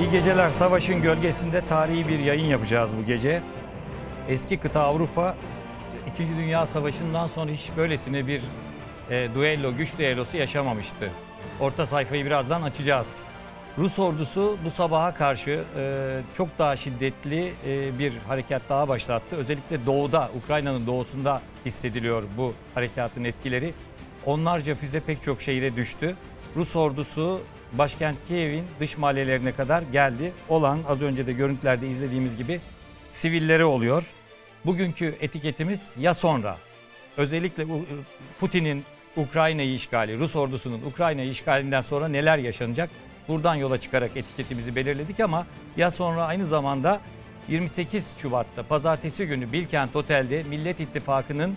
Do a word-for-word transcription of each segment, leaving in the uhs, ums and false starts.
İyi geceler. Savaşın gölgesinde tarihi bir yayın yapacağız bu gece. Eski kıta Avrupa, İkinci Dünya Savaşı'ndan sonra hiç böylesine bir e, duello, güç düellosu yaşamamıştı. Orta sayfayı birazdan açacağız. Rus ordusu bu sabaha karşı e, çok daha şiddetli e, bir harekat daha başlattı. Özellikle doğuda, Ukrayna'nın doğusunda hissediliyor bu harekatın etkileri. Onlarca füze pek çok şehire düştü. Rus ordusu başkent Kiev'in dış mahallelerine kadar geldi. Olan az önce de görüntülerde izlediğimiz gibi sivilleri oluyor. Bugünkü etiketimiz ya sonra. Özellikle Putin'in Ukrayna'yı işgali, Rus ordusunun Ukrayna'yı işgalinden sonra neler yaşanacak? Buradan yola çıkarak etiketimizi belirledik ama ya sonra aynı zamanda yirmi sekiz Şubat'ta pazartesi günü Bilkent Otel'de Millet İttifakı'nın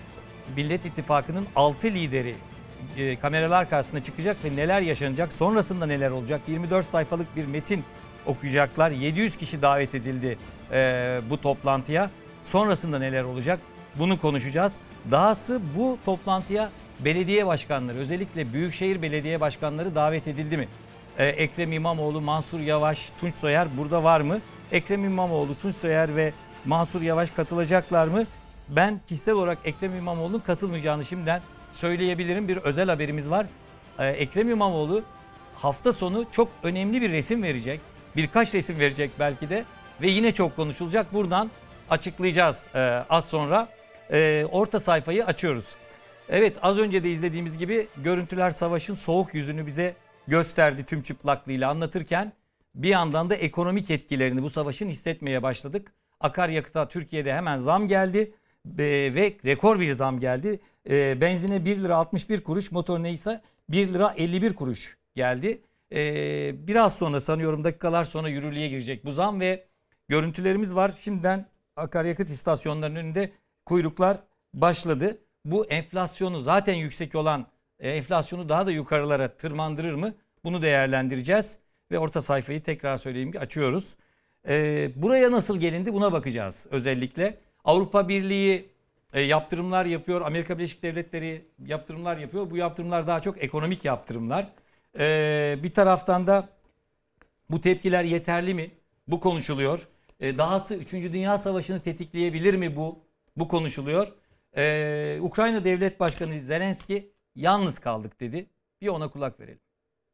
Millet İttifakı'nın altı lideri e, kameralar karşısına çıkacak ve neler yaşanacak, sonrasında neler olacak? yirmi dört sayfalık bir metin okuyacaklar. yedi yüz kişi davet edildi e, bu toplantıya. Sonrasında neler olacak? Bunu konuşacağız. Dahası bu toplantıya belediye başkanları, özellikle büyükşehir belediye başkanları davet edildi mi? Ee, Ekrem İmamoğlu, Mansur Yavaş, Tunç Soyer burada var mı? Ekrem İmamoğlu, Tunç Soyer ve Mansur Yavaş katılacaklar mı? Ben kişisel olarak Ekrem İmamoğlu'nun katılmayacağını şimdiden söyleyebilirim. Bir özel haberimiz var. Ee, Ekrem İmamoğlu hafta sonu çok önemli bir resim verecek. Birkaç resim verecek belki de ve yine çok konuşulacak. Buradan açıklayacağız e, az sonra. E, orta sayfayı açıyoruz. Evet, az önce de izlediğimiz gibi görüntüler savaşın soğuk yüzünü bize gösterdi tüm çıplaklığıyla anlatırken. Bir yandan da ekonomik etkilerini bu savaşın hissetmeye başladık. Akaryakıta Türkiye'de hemen zam geldi e, ve rekor bir zam geldi. E, benzine bir lira altmış bir kuruş, motorine ise bir lira elli bir kuruş geldi. E, biraz sonra, sanıyorum dakikalar sonra yürürlüğe girecek bu zam ve görüntülerimiz var. Şimdiden akaryakıt istasyonlarının önünde kuyruklar başladı. Bu enflasyonu, zaten yüksek olan enflasyonu daha da yukarılara tırmandırır mı? Bunu değerlendireceğiz ve orta sayfayı tekrar söyleyeyim ki açıyoruz. Ee, buraya nasıl gelindi buna bakacağız özellikle. Avrupa Birliği e, yaptırımlar yapıyor, Amerika Birleşik Devletleri yaptırımlar yapıyor. Bu yaptırımlar daha çok ekonomik yaptırımlar. Ee, bir taraftan da bu tepkiler yeterli mi? Bu konuşuluyor. Ee, dahası üçüncü Dünya Savaşı'nı tetikleyebilir mi bu? Bu konuşuluyor. Ee, Ukrayna Devlet Başkanı Zelenski yalnız kaldık dedi. Bir ona kulak verelim.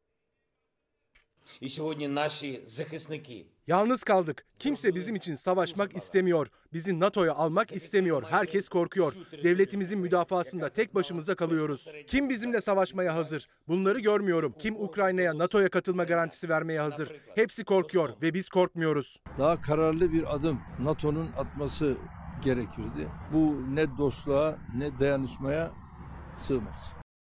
Yalnız kaldık. Kimse bizim için savaşmak istemiyor. Bizi NATO'ya almak istemiyor. Herkes korkuyor. Devletimizin müdafasında tek başımıza kalıyoruz. Kim bizimle savaşmaya hazır? Bunları görmüyorum. Kim Ukrayna'ya, NATO'ya katılma garantisi vermeye hazır? Hepsi korkuyor ve biz korkmuyoruz. Daha kararlı bir adım NATO'nun atması gerekirdi. Bu ne dostluğa ne dayanışmaya sığmaz.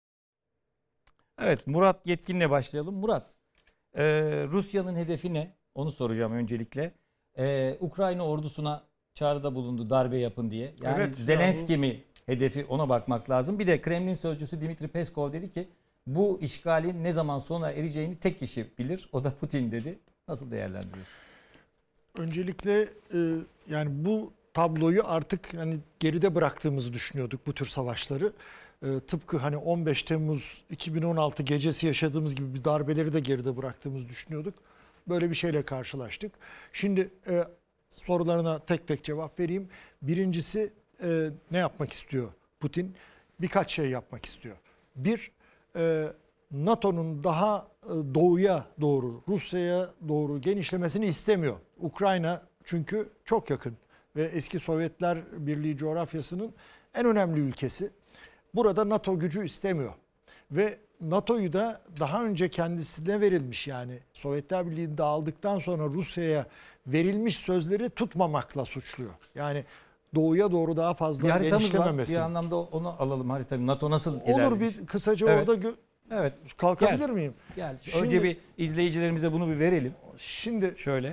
Evet, Murat Yetkin'le başlayalım. Murat, e, Rusya'nın hedefi ne? Onu soracağım öncelikle. E, Ukrayna ordusuna çağrıda bulundu, darbe yapın diye. Yani evet, Zelenski ya, mi hedefi, ona bakmak lazım. Bir de Kremlin sözcüsü Dmitri Peskov dedi ki bu işgalin ne zaman sona ereceğini tek kişi bilir. O da Putin dedi. Nasıl değerlendiriyorsun? Öncelikle e, yani bu tabloyu artık hani geride bıraktığımızı düşünüyorduk, bu tür savaşları. E, tıpkı hani on beş Temmuz iki bin on altı gecesi yaşadığımız gibi bir darbeleri de geride bıraktığımızı düşünüyorduk. Böyle bir şeyle karşılaştık. Şimdi e, sorularına tek tek cevap vereyim. Birincisi e, ne yapmak istiyor Putin? Birkaç şey yapmak istiyor. Bir, e, NATO'nun daha e, doğuya doğru, Rusya'ya doğru genişlemesini istemiyor. Ukrayna çünkü çok yakın ve eski Sovyetler Birliği coğrafyasının en önemli ülkesi. Burada NATO gücü istemiyor. Ve NATO'yu da daha önce kendisine verilmiş, yani Sovyetler Birliği dağıldıktan sonra Rusya'ya verilmiş sözleri tutmamakla suçluyor. Yani doğuya doğru daha fazla bir genişlememesi. Var. Bir anlamda onu alalım haritamı. NATO nasıl ilerlemiş? Olur, bir kısaca evet. orada gö- evet. kalkabilir Gel. miyim? Gel. Şimdi, önce bir izleyicilerimize bunu bir verelim. Şimdi şöyle.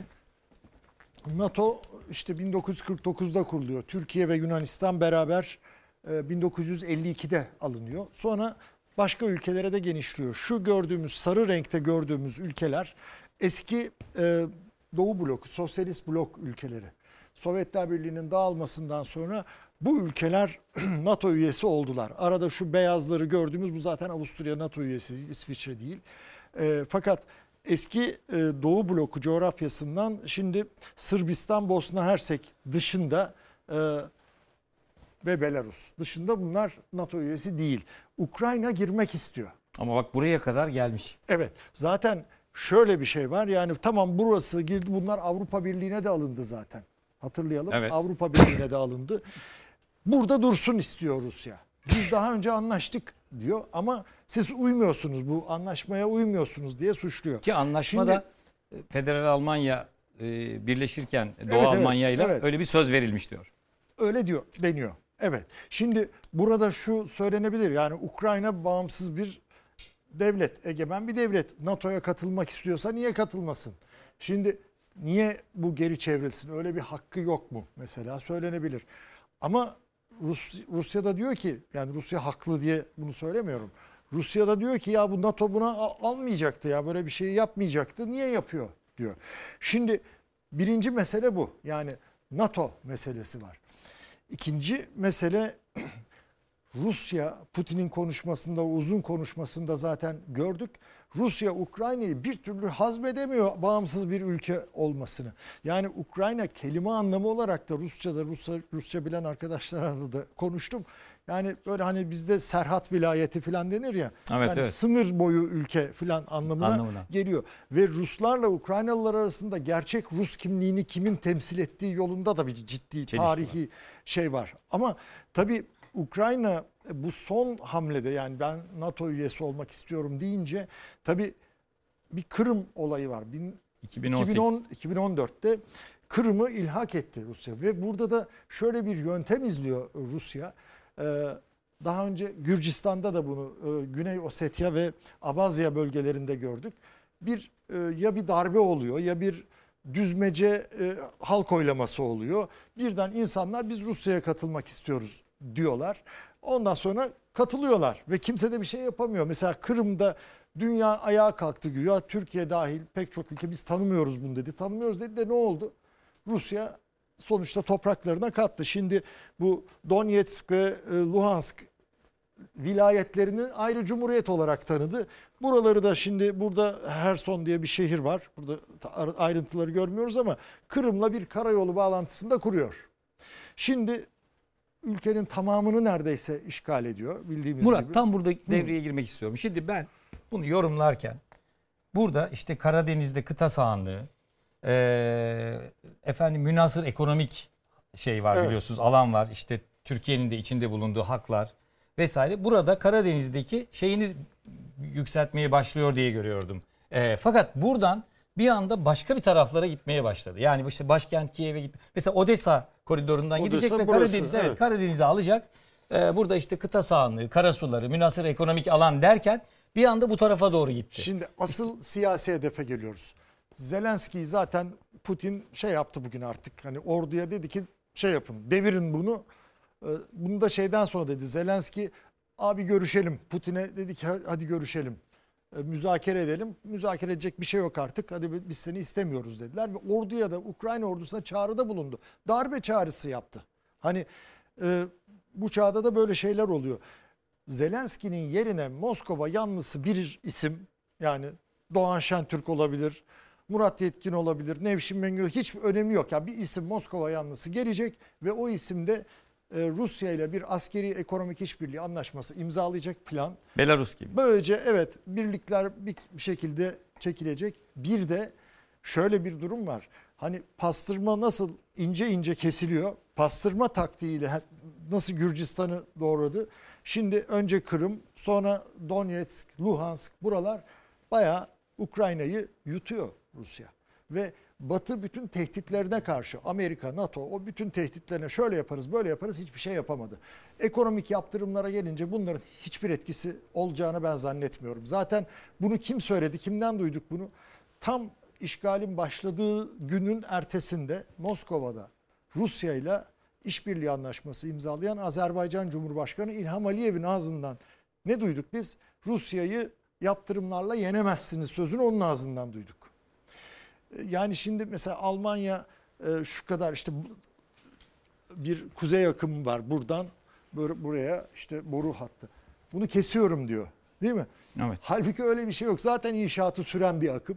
NATO işte bin dokuz yüz kırk dokuzda kuruluyor. Türkiye ve Yunanistan beraber bin dokuz yüz elli ikide alınıyor. Sonra başka ülkelere de genişliyor. Şu gördüğümüz sarı renkte gördüğümüz ülkeler eski e, Doğu bloku, sosyalist blok ülkeleri. Sovyetler Birliği'nin dağılmasından sonra bu ülkeler NATO üyesi oldular. Arada şu beyazları gördüğümüz bu zaten Avusturya NATO üyesi, İsviçre değil. E, fakat eski e, Doğu bloku coğrafyasından şimdi Sırbistan, Bosna Hersek dışında e, ve Belarus dışında bunlar NATO üyesi değil. Ukrayna girmek istiyor. Ama bak buraya kadar gelmiş. Evet, zaten şöyle bir şey var, yani tamam burası girdi, bunlar Avrupa Birliği'ne de alındı zaten. Hatırlayalım, Evet. Avrupa Birliği'ne de alındı. Burada dursun istiyor Rusya. Biz daha önce anlaştık diyor ama siz uymuyorsunuz, bu anlaşmaya uymuyorsunuz diye suçluyor. Ki anlaşmada Şimdi- Federal Almanya e, birleşirken Doğu evet, Almanya ile evet. öyle bir söz verilmiş diyor. Öyle diyor, deniyor. Evet. Şimdi burada şu söylenebilir, yani Ukrayna bağımsız bir devlet, egemen bir devlet. NATO'ya katılmak istiyorsa niye katılmasın? Şimdi niye bu geri çevrilsin? Öyle bir hakkı yok mu? Mesela söylenebilir. Ama Rus, Rusya da diyor ki, yani Rusya haklı diye bunu söylemiyorum. Rusya da diyor ki ya bu NATO buna a- almayacaktı ya, böyle bir şey yapmayacaktı. Niye yapıyor diyor. Şimdi birinci mesele bu. Yani NATO meselesi var. İkinci mesele Rusya, Putin'in konuşmasında, uzun konuşmasında zaten gördük. Rusya Ukrayna'yı bir türlü hazmedemiyor bağımsız bir ülke olmasını. Yani Ukrayna kelime anlamı olarak da Rusça'da, Rusça, Rusça bilen arkadaşlarla da konuştum. Yani böyle hani bizde Serhat vilayeti falan denir ya. Evet, yani evet. sınır boyu ülke falan anlamına, Anlamına. geliyor. Ve Ruslarla Ukraynalılar arasında gerçek Rus kimliğini kimin temsil ettiği yolunda da bir ciddi tarihi şey var. Ama tabii Ukrayna bu son hamlede, yani ben NATO üyesi olmak istiyorum deyince tabii bir Kırım olayı var. iki bin on sekiz. iki bin on, iki bin on dörtte Kırım'ı ilhak etti Rusya ve burada da şöyle bir yöntem izliyor Rusya. Ee, daha önce Gürcistan'da da bunu e, Güney Ossetya ve Abazya bölgelerinde gördük. Bir e, ya bir darbe oluyor ya bir düzmece e, halk oylaması oluyor. Birden insanlar biz Rusya'ya katılmak istiyoruz diyorlar. Ondan sonra katılıyorlar ve kimse de bir şey yapamıyor. Mesela Kırım'da dünya ayağa kalktı güya, Türkiye dahil pek çok ülke biz tanımıyoruz bunu dedi. Tanımıyoruz dedi de ne oldu? Rusya sonuçta topraklarına kattı. Şimdi bu Donetsk ve Luhansk vilayetlerini ayrı cumhuriyet olarak tanıdı. Buraları da şimdi burada Herson diye bir şehir var. Burada ayrıntıları görmüyoruz ama Kırım'la bir karayolu bağlantısını da kuruyor. Şimdi ülkenin tamamını neredeyse işgal ediyor bildiğimiz Murat gibi. tam burada devreye girmek istiyorum. Şimdi ben bunu yorumlarken burada işte Karadeniz'de kıta sahanlığı, e, efendim münhasır ekonomik şey var, Evet. biliyorsunuz, alan var. İşte Türkiye'nin de içinde bulunduğu haklar vesaire. Burada Karadeniz'deki şeyini yükseltmeye başlıyor diye görüyordum. E, fakat buradan bir anda başka bir taraflara gitmeye başladı. Yani işte başkent Kiev'e git. Mesela Odessa koridorundan Odessa gidecek ve burası, Karadeniz evet, evet. Karadeniz'i alacak. Ee, burada işte kıta sahanlığı, karasuları, münhasır ekonomik alan derken bir anda bu tarafa doğru gitti. Şimdi asıl siyasi hedefe geliyoruz. Zelenskiy zaten Putin şey yaptı bugün artık. Hani orduya dedi ki şey yapın, devirin bunu. Ee, Bunu da şeyden sonra dedi. Zelenskiy abi görüşelim. Putin'e dedi ki hadi görüşelim. Ee, Müzakere edelim. Müzakere edecek bir şey yok artık. Hadi biz seni istemiyoruz dediler. Ve orduya da Ukrayna ordusuna çağrıda bulundu. Darbe çağrısı yaptı. Hani e, bu çağda da böyle şeyler oluyor. Zelenski'nin yerine Moskova yanlısı bir isim, yani Doğan Şentürk olabilir, Murat Yetkin olabilir, Nevşin Mengü, hiçbir önemi yok. Yani bir isim Moskova yanlısı gelecek ve o isimde e, Rusya ile bir askeri ekonomik işbirliği anlaşması imzalayacak plan. Belarus gibi. Böylece evet birlikler bir şekilde çekilecek. Bir de şöyle bir durum var. Hani pastırma nasıl ince ince kesiliyor? Pastırma taktiğiyle nasıl Gürcistan'ı doğradı? Şimdi önce Kırım, sonra Donetsk, Luhansk, buralar bayağı Ukrayna'yı yutuyor Rusya. Ve Batı bütün tehditlerine karşı, Amerika, NATO o bütün tehditlerine şöyle yaparız, böyle yaparız, hiçbir şey yapamadı. Ekonomik yaptırımlara gelince bunların hiçbir etkisi olacağını ben zannetmiyorum. Zaten bunu kim söyledi, kimden duyduk bunu? Tam işgalin başladığı günün ertesinde Moskova'da Rusya ile işbirliği anlaşması imzalayan Azerbaycan Cumhurbaşkanı İlham Aliyev'in ağzından ne duyduk biz? Rusya'yı yaptırımlarla yenemezsiniz sözünü onun ağzından duyduk. Yani şimdi mesela Almanya şu kadar işte bir kuzey akımı var buradan buraya işte boru hattı. Bunu kesiyorum diyor, değil mi? Evet. Halbuki öyle bir şey yok. Zaten inşaatı süren bir akım.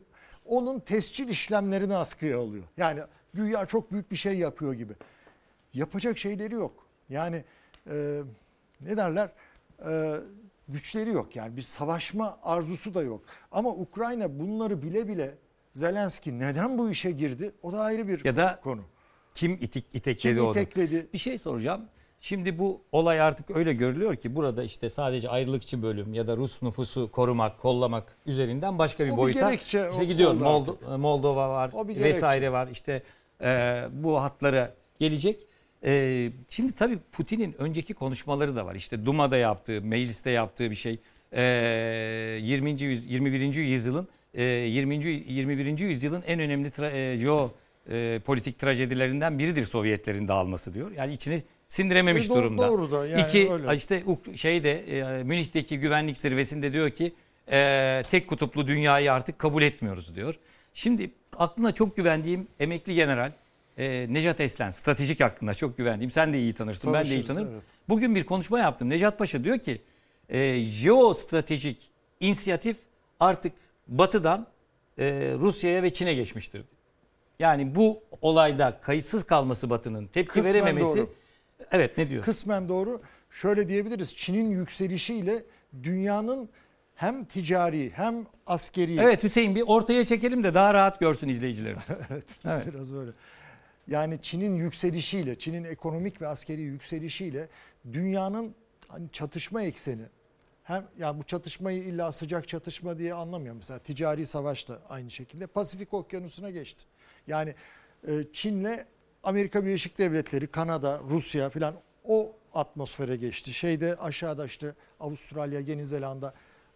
onun tescil işlemlerini askıya alıyor. Yani güya çok büyük bir şey yapıyor gibi. Yapacak şeyleri yok. Yani e, ne derler? E, güçleri yok. Yani bir savaşma arzusu da yok. Ama Ukrayna bunları bile bile Zelenski neden bu işe girdi? O da ayrı bir Ya da konu. Kim itik, itekledi Kim onu? itekledi? Bir şey soracağım. Şimdi bu olay artık öyle görülüyor ki burada işte sadece ayrılıkçı bölüm ya da Rus nüfusu korumak, kollamak üzerinden başka bir O bir boyuta gerekçe işte oldu gidiyor. artık. Moldo- Moldova var O bir gerekçe. vesaire var. İşte e, bu hatlara gelecek. E, şimdi tabii Putin'in önceki konuşmaları da var. İşte Duma'da yaptığı, mecliste yaptığı bir şey. E, yirminci yüz- yirmi birinci yüzyılın e, yirminci yirmi birinci yüzyılın en önemli tra- e, jeo e, politik trajedilerinden biridir Sovyetlerin dağılması diyor. Yani içine sindirememiş E, do- durumda. doğru da yani İki öyle. işte Uk- şeyde e, Münih'teki güvenlik zirvesinde diyor ki e, tek kutuplu dünyayı artık kabul etmiyoruz diyor. Şimdi aklına çok güvendiğim emekli general e, Nejat Eslen, stratejik aklına çok güvendiğim, sen de iyi tanırsın, ben de iyi Tanışırız, tanırım. evet. Bugün bir konuşma yaptım. Nejat Paşa diyor ki e, jeostratejik inisiyatif artık Batı'dan e, Rusya'ya ve Çin'e geçmiştir. Yani bu olayda kayıtsız kalması Batı'nın, tepki Kısmen verememesi. doğru. Evet, ne diyor? Kısmen doğru. Şöyle diyebiliriz. Çin'in yükselişiyle dünyanın hem ticari hem askeri. Evet Hüseyin, bir ortaya çekelim de daha rahat görsün izleyicilerimiz. Evet. Biraz böyle. Yani Çin'in yükselişiyle, Çin'in ekonomik ve askeri yükselişiyle dünyanın hani çatışma ekseni. Hem yani bu çatışmayı illa sıcak çatışma diye anlamıyorum. Mesela ticari savaş da aynı şekilde Pasifik Okyanusu'na geçti. Yani e, Çin'le Amerika Birleşik Devletleri, Kanada, Rusya filan o atmosfere geçti. Şeyde aşağıda işte Avustralya, Yeni Zelanda,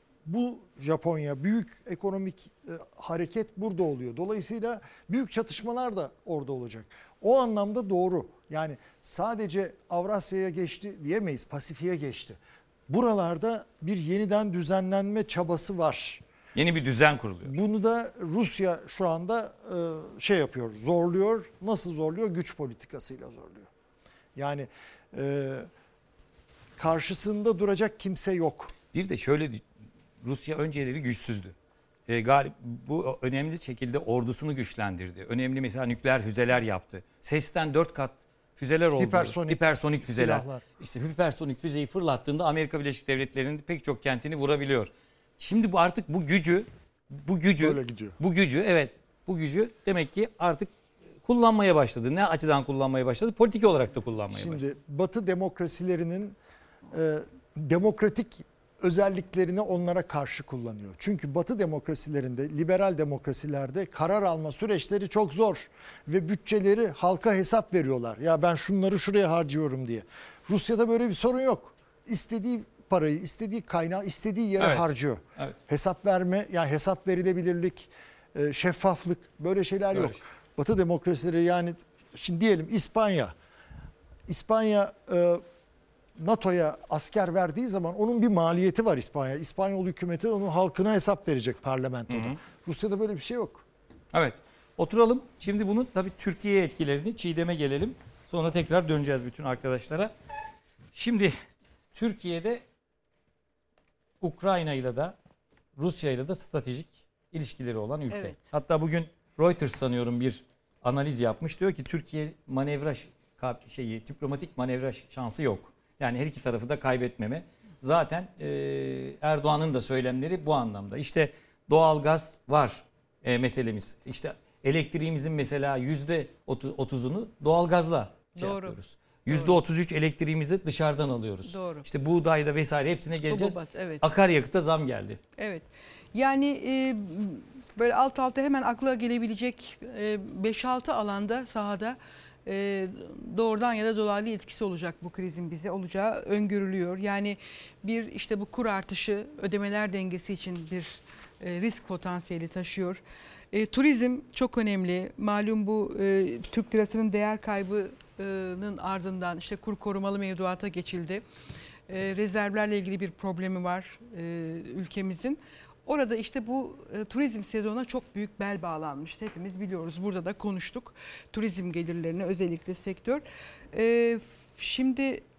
bu Japonya, büyük ekonomik e, hareket burada oluyor. Dolayısıyla büyük çatışmalar da orada olacak. O anlamda doğru. Yani sadece Avrasya'ya geçti diyemeyiz, Pasifik'e geçti. Buralarda bir yeniden düzenlenme çabası var. Yeni bir düzen kuruluyor. Bunu da Rusya şu anda e, şey yapıyor, zorluyor. Nasıl zorluyor? Güç politikasıyla zorluyor. Yani e, karşısında duracak kimse yok. Bir de şöyle, Rusya önceleri güçsüzdü. E, galip, bu önemli şekilde ordusunu güçlendirdi. Önemli mesela nükleer füzeler yaptı. Sesten dört kat füzeler oldu. Hipersonik, Hipersonik füzeler. silahlar. İşte hipersonik füzeyi fırlattığında Amerika Birleşik Devletleri'nin pek çok kentini vurabiliyor. Şimdi bu artık bu gücü bu gücü Böyle gidiyor. bu gücü evet bu gücü demek ki artık kullanmaya başladı. Ne açıdan kullanmaya başladı? Politik olarak da kullanmaya Şimdi başladı. Batı demokrasilerinin e, demokratik özelliklerini onlara karşı kullanıyor. Çünkü Batı demokrasilerinde, liberal demokrasilerde karar alma süreçleri çok zor ve bütçeleri halka hesap veriyorlar. Ya ben şunları şuraya harcıyorum diye. Rusya'da böyle bir sorun yok. İstediği parayı, istediği kaynağı, istediği yere Evet. harcıyor. Evet. Hesap verme, yani hesap verilebilirlik, e, şeffaflık, böyle şeyler Böyle yok. şey. Batı demokrasileri, yani şimdi diyelim İspanya, İspanya e, NATO'ya asker verdiği zaman onun bir maliyeti var İspanya. İspanyol hükümeti onun halkına hesap verecek parlamentoda. Hı hı. Rusya'da böyle bir şey yok. Evet. Oturalım. Şimdi bunun tabii Türkiye etkilerini, Çiğdem'e gelelim. Sonra tekrar döneceğiz bütün arkadaşlara. Şimdi Türkiye'de Ukrayna ile de Rusya ile de stratejik ilişkileri olan ülke. Evet. Hatta bugün Reuters sanıyorum bir analiz yapmış. Diyor ki Türkiye manevra ş- ka- şeyi diplomatik manevra ş- şansı yok. Yani her iki tarafı da kaybetmeme. Zaten e, Erdoğan'ın da söylemleri bu anlamda. İşte doğalgaz var e, meselemiz. İşte elektriğimizin mesela yüzde otuzunu doğalgazla şey Doğru. yapıyoruz. yüzde otuz üç elektriğimizi dışarıdan alıyoruz. Doğru. İşte buğdayda vesaire hepsine geleceğiz. Hububat, evet. Akaryakıta zam geldi. Evet. Yani e, böyle alt alta hemen akla gelebilecek e, beş altı alanda sahada e, doğrudan ya da dolaylı etkisi olacak bu krizin bize olacağı öngörülüyor. Yani bir işte bu kur artışı ödemeler dengesi için bir e, risk potansiyeli taşıyor. E, turizm çok önemli. Malum bu e, Türk lirasının değer kaybının ardından işte kur korumalı mevduata geçildi. E, rezervlerle ilgili bir problemi var e, ülkemizin. Orada işte bu e, turizm sezonuna çok büyük bel bağlanmıştı. Hepimiz biliyoruz. Burada da konuştuk. Turizm gelirlerine özellikle sektör. E, şimdi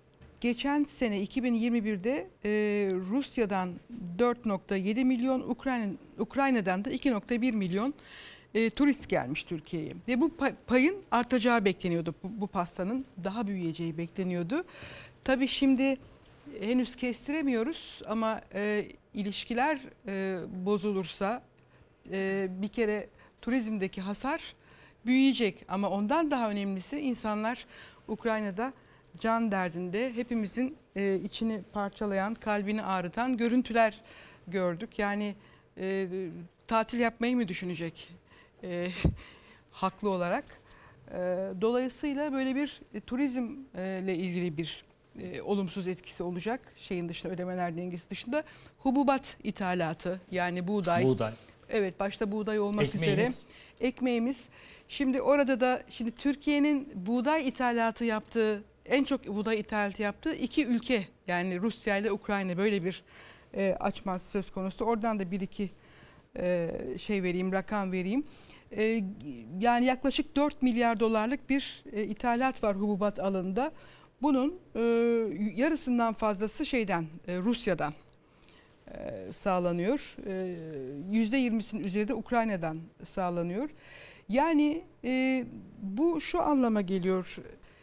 geçen sene iki bin yirmi birde e, Rusya'dan dört nokta yedi milyon, Ukrayna, Ukrayna'dan da iki nokta bir milyon e, turist gelmiş Türkiye'ye. Ve bu payın artacağı bekleniyordu. Bu, bu pastanın daha büyüyeceği bekleniyordu. Tabii şimdi henüz kestiremiyoruz ama e, ilişkiler e, bozulursa e, bir kere turizmdeki hasar büyüyecek. Ama ondan daha önemlisi insanlar Ukrayna'da can derdinde, hepimizin e, içini parçalayan, kalbini ağrıtan görüntüler gördük. Yani e, tatil yapmayı mı düşünecek e, haklı olarak? E, dolayısıyla böyle bir e, turizmle ilgili bir e, olumsuz etkisi olacak. Şeyin dışında, ödemeler dengesi dışında hububat ithalatı, yani buğday. Buğday. Evet, başta buğday olmak Ekmeğimiz. üzere. Ekmeğimiz. Şimdi orada da şimdi Türkiye'nin buğday ithalatı yaptığı, en çok buğday ithalatı yaptığı iki ülke, yani Rusya ile Ukrayna, böyle bir e, açmaz söz konusu. Oradan da bir iki e, şey vereyim, rakam vereyim. E, yani yaklaşık dört milyar dolarlık bir e, ithalat var hububat alanında. Bunun e, yarısından fazlası şeyden, e, Rusya'dan e, sağlanıyor. E, yüzde yirmisinin üzeri de Ukrayna'dan sağlanıyor. Yani e, bu şu anlama geliyor.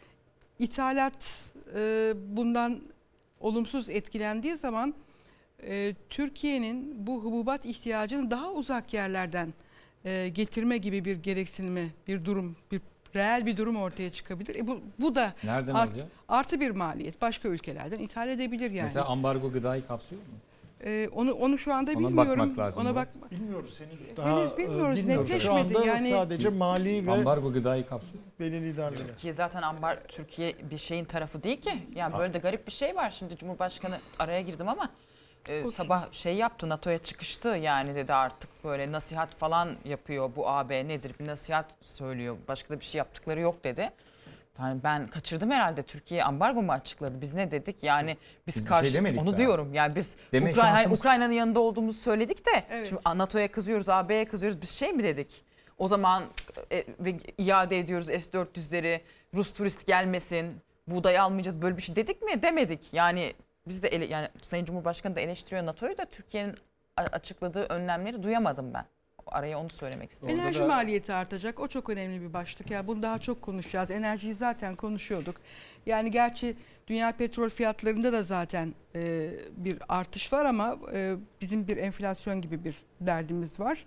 İthalat e, bundan olumsuz etkilendiği zaman e, Türkiye'nin bu hububat ihtiyacını daha uzak yerlerden e, getirme gibi bir gereksinimi, bir durum, bir reel bir durum ortaya çıkabilir. E, bu, bu da Nereden art, alacak? artı bir maliyet. Başka ülkelerden ithal edebilir yani. Mesela ambargo gıdayı kapsıyor mu? Ee, onu onu şu anda Ona bilmiyorum. bakmak lazım Ona bu. bak. Bilmiyoruz henüz. Daha Henüz bilmiyoruz, e, bilmiyoruz. Şu netleşmedi. anda Yani- sadece mali ve Ambargo gıdayı kapsıyor. belirli idareli. Türkiye zaten ambar, Türkiye bir şeyin tarafı değil ki. Yani böyle de garip bir şey var. Şimdi Cumhurbaşkanı, araya girdim ama e, sabah şey yaptı, NATO'ya çıkıştı, yani dedi artık böyle nasihat falan yapıyor, bu A B nedir, bir nasihat söylüyor, başka da bir şey yaptıkları yok dedi. Yani ben kaçırdım herhalde, Türkiye ambargo mu açıkladı, biz ne dedik yani, biz, Biz bir karşı şey demedik onu daha. diyorum yani, biz Deme Ukrayna, şansımız- Ukrayna'nın yanında olduğumuzu söyledik de Evet. şimdi NATO'ya kızıyoruz, A B'ye kızıyoruz, biz şey mi dedik? O zaman e, ve iade ediyoruz S dört yüzleri, Rus turist gelmesin, buğday almayacağız, böyle bir şey dedik mi? Demedik. Yani biz de ele, yani Sayın Cumhurbaşkanı da eleştiriyor NATO'yu da, Türkiye'nin a- açıkladığı önlemleri duyamadım ben. Araya onu söylemek istedim. Orada Enerji da- maliyeti artacak. O çok önemli bir başlık. Ya bunu daha çok konuşacağız. Enerjiyi zaten konuşuyorduk. Yani gerçi dünya petrol fiyatlarında da zaten e, bir artış var ama e, bizim bir enflasyon gibi bir derdimiz var.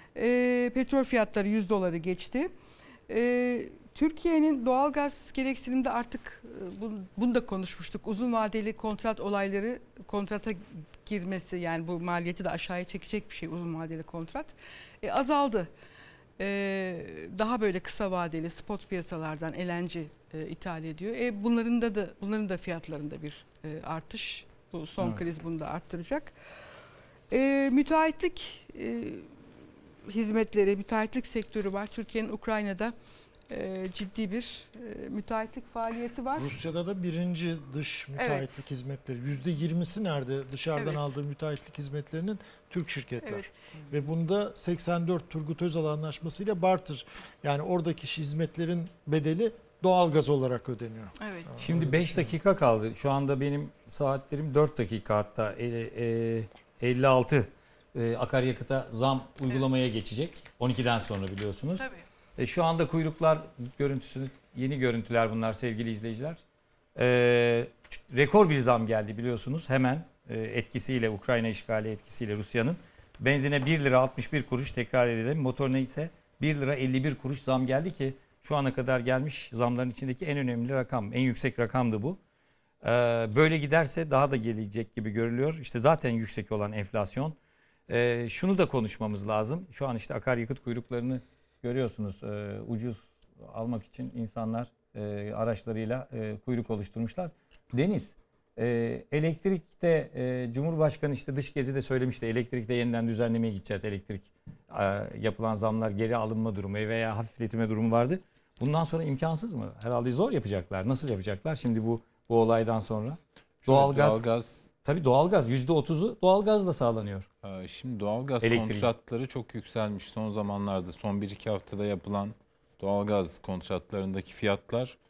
E, petrol fiyatları yüz doları geçti. E, Türkiye'nin doğalgaz gereksinimde artık e, bunu, bunu da konuşmuştuk. Uzun vadeli kontrat olayları, kontrata girmesi, yani bu maliyeti de aşağıya çekecek bir şey uzun vadeli kontrat e, azaldı. E, daha böyle kısa vadeli spot piyasalardan L N G e, ithal ediyor. E, bunların da da bunların da fiyatlarında bir e, artış. Bu son Evet. kriz bunu da arttıracak. E, müteahhitlik e, hizmetleri, müteahhitlik sektörü var. Türkiye'nin Ukrayna'da e, ciddi bir e, müteahhitlik faaliyeti var. Rusya'da da birinci dış müteahhitlik Evet. hizmetleri. yüzde yirmisi nerede dışarıdan Evet. aldığı müteahhitlik hizmetlerinin Türk şirketler. Evet. Ve bunda seksen dört Turgut Özal Anlaşması ile barter, yani oradaki hizmetlerin bedeli doğalgaz olarak ödeniyor. Evet. Şimdi beş dakika kaldı. Şu anda benim saatlerim dört dakika, hatta e, e, elli altı e, akaryakıta zam uygulamaya geçecek. on ikiden sonra biliyorsunuz. Tabii. E, şu anda kuyruklar görüntüsü, yeni görüntüler bunlar sevgili izleyiciler. E, rekor bir zam geldi biliyorsunuz. Hemen e, etkisiyle, Ukrayna işgali etkisiyle Rusya'nın. Benzine bir lira altmış bir kuruş, tekrar edelim. Motorine ise bir lira elli bir kuruş zam geldi ki şu ana kadar gelmiş zamların içindeki en önemli rakam, en yüksek rakamdı bu. E, böyle giderse daha da gelecek gibi görülüyor. İşte zaten yüksek olan enflasyon. E, şunu da konuşmamız lazım. Şu an işte akaryakıt kuyruklarını görüyorsunuz, e, ucuz almak için insanlar e, araçlarıyla e, kuyruk oluşturmuşlar. Deniz, e, elektrikte e, Cumhurbaşkanı işte dış gezide söylemişti, elektrikte yeniden düzenlemeye gideceğiz. Elektrik e, yapılan zamlar geri alınma durumu veya hafifletme durumu vardı. Bundan sonra imkansız mı? Herhalde zor yapacaklar. Nasıl yapacaklar şimdi bu bu olaydan sonra? Doğalgaz, Doğalgaz, tabii doğalgaz yüzde otuzu doğalgazla sağlanıyor. e, şimdi doğalgaz Elektriği. kontratları çok yükselmiş son zamanlarda. Son bir iki haftada yapılan doğalgaz kontratlarındaki fiyatlar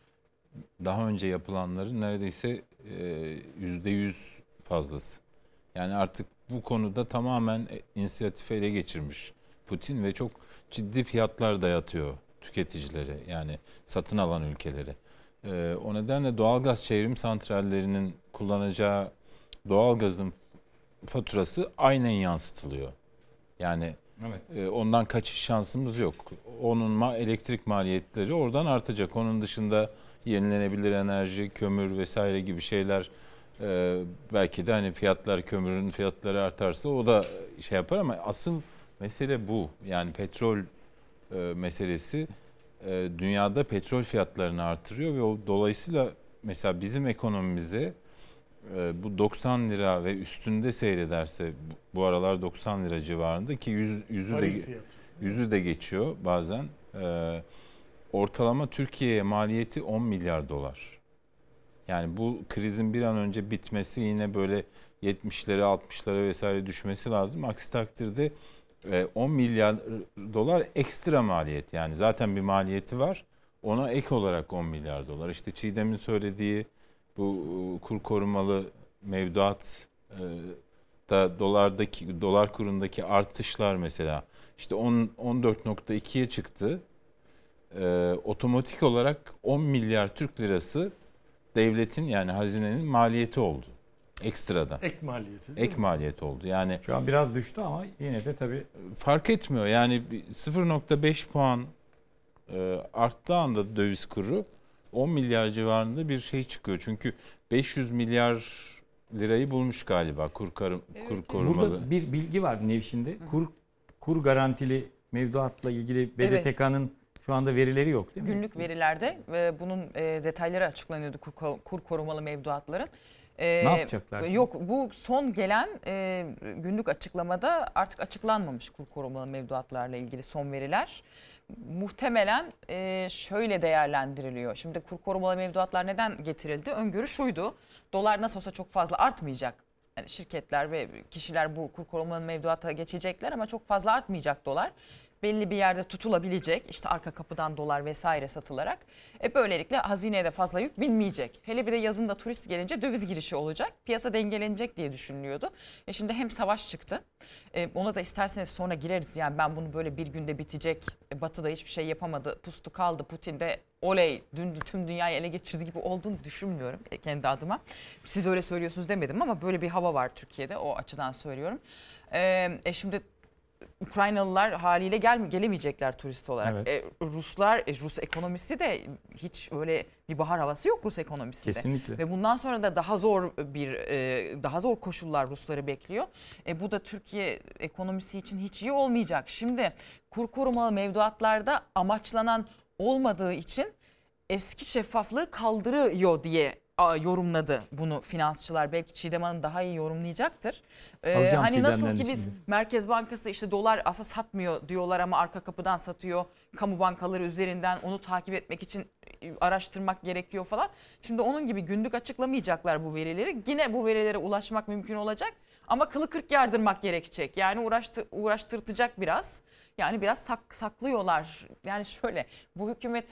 daha önce yapılanların neredeyse yüzde yüz fazlası. Yani artık bu konuda tamamen inisiyatifi ele geçirmiş Putin ve çok ciddi fiyatlar dayatıyor tüketicilere, yani satın alan ülkelere. Ee, o nedenle doğalgaz çevrim santrallerinin kullanacağı doğalgazın faturası aynen yansıtılıyor. Yani Evet. e, ondan kaçış şansımız yok. Onun ma- elektrik maliyetleri oradan artacak. Onun dışında yenilenebilir enerji, kömür vesaire gibi şeyler, e, belki de hani fiyatlar, kömürün fiyatları artarsa o da şey yapar ama asıl mesele bu. Yani petrol e, meselesi e, dünyada petrol fiyatlarını artırıyor ve o dolayısıyla mesela bizim ekonomimize e, bu doksan lira ve üstünde seyrederse, bu aralar doksan lira civarında ki yüz, yüzü de yüzü de geçiyor bazen. E, ortalama Türkiye'ye maliyeti on milyar dolar. Yani bu krizin bir an önce bitmesi, yine böyle yetmişlere altmışlara vesaire düşmesi lazım. Aksi takdirde on milyar dolar ekstra maliyet, yani zaten bir maliyeti var, ona ek olarak on milyar dolar. İşte Çiğdem'in söylediği bu kur korumalı mevduat da dolardaki dolar kurundaki artışlar mesela işte on dört nokta ikiye çıktı. E, otomatik olarak on milyar Türk lirası devletin, yani hazinenin maliyeti oldu. Ekstradan. Ek maliyeti. Ek maliyet oldu. Yani Şu an biraz düştü ama yine de tabii fark etmiyor. Yani sıfır nokta beş puan e, arttığı anda döviz kuru on milyar civarında bir şey çıkıyor. Çünkü beş yüz milyar lirayı bulmuş galiba kur, karım, Evet, kur evet. korumalı. burada bir bilgi var Nevşin'de. Kur kur garantili mevduatla ilgili B D T K'nın şu anda verileri yok değil mi? Günlük verilerde e, bunun e, detayları açıklanıyordu kur, kur korumalı mevduatların. E, Ne yapacaklar şimdi? Yok, bu son gelen e, günlük açıklamada artık açıklanmamış kur korumalı mevduatlarla ilgili son veriler. Muhtemelen e, şöyle değerlendiriliyor. Şimdi kur korumalı mevduatlar neden getirildi? Öngörü şuydu: dolar nasıl olsa çok fazla artmayacak. Yani şirketler ve kişiler bu kur korumalı mevduata geçecekler ama çok fazla artmayacak dolar. Belli bir yerde tutulabilecek, işte arka kapıdan dolar vesaire satılarak. E böylelikle hazineye de fazla yük binmeyecek. Hele bir de yazında turist gelince döviz girişi olacak. Piyasa dengelenecek diye düşünülüyordu. E şimdi hem savaş çıktı. E ona da isterseniz sonra gireriz. Yani ben bunu böyle bir günde bitecek, e Batı'da hiçbir şey yapamadı, pustu kaldı, Putin de oley dün tüm dünyayı ele geçirdi gibi olduğunu düşünmüyorum e, kendi adıma. Siz öyle söylüyorsunuz demedim ama böyle bir hava var Türkiye'de, o açıdan söylüyorum. E, e şimdi Ukraynalılar haliyle gel gelemeyecekler turist olarak. Evet. E, Ruslar, e, Rus ekonomisi de hiç öyle bir bahar havası yok Rus ekonomisinde. Kesinlikle. Ve bundan sonra da daha zor bir, e, daha zor koşullar Rusları bekliyor. E, bu da Türkiye ekonomisi için hiç iyi olmayacak. Şimdi kur korumalı mevduatlarda amaçlanan olmadığı için eski şeffaflığı kaldırıyor diye yorumladı bunu finansçılar. Belki Çiğdem Hanım daha iyi yorumlayacaktır. Ee, hani nasıl ki biz Merkez Bankası işte dolar asa satmıyor diyorlar ama arka kapıdan satıyor. Kamu bankaları üzerinden onu takip etmek için araştırmak gerekiyor falan. Şimdi onun gibi günlük açıklamayacaklar bu verileri. Yine bu verilere ulaşmak mümkün olacak ama kılı kırk yardırmak gerekecek. Yani uğraştı, uğraştırtacak biraz. Yani biraz sak, saklıyorlar. Yani şöyle, bu hükümet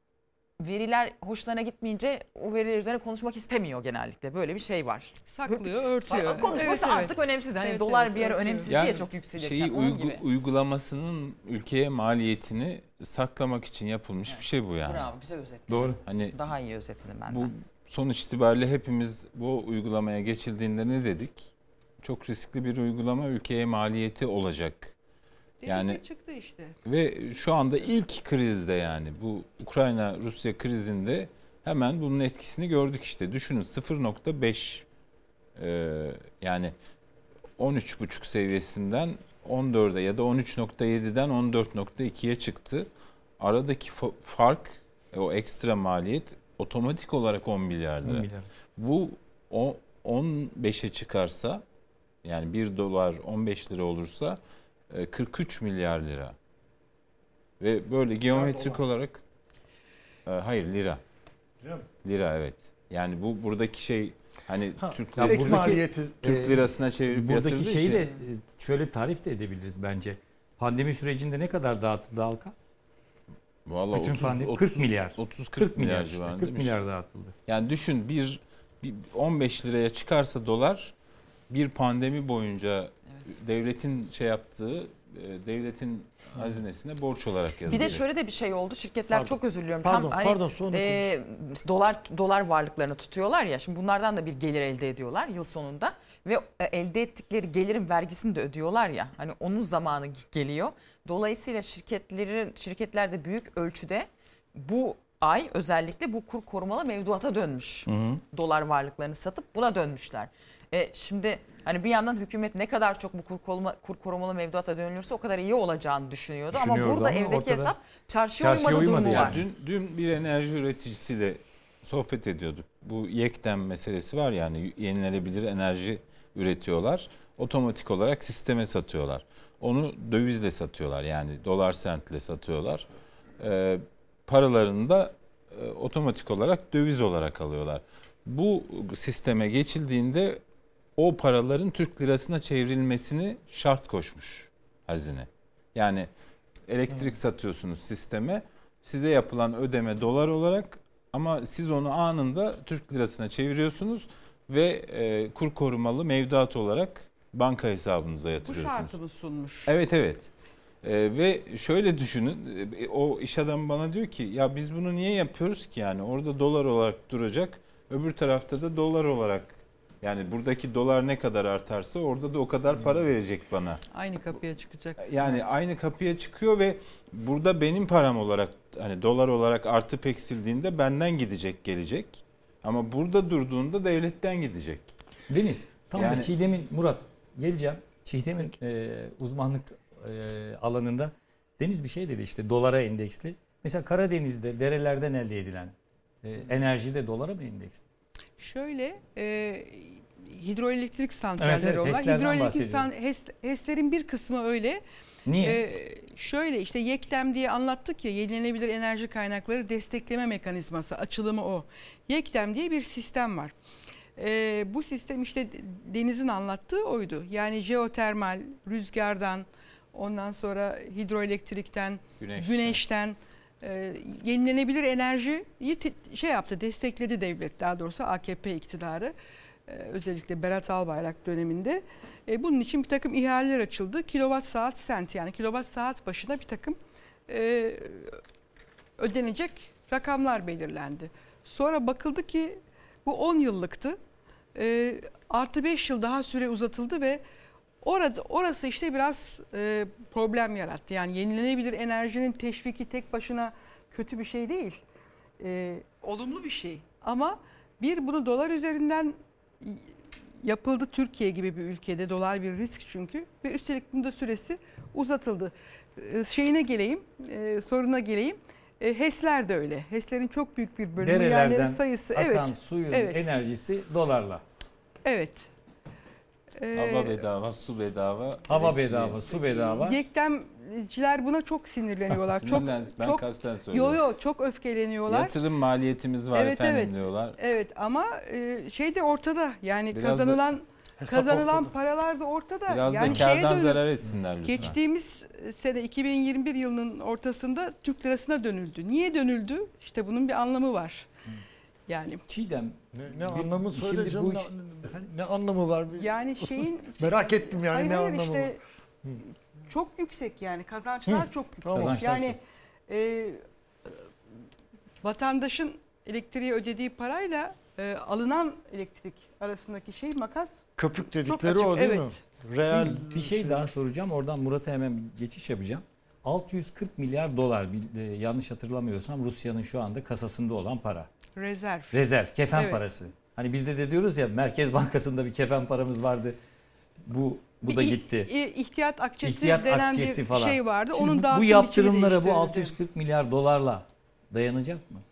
veriler hoşlarına gitmeyince o veriler üzerine konuşmak istemiyor genellikle. Böyle bir şey var. Saklıyor, örtüyor. Konuşmak Evet, da evet. artık önemsiz. Hani Evet, dolar evet, bir ara örtüyor. önemsiz Yani diye çok yükselirken şeyi onun uygu- gibi. uygulamasının ülkeye maliyetini saklamak için yapılmış Evet. bir şey bu yani. Bravo, güzel özetledin. Doğru. Hani Daha iyi özetledim ben bu de. sonuç itibariyle hepimiz bu uygulamaya geçildiğinde ne dedik? Çok riskli bir uygulama, ülkeye maliyeti olacak. Yani Yani- çıktı işte. Ve şu anda ilk krizde, yani bu Ukrayna-Rusya krizinde hemen bunun etkisini gördük işte. Düşünün sıfır nokta beş e, yani on üç buçuk seviyesinden on dörde ya da on üç nokta yediden on dört nokta ikiye çıktı. Aradaki fa- fark, o ekstra maliyet otomatik olarak on milyar lira. on milyar. Bu o- on beşe çıkarsa, yani bir dolar on beş lira olursa e, kırk üç milyar lira. Ve böyle geometrik dolar. olarak e, hayır lira. Lira mı? Lira, evet. Yani bu buradaki şey hani Ha, Türk, ya Ek buradaki- maliyeti. Türk e, lirasına çevirip Buradaki yatırdığı şeyi için de e, şöyle tarif de edebiliriz bence. Pandemi sürecinde ne kadar dağıtıldı halka? Vallahi Bütün otuz, pandemi otuz, kırk milyar. otuz kırk kırk milyar milyar işte, civarında. kırk bir şey. milyar dağıtıldı. Yani düşün bir, bir on beş liraya çıkarsa dolar bir pandemi boyunca Evet. devletin şey yaptığı e, devletin hazinesine borç olarak yazılıyor. Bir de şöyle de bir şey oldu. Şirketler Pardon. çok özür diliyorum. Pardon, Tam pardon, sonra e, dolar dolar varlıklarını tutuyorlar ya. Şimdi bunlardan da bir gelir elde ediyorlar yıl sonunda ve e, elde ettikleri gelirin vergisini de ödüyorlar ya. Hani onun zamanı geliyor. Dolayısıyla şirketlerin şirketler de büyük ölçüde bu ay özellikle bu kur korumalı mevduata dönmüş. Hı hı. Dolar varlıklarını satıp buna dönmüşler. E, şimdi hani bir yandan hükümet ne kadar çok bu kur, koruma, kur korumalı mevduata dönülürse o kadar iyi olacağını düşünüyordu. Ama Düşünüyordu burada ama evdeki ortada hesap çarşıya, çarşıya uymadı uymadı durumu yani. var. Dün, dün bir enerji üreticisiyle sohbet ediyorduk. Bu YEKDEM meselesi var, yani yenilenebilir enerji üretiyorlar. Otomatik olarak sisteme satıyorlar. Onu dövizle satıyorlar, yani dolar sentle satıyorlar. Ee, paralarını da e, otomatik olarak döviz olarak alıyorlar. Bu sisteme geçildiğinde o paraların Türk lirasına çevrilmesini şart koşmuş hazine. Yani elektrik satıyorsunuz sisteme, size yapılan ödeme dolar olarak ama siz onu anında Türk lirasına çeviriyorsunuz ve e, kur korumalı mevduat olarak banka hesabınıza Bu yatırıyorsunuz. şartını sunmuş. Evet evet. E, ve şöyle düşünün, e, o iş adamı bana diyor ki ya biz bunu niye yapıyoruz ki, yani orada dolar olarak duracak, öbür tarafta da dolar olarak, yani buradaki dolar ne kadar artarsa orada da o kadar para verecek bana. Aynı kapıya çıkacak. Yani Evet. aynı kapıya çıkıyor ve burada benim param olarak, hani dolar olarak artıp eksildiğinde benden gidecek, gelecek. Ama burada durduğunda devletten gidecek. Deniz, tam Yani- da Çiğdem'in, Murat geleceğim. Çiğdem'in e, uzmanlık e, alanında Deniz bir şey dedi, işte dolara endeksli. Mesela Karadeniz'de derelerden elde edilen e, enerji de dolara mı endeksli? Şöyle e, hidroelektrik santralleri Evet, evet, olan HES'lerden hidroelektrik bahsediyorum. san, HES, HES'lerin bir kısmı öyle. Niye? E, şöyle işte YEKDEM diye anlattık ya, yenilenebilir enerji kaynakları destekleme mekanizması, açılımı o. YEKDEM diye bir sistem var. E, bu sistem işte Deniz'in anlattığı oydu. Yani jeotermal, rüzgardan, ondan sonra hidroelektrikten, Güneşten. güneşten e, yenilenebilir enerjiyi te- şey yaptı, destekledi devlet, daha doğrusu A K P iktidarı. E, özellikle Berat Albayrak döneminde. E, bunun için bir takım ihaleler açıldı. Kilowatt saat sent, yani kilowatt saat başına bir takım e, ödenecek rakamlar belirlendi. Sonra bakıldı ki bu on yıllıktı. E, artı beş yıl daha süre uzatıldı ve orası, orası işte biraz e, problem yarattı. Yani yenilenebilir enerjinin teşviki tek başına kötü bir şey değil. E, olumlu bir şey. Ama bir, bunu dolar üzerinden yapıldı, Türkiye gibi bir ülkede dolar bir risk çünkü, ve üstelik bunda süresi uzatıldı. E, şeyine geleyim, e, soruna geleyim. E, HES'ler de öyle. HES'lerin çok büyük bir bölümü, Derelerden yani sayısı, akan evet. suyun evet. enerjisi dolarla. Evet. E, Hava bedava, su bedava. Hava elektriği- bedava, su bedava. Yekdemciler buna çok sinirleniyorlar. çok Sinirlen- ben çok kasten yo söylüyorum. yo çok öfkeleniyorlar. Yatırım maliyetimiz var Evet, efendim evet. diyorlar. Evet ama e, şey de ortada. Yani Biraz da- kazanılan Hesap kazanılan ortada. paralar da ortada. Biraz yani da şeye kardan dönü- zarar etsinler lütfen. Geçtiğimiz sene iki bin yirmi bir yılının ortasında Türk lirasına dönüldü. Niye dönüldü? İşte bunun bir anlamı var. Yani Çiğdem, Ne, ne Bir- anlamı şimdi söyle canım, bu ne, iş- ne anlamı var? Bir- yani şeyin Merak ettim yani hayır ne hayır anlamı işte var. çok yüksek, yani kazançlar Hı, çok yüksek. tamam. Kazançlar Yani e, vatandaşın elektriğe ödediği parayla e, alınan elektrik arasındaki şey, makas Köpük çok dedikleri açık. o değil Evet. mi? Real bir şey daha soracağım. Oradan Murat'a hemen geçiş yapacağım. altı yüz kırk milyar dolar, bir- e, yanlış hatırlamıyorsam Rusya'nın şu anda kasasında olan para. Rezerv. Rezerv, kefen Evet. parası. Hani bizde de diyoruz ya, Merkez Bankası'nda bir kefen paramız vardı. Bu bu da Bir gitti. i- ihtiyat akçesi İhtiyat denen akçesi bir falan. şey vardı. Şimdi Onun bu dağıtım yaptırımlara biçimi bu değiştirildi. altı yüz kırk milyar dolarla dayanacak mı?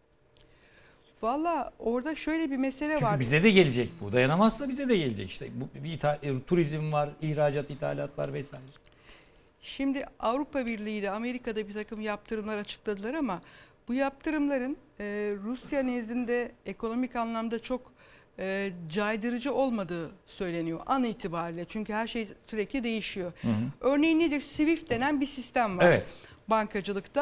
Valla orada şöyle bir mesele Çünkü var. bize de gelecek bu. Dayanamazsa bize de gelecek. İşte bu bir itha- e, turizm var, ihracat, ithalat var vesaire. Şimdi Avrupa Birliği ile Amerika'da bir takım yaptırımlar açıkladılar ama bu yaptırımların e, Rusya nezdinde ekonomik anlamda çok e, caydırıcı olmadığı söyleniyor an itibariyle. Çünkü her şey sürekli değişiyor. Hı hı. Örneğin nedir? SWIFT denen bir sistem var Evet. bankacılıkta.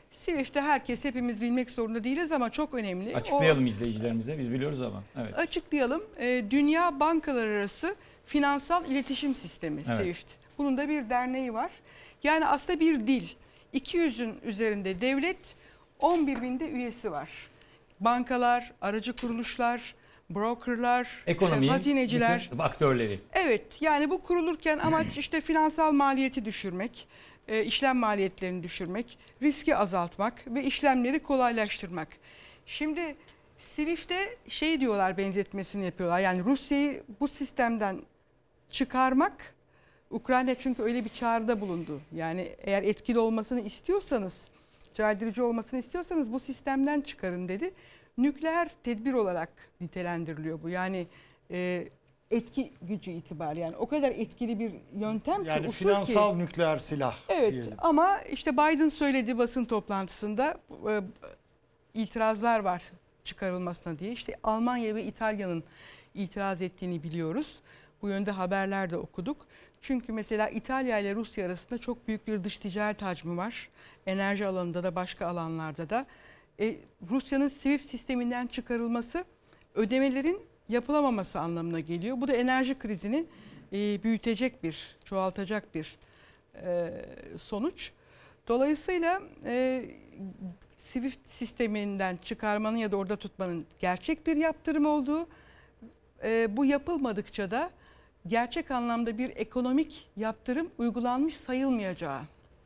Swift'te herkes, hepimiz bilmek zorunda değiliz ama çok önemli. Açıklayalım izleyicilerimize. Biz biliyoruz ama. Evet. Açıklayalım. Ee, Dünya Bankalar Arası Finansal İletişim Sistemi, Evet. Swift. Bunun da bir derneği var. Yani aslında bir dil. iki yüzün üzerinde devlet, on bir binde üyesi var. Bankalar, aracı kuruluşlar, brokerlar, Ekonominin işte hazineciler. bütün aktörleri. Evet, yani bu kurulurken amaç işte finansal maliyeti düşürmek, e, işlem maliyetlerini düşürmek, riski azaltmak ve işlemleri kolaylaştırmak. Şimdi Swift'te şey diyorlar, benzetmesini yapıyorlar. Yani Rusya'yı bu sistemden çıkarmak, Ukrayna çünkü öyle bir çağrıda bulundu. Yani eğer etkili olmasını istiyorsanız, caydırıcı olmasını istiyorsanız bu sistemden çıkarın dedi. Nükleer tedbir olarak nitelendiriliyor bu. Yani e, etki gücü itibariyle, yani o kadar etkili bir yöntem ki, Yani usul finansal ki. nükleer silah Evet, diyelim. ama işte Biden söyledi basın toplantısında, e, itirazlar var çıkarılmasına diye. İşte Almanya ve İtalya'nın itiraz ettiğini biliyoruz. Bu yönde haberler de okuduk. Çünkü mesela İtalya ile Rusya arasında çok büyük bir dış ticaret hacmi var. Enerji alanında da başka alanlarda da. E, Rusya'nın Swift sisteminden çıkarılması ödemelerin yapılamaması anlamına geliyor. Bu da enerji krizini e, büyütecek bir, çoğaltacak bir e, sonuç. Dolayısıyla e, Swift sisteminden çıkarmanın ya da orada tutmanın gerçek bir yaptırım olduğu, e, bu yapılmadıkça da gerçek anlamda bir ekonomik yaptırım uygulanmış sayılmayacağı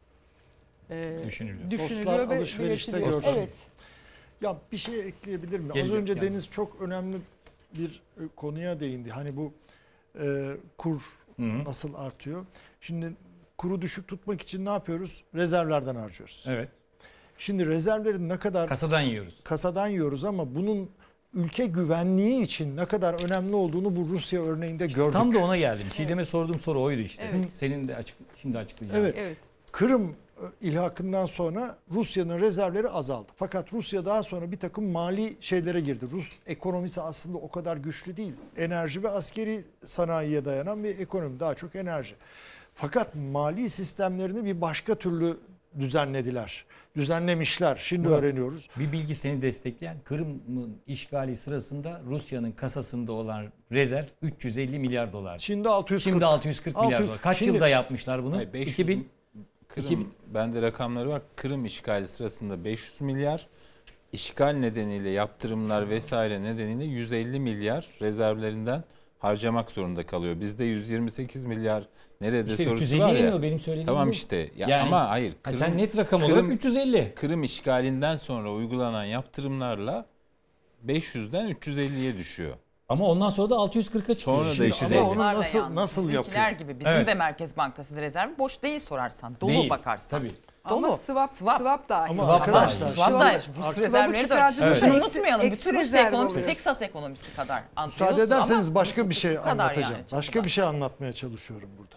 e, Düşünülüyor. düşünülüyor Dostlar ve alışverişte belirtiliyor. görsün. Evet. Ya bir şey ekleyebilir miyim? Az Gelecek önce yani. Deniz çok önemli bir e, konuya değindi. Hani bu e, kur Hı hı. nasıl artıyor? Şimdi kuru düşük tutmak için ne yapıyoruz? Rezervlerden harcıyoruz. Evet. Şimdi rezervlerin ne kadar Kasadan yiyoruz. kasadan yiyoruz ama bunun ülke güvenliği için ne kadar önemli olduğunu bu Rusya örneğinde gördük. Tam da ona geldim. Çiğdem'e sorduğum soru oydu işte. Evet. Senin de açık, şimdi açıklayacağım. Evet. Evet. Kırım ilhakından sonra Rusya'nın rezervleri azaldı. Fakat Rusya daha sonra bir takım mali şeylere girdi. Rus ekonomisi aslında o kadar güçlü değil. Enerji ve askeri sanayiye dayanan bir ekonomi. Daha çok enerji. Fakat mali sistemlerini bir başka türlü düzenlediler. Düzenlemişler. Şimdi Murat, öğreniyoruz. Bir bilgi seni destekleyen, Kırım'ın işgali sırasında Rusya'nın kasasında olan rezerv üç yüz elli milyar dolar. Şimdi altı yüz kırk. Şimdi altı yüz kırk milyar altı yüz dolar. Kaç Şimdi- yılda yapmışlar bunu? Hayır, beş yüz iki bin Kırım, iki bin bende rakamları var. Kırım işgali sırasında beş yüz milyar, işgal nedeniyle yaptırımlar vesaire nedeniyle yüz elli milyar rezervlerinden harcamak zorunda kalıyor. Bizde yüz yirmi sekiz milyar nerede işte sorusu üç yüz var elli ya. yemiyor benim söylediğim Tamam bu. işte. Ya Yani- ama hayır. Ha, Kırım, sen net rakam Kırım- olarak üç yüz elli. Kırım işgalinden sonra uygulanan yaptırımlarla beş yüzden üç yüz elliye düşüyor. Ama ondan sonra da altı yüz kırka çıkıyor. Sonra da Şimdi işte- ama Ama onu- onu Onlar da nasıl- yalnız nasıl bizimkiler yapıyor? gibi. Bizim Evet. de Merkez Bankası rezervi boş değil sorarsan. Dolu Değil, bakarsan. tabii. Ama Dolu. swap, Swap. swap da Ama aynı. Swap da arkadaşlar aynı. Swap da şimdi Rus artık- rezervleri de çıkardığımız öyle. şey Şunu unutmayalım. eksi Bütün Rusya rezerv ekonomisi oluyor. Teksas ekonomisi kadar Müsaade anlıyoruz ederseniz ama başka bir şey bu kadar anlatacağım. yani, başka çapında. bir şey anlatmaya çalışıyorum burada.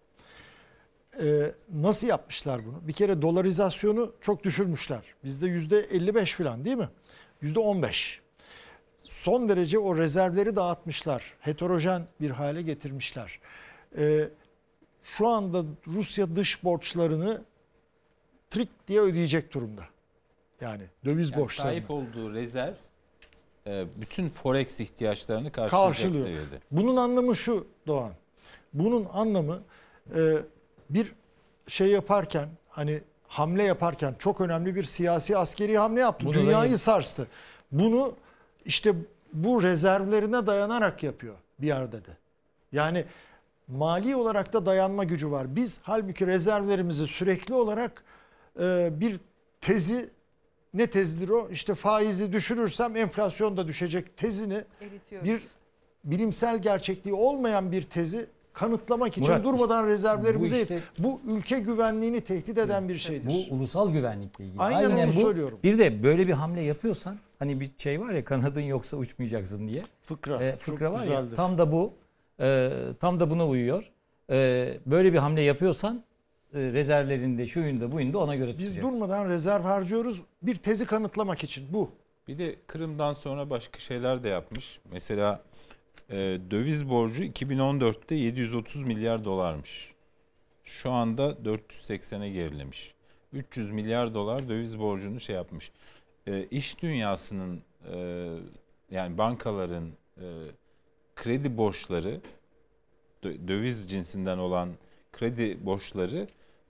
Ee, nasıl yapmışlar bunu? Bir kere dolarizasyonu çok düşürmüşler. Bizde yüzde elli beş falan değil mi? Yüzde on beş. Son derece o rezervleri dağıtmışlar. Heterojen bir hale getirmişler. Ee, şu anda Rusya dış borçlarını trik diye ödeyecek durumda. Yani döviz Yani borçlarını. sahip olduğu rezerv e, bütün forex ihtiyaçlarını karşılayacak Karşılıyor. seviyede. Bunun anlamı şu Doğan. Bunun anlamı e, bir şey yaparken, hani hamle yaparken çok önemli bir siyasi askeri hamle yaptı. Bunu da Dünyayı yap- sarstı. Bunu işte bu rezervlerine dayanarak yapıyor bir yerde de. Yani mali olarak da dayanma gücü var. Biz halbuki rezervlerimizi sürekli olarak e, bir tezi, ne tezdir o? İşte faizi düşürürsem enflasyon da düşecek tezini Eritiyoruz. bir bilimsel gerçekliği olmayan bir tezi kanıtlamak için Murat, durmadan rezervlerimizi bu işte- bu ülke güvenliğini tehdit eden bir şeydir. Bu ulusal güvenlikle ilgili. Aynen onu bu. söylüyorum. Bir de böyle bir hamle yapıyorsan, hani bir şey var ya, kanadın yoksa uçmayacaksın diye. fıkra. E, çok fıkra var güzeldir. ya, tam da bu. e, tam da buna uyuyor. E, böyle bir hamle yapıyorsan e, rezervlerinde, şuyunda, buyunda ona göre Biz tutacaksın. durmadan rezerv harcıyoruz bir tezi kanıtlamak için bu. Bir de Kırım'dan sonra başka şeyler de yapmış. Mesela e, döviz borcu iki bin on dörtte yedi yüz otuz milyar dolarmış. Şu anda dört yüz seksene gerilemiş. üç yüz milyar dolar döviz borcunu şey yapmış. E, iş dünyasının e, yani bankaların e, kredi borçları, döviz cinsinden olan kredi borçları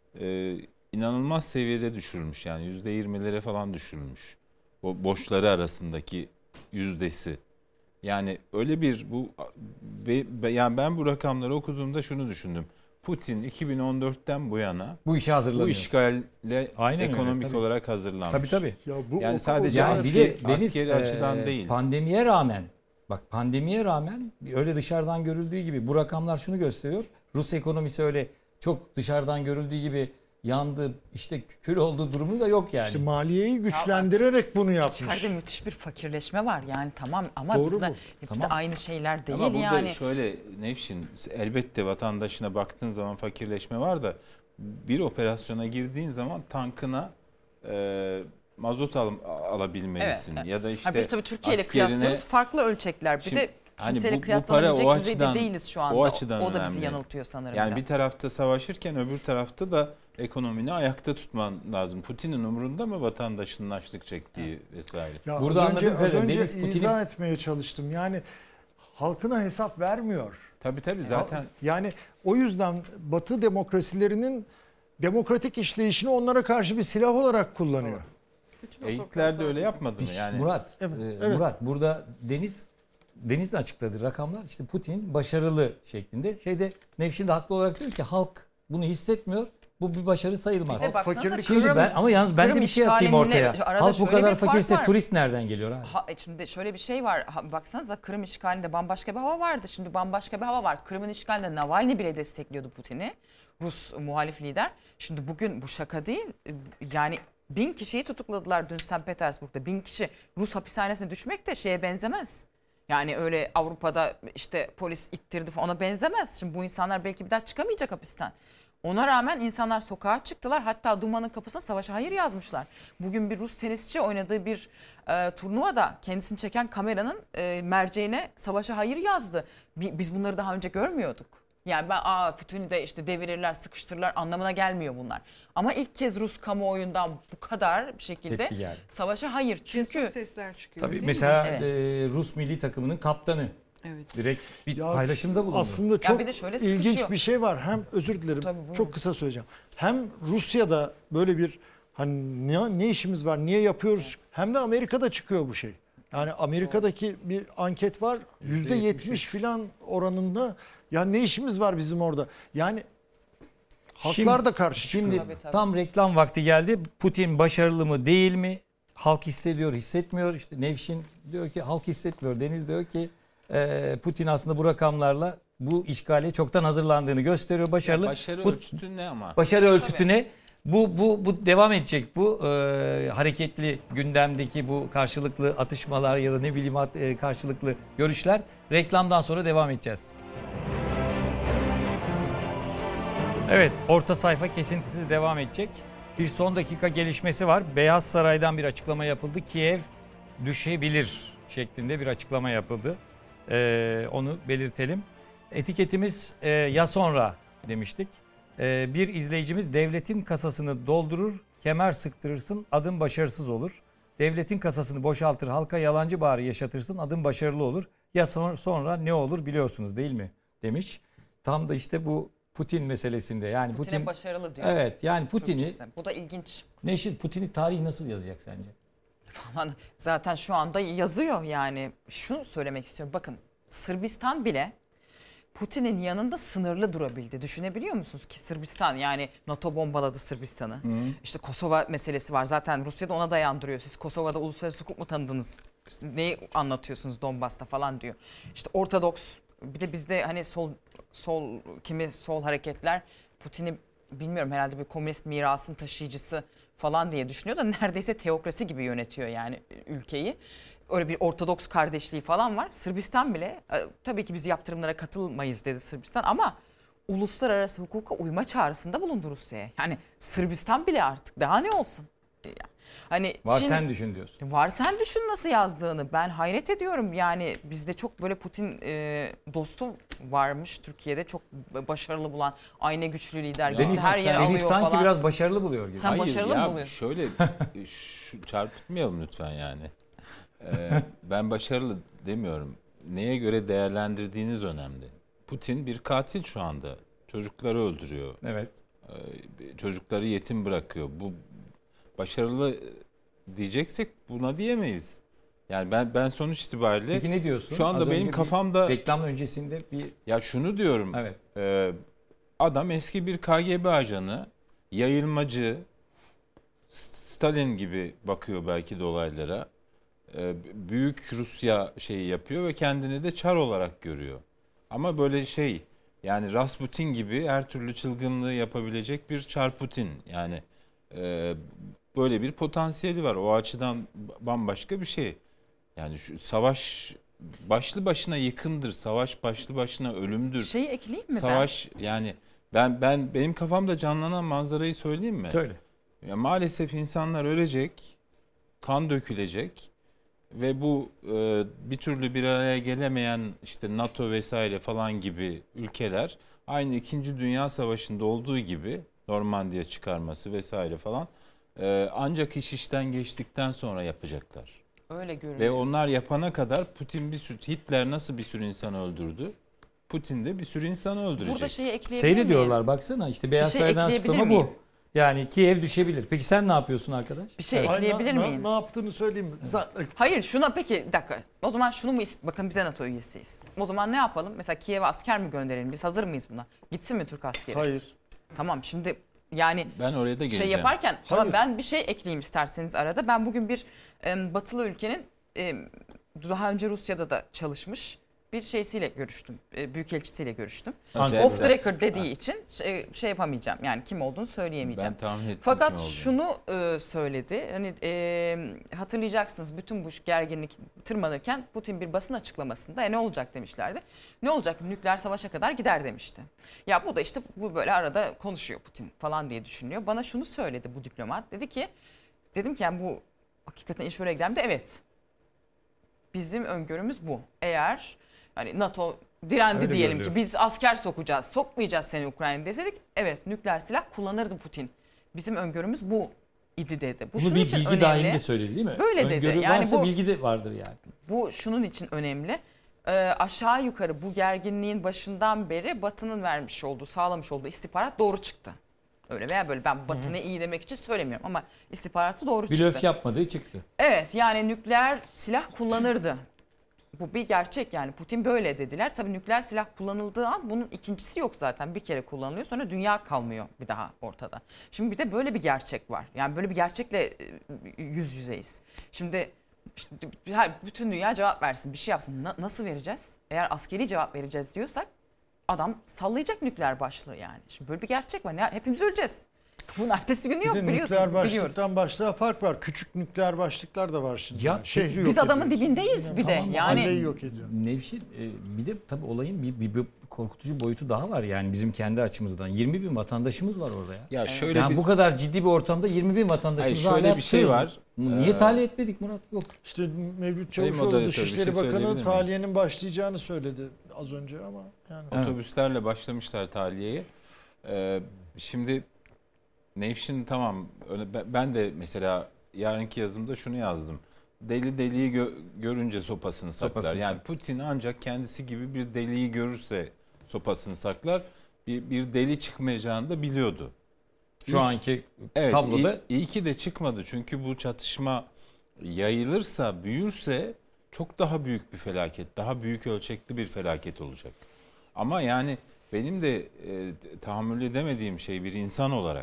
e, inanılmaz seviyede düşürülmüş. Yani yüzde yirmilere falan düşürülmüş. O borçları arasındaki yüzdesi. Yani öyle bir bu be, be, yani ben bu rakamları okuduğumda şunu düşündüm. Putin iki bin on dörtten bu yana Bu işe hazırlanıyor. bu işgalle Aynen öyle, ekonomik tabii. olarak hazırlanmış. Tabii tabii. Ya bu Yani o- sadece o- Yani askeri- bir de Deniz askeri açıdan e, değil. pandemiye rağmen bak pandemiye rağmen öyle dışarıdan görüldüğü gibi bu rakamlar şunu gösteriyor. Rus ekonomisi öyle çok dışarıdan görüldüğü gibi yandı işte kül olduğu durumu da yok yani. İşte maliyeyi güçlendirerek bunu yapmış. İçeride müthiş bir fakirleşme var yani tamam ama Doğru burada bu. hepsi Tamam. aynı şeyler değil Ama burada yani. şöyle Nevşin, elbette vatandaşına baktığın zaman fakirleşme var da bir operasyona girdiğin zaman tankına e, mazot al, alabilmelisin. Evet. Ya da işte Ha, biz tabii Türkiye ile askerine- kıyaslanıyoruz farklı ölçekler. Bir Şimdi de hani kimseyle bu- bu para kıyaslanabilecek o düzeyde açıdan- değiliz şu anda. o açıdan o da önemli. bizi yanıltıyor sanırım Yani biraz. bir tarafta savaşırken öbür tarafta da ekonomini ayakta tutman lazım. Putin'in umurunda mı vatandaşının açlık çektiği vesaire? Ya Burada az önce, anladığım az kadarıyla önce Deniz Putin'in- izah etmeye çalıştım. Yani halkına hesap vermiyor. Tabii tabii zaten Yani o yüzden Batı demokrasilerinin demokratik işleyişini onlara karşı bir silah olarak kullanıyor. Hitler de öyle yapmadı mı? Biz- Yani Murat, Evet, e, evet. Murat burada Deniz Deniz'in açıkladığı rakamlar işte Putin başarılı şeklinde. Şeyde Nevşin de haklı olarak diyor ki halk bunu hissetmiyor. Bu bir başarı sayılmaz. Bir de baksanıza Fakirlik- Şimdi Kırım- ben ama yalnız ben de Kırım bir şey atayım işgaliyle ortaya. arada Halk bu şöyle kadar bir fark fakirse var. turist nereden geliyor abi? Ha, şimdi şöyle bir şey var. Ha, baksanıza Kırım işgalinde bambaşka bir hava vardı. Şimdi bambaşka bir hava var. Kırım'ın işgalinde Navalny bile destekliyordu Putin'i. Rus muhalif lider. Şimdi bugün bu şaka değil. Yani bin kişiyi tutukladılar dün Sankt Petersburg'da. Bin kişi Rus hapishanesine düşmek de şeye benzemez. Yani öyle Avrupa'da işte polis ittirdi falan ona benzemez. Şimdi bu insanlar belki bir daha çıkamayacak hapisten. Ona rağmen insanlar sokağa çıktılar. Hatta Duma'nın kapısına savaşa hayır yazmışlar. Bugün bir Rus tenisçi oynadığı bir e, turnuvada kendisini çeken kameranın e, merceğine savaşa hayır yazdı. Bi- Biz bunları daha önce görmüyorduk. Yani ben aa Putin'i de işte devirirler, sıkıştırırlar anlamına gelmiyor bunlar. Ama ilk kez Rus kamuoyundan bu kadar bir şekilde Tepki geldi. savaşa hayır. Çünkü Çünkü sesler çıkıyor. Tabii değil mi? mesela Evet. e, Rus milli takımının kaptanı Evet. direkt bir Ya paylaşımda bulundu. Aslında çok bir de şöyle ilginç sıkışıyor. bir şey var. Hem özür dilerim. Tabii, buyurun. çok kısa söyleyeceğim. Hem Rusya'da böyle bir hani ne, ne işimiz var, niye yapıyoruz? Hem de Amerika'da çıkıyor bu şey. Yani Amerika'daki bir anket var. yüzde yetmiş filan oranında ya ne işimiz var bizim orada? Yani halklar Şimdi- da karşı Şimdi çıkıyor. Tabii, tabii. tam reklam vakti geldi. Putin başarılı mı değil mi? Halk hissediyor, hissetmiyor. İşte Nevşin diyor ki halk hissetmiyor. Deniz diyor ki e, Putin aslında bu rakamlarla bu işgale çoktan hazırlandığını gösteriyor. Başarılı. başarı bu, ölçütü ne ama? başarı ölçütüne bu bu bu devam edecek bu e, hareketli gündemdeki bu karşılıklı atışmalar ya da ne bileyim at- e, karşılıklı görüşler reklamdan sonra devam edeceğiz. Evet, orta sayfa kesintisiz devam edecek. Bir son dakika gelişmesi var. Beyaz Saray'dan bir açıklama yapıldı. Kiev düşebilir şeklinde bir açıklama yapıldı. Ee, onu belirtelim. Etiketimiz e, ya sonra demiştik. Ee, bir izleyicimiz devletin kasasını doldurur, kemer sıktırırsın, adım başarısız olur. Devletin kasasını boşaltır, halka yalancı bağrı yaşatırsın, adım başarılı olur. Ya sonra, sonra ne olur biliyorsunuz değil mi demiş. Tam da işte bu Putin meselesinde. Yani Putin'e Putin başarılı diyor. evet yani Putin'i Türkçesi. Bu da ilginç. Neşit Putin'i tarih nasıl yazacak sence? Falan. Zaten şu anda yazıyor yani. Şunu söylemek istiyorum. Bakın Sırbistan bile Putin'in yanında sınırlı durabildi. Düşünebiliyor musunuz ki Sırbistan yani NATO bombaladı Sırbistan'ı. İşte Kosova meselesi var. Zaten Rusya da ona dayandırıyor. Siz Kosova'da uluslararası hukuk mu tanıdınız? Neyi anlatıyorsunuz Donbas'ta falan diyor. İşte Ortodoks bir de bizde hani sol sol kimi sol hareketler Putin'i bilmiyorum herhalde bir komünist mirasın taşıyıcısı falan diye düşünüyor da neredeyse teokrasi gibi yönetiyor yani ülkeyi. Öyle bir Ortodoks kardeşliği falan var. Sırbistan bile e, tabii ki biz yaptırımlara katılmayız dedi Sırbistan ama uluslararası hukuka uyma çağrısında bulundu Rusya'ya. Yani Sırbistan bile artık daha ne olsun? Yani Hani Var Çin, sen düşün diyorsun. Var sen düşün nasıl yazdığını. Ben hayret ediyorum. Yani bizde çok böyle Putin e, dostu varmış Türkiye'de. Çok başarılı bulan, ay ne güçlü lider gibi Deniz, her yeri alıyor Deniz sanki falan. biraz başarılı buluyor gibi. Sen başarılı mı ya buluyorsun? şöyle şu, çarpıtmayalım lütfen yani. Ee, ben başarılı demiyorum. Neye göre değerlendirdiğiniz önemli. Putin bir katil şu anda. Çocukları öldürüyor. Evet. Ee, çocukları yetim bırakıyor. Bu başarılı diyeceksek buna diyemeyiz. Yani ben ben sonuç itibariyle Peki ne diyorsun? şu anda Az benim önce bir kafamda reklam öncesinde bir ya şunu diyorum. evet. e, adam eski bir K G B ajanı, yayılmacı, Stalin gibi bakıyor belki de olaylara. E, büyük Rusya şeyi yapıyor ve kendini de Çar olarak görüyor. Ama böyle şey yani Rasputin gibi her türlü çılgınlığı yapabilecek bir Çar Putin. Yani e, böyle bir potansiyeli var. O açıdan bambaşka bir şey. Yani şu savaş başlı başına yıkımdır. Savaş başlı başına ölümdür. Şeyi ekleyeyim mi Savaş yani ben ben benim kafamda canlanan manzarayı söyleyeyim mi? Söyle. Ya maalesef insanlar ölecek, kan dökülecek ve bu e, bir türlü bir araya gelemeyen işte NATO vesaire falan gibi ülkeler aynı İkinci Dünya Savaşı'nda olduğu gibi Normandiya çıkarması vesaire falan e, ancak iş işten geçtikten sonra yapacaklar. ben? Öyle görünüyor. Ve onlar yapana kadar Putin bir sürü Hitler nasıl bir sürü insan öldürdü? Putin de bir sürü insan öldürecek. Burada şeyi ekleyebilir Seyrediyorlar miyim? baksana işte Beyaz Bir şey Saray'dan ekleyebilir açıklama miyim? bu. Yani Kiev düşebilir. Peki sen ne yapıyorsun arkadaş? Bir şey Ay, ekleyebilir ne, miyim? Ne, ne yaptığını söyleyeyim mi? Zaten- Hayır şuna peki bir dakika. O zaman şunu mu ist- bakın bize NATO üyesiyiz. O zaman ne yapalım? Mesela Kiev'e asker mi gönderelim? Biz hazır mıyız buna? Gitsin mi Türk askeri? Hayır. Tamam şimdi yani Ben oraya da geleceğim. şey yaparken tamam Hayır. ben bir şey ekleyeyim isterseniz arada. Ben bugün bir e, batılı ülkenin e, daha önce Rusya'da da çalışmış bir şeysiyle görüştüm. E, büyükelçisiyle görüştüm. Acayip Off the güzel. record dediği için şey, şey yapamayacağım. Yani kim olduğunu söyleyemeyeceğim. Ben tahmin ettim Fakat kim olduğunu. şunu e, söyledi. Hani e, hatırlayacaksınız bütün bu gerginlik tırmanırken Putin bir basın açıklamasında e, ne olacak demişlerdi. Ne olacak? Nükleer savaşa kadar gider demişti. Ya bu da işte bu böyle arada konuşuyor Putin falan diye düşünüyor. Bana şunu söyledi bu diplomat. Dedi ki dedim ki yani bu hakikaten iş oraya gider mi? De evet. Bizim öngörümüz bu. Eğer hani NATO direndi Öyle diyelim görülüyor. ki biz asker sokacağız, sokmayacağız seni Ukrayna'ya deseydik evet nükleer silah kullanırdı Putin. Bizim öngörümüz bu idi dedi. Bu Bunu şunun bir için bilgi önemli. dahilinde söyledi değil mi? Böyle dedi. Öngörü Yani varsa bu- bilgi de vardır yani. Bu şunun için önemli. Ee, aşağı yukarı bu gerginliğin başından beri Batı'nın vermiş olduğu, sağlamış olduğu istihbarat doğru çıktı. Öyle veya böyle ben Batı'nı iyi demek için söylemiyorum ama istihbaratı doğru çıktı. Blöf yapmadığı çıktı. Evet yani nükleer silah kullanırdı. Bu bir gerçek yani Putin böyle dediler. Tabii nükleer silah kullanıldığı an bunun ikincisi yok zaten. Bir kere kullanılıyor sonra dünya kalmıyor bir daha ortada. Şimdi bir de böyle bir gerçek var. Yani böyle bir gerçekle e, yüz yüzeyiz. Şimdi işte her- bütün dünya cevap versin bir şey yapsın. Na- nasıl vereceğiz? Eğer askeri cevap vereceğiz diyorsak adam sallayacak nükleer başlığı yani. Şimdi böyle bir gerçek var. Ya, hepimiz öleceğiz. Bunun ertesi günü Bir yok de biliyorsun. nükleer Biliyoruz. başlıktan başlığa fark var. Küçük nükleer başlıklar da var şimdi. Ya, Yani. Şehri yok Biz adamın ediyoruz. dibindeyiz bir de. Tamam, Yani Mahalleyi yok ediyor. Nevşin e, bir de tabii olayın bir, bir, bir korkutucu boyutu daha var yani bizim kendi açımızdan. yirmi bin vatandaşımız var orada ya. Ya şöyle Yani bir bu kadar ciddi bir ortamda yirmi bin vatandaşımız Hayır, şöyle hala bir şey tutuyoruz. var. Niye Ee, tahliye etmedik Murat? Yok. İşte Mevlüt Sayın Çavuşoğlu moderatör, bir Dışişleri şey söyleyebilir Bakanı miyim? tahliyenin başlayacağını söyledi az önce ama yani. Evet. otobüslerle başlamışlar tahliyeye. Ee, şimdi Nevşin tamam öyle- ben- ben de mesela yarınki yazımda şunu yazdım. Deli deliyi gö- görünce sopasını saklar. Sopasını yani saklar. Putin ancak kendisi gibi bir deliyi görürse sopasını saklar. Bir, bir deli çıkmayacağını da biliyordu. Şu İlk- anki Evet, tabloda iyi, iyi ki de çıkmadı. Çünkü bu çatışma yayılırsa, büyürse çok daha büyük bir felaket, daha büyük ölçekli bir felaket olacak. Ama yani benim de e, tahammül edemediğim şey bir insan olarak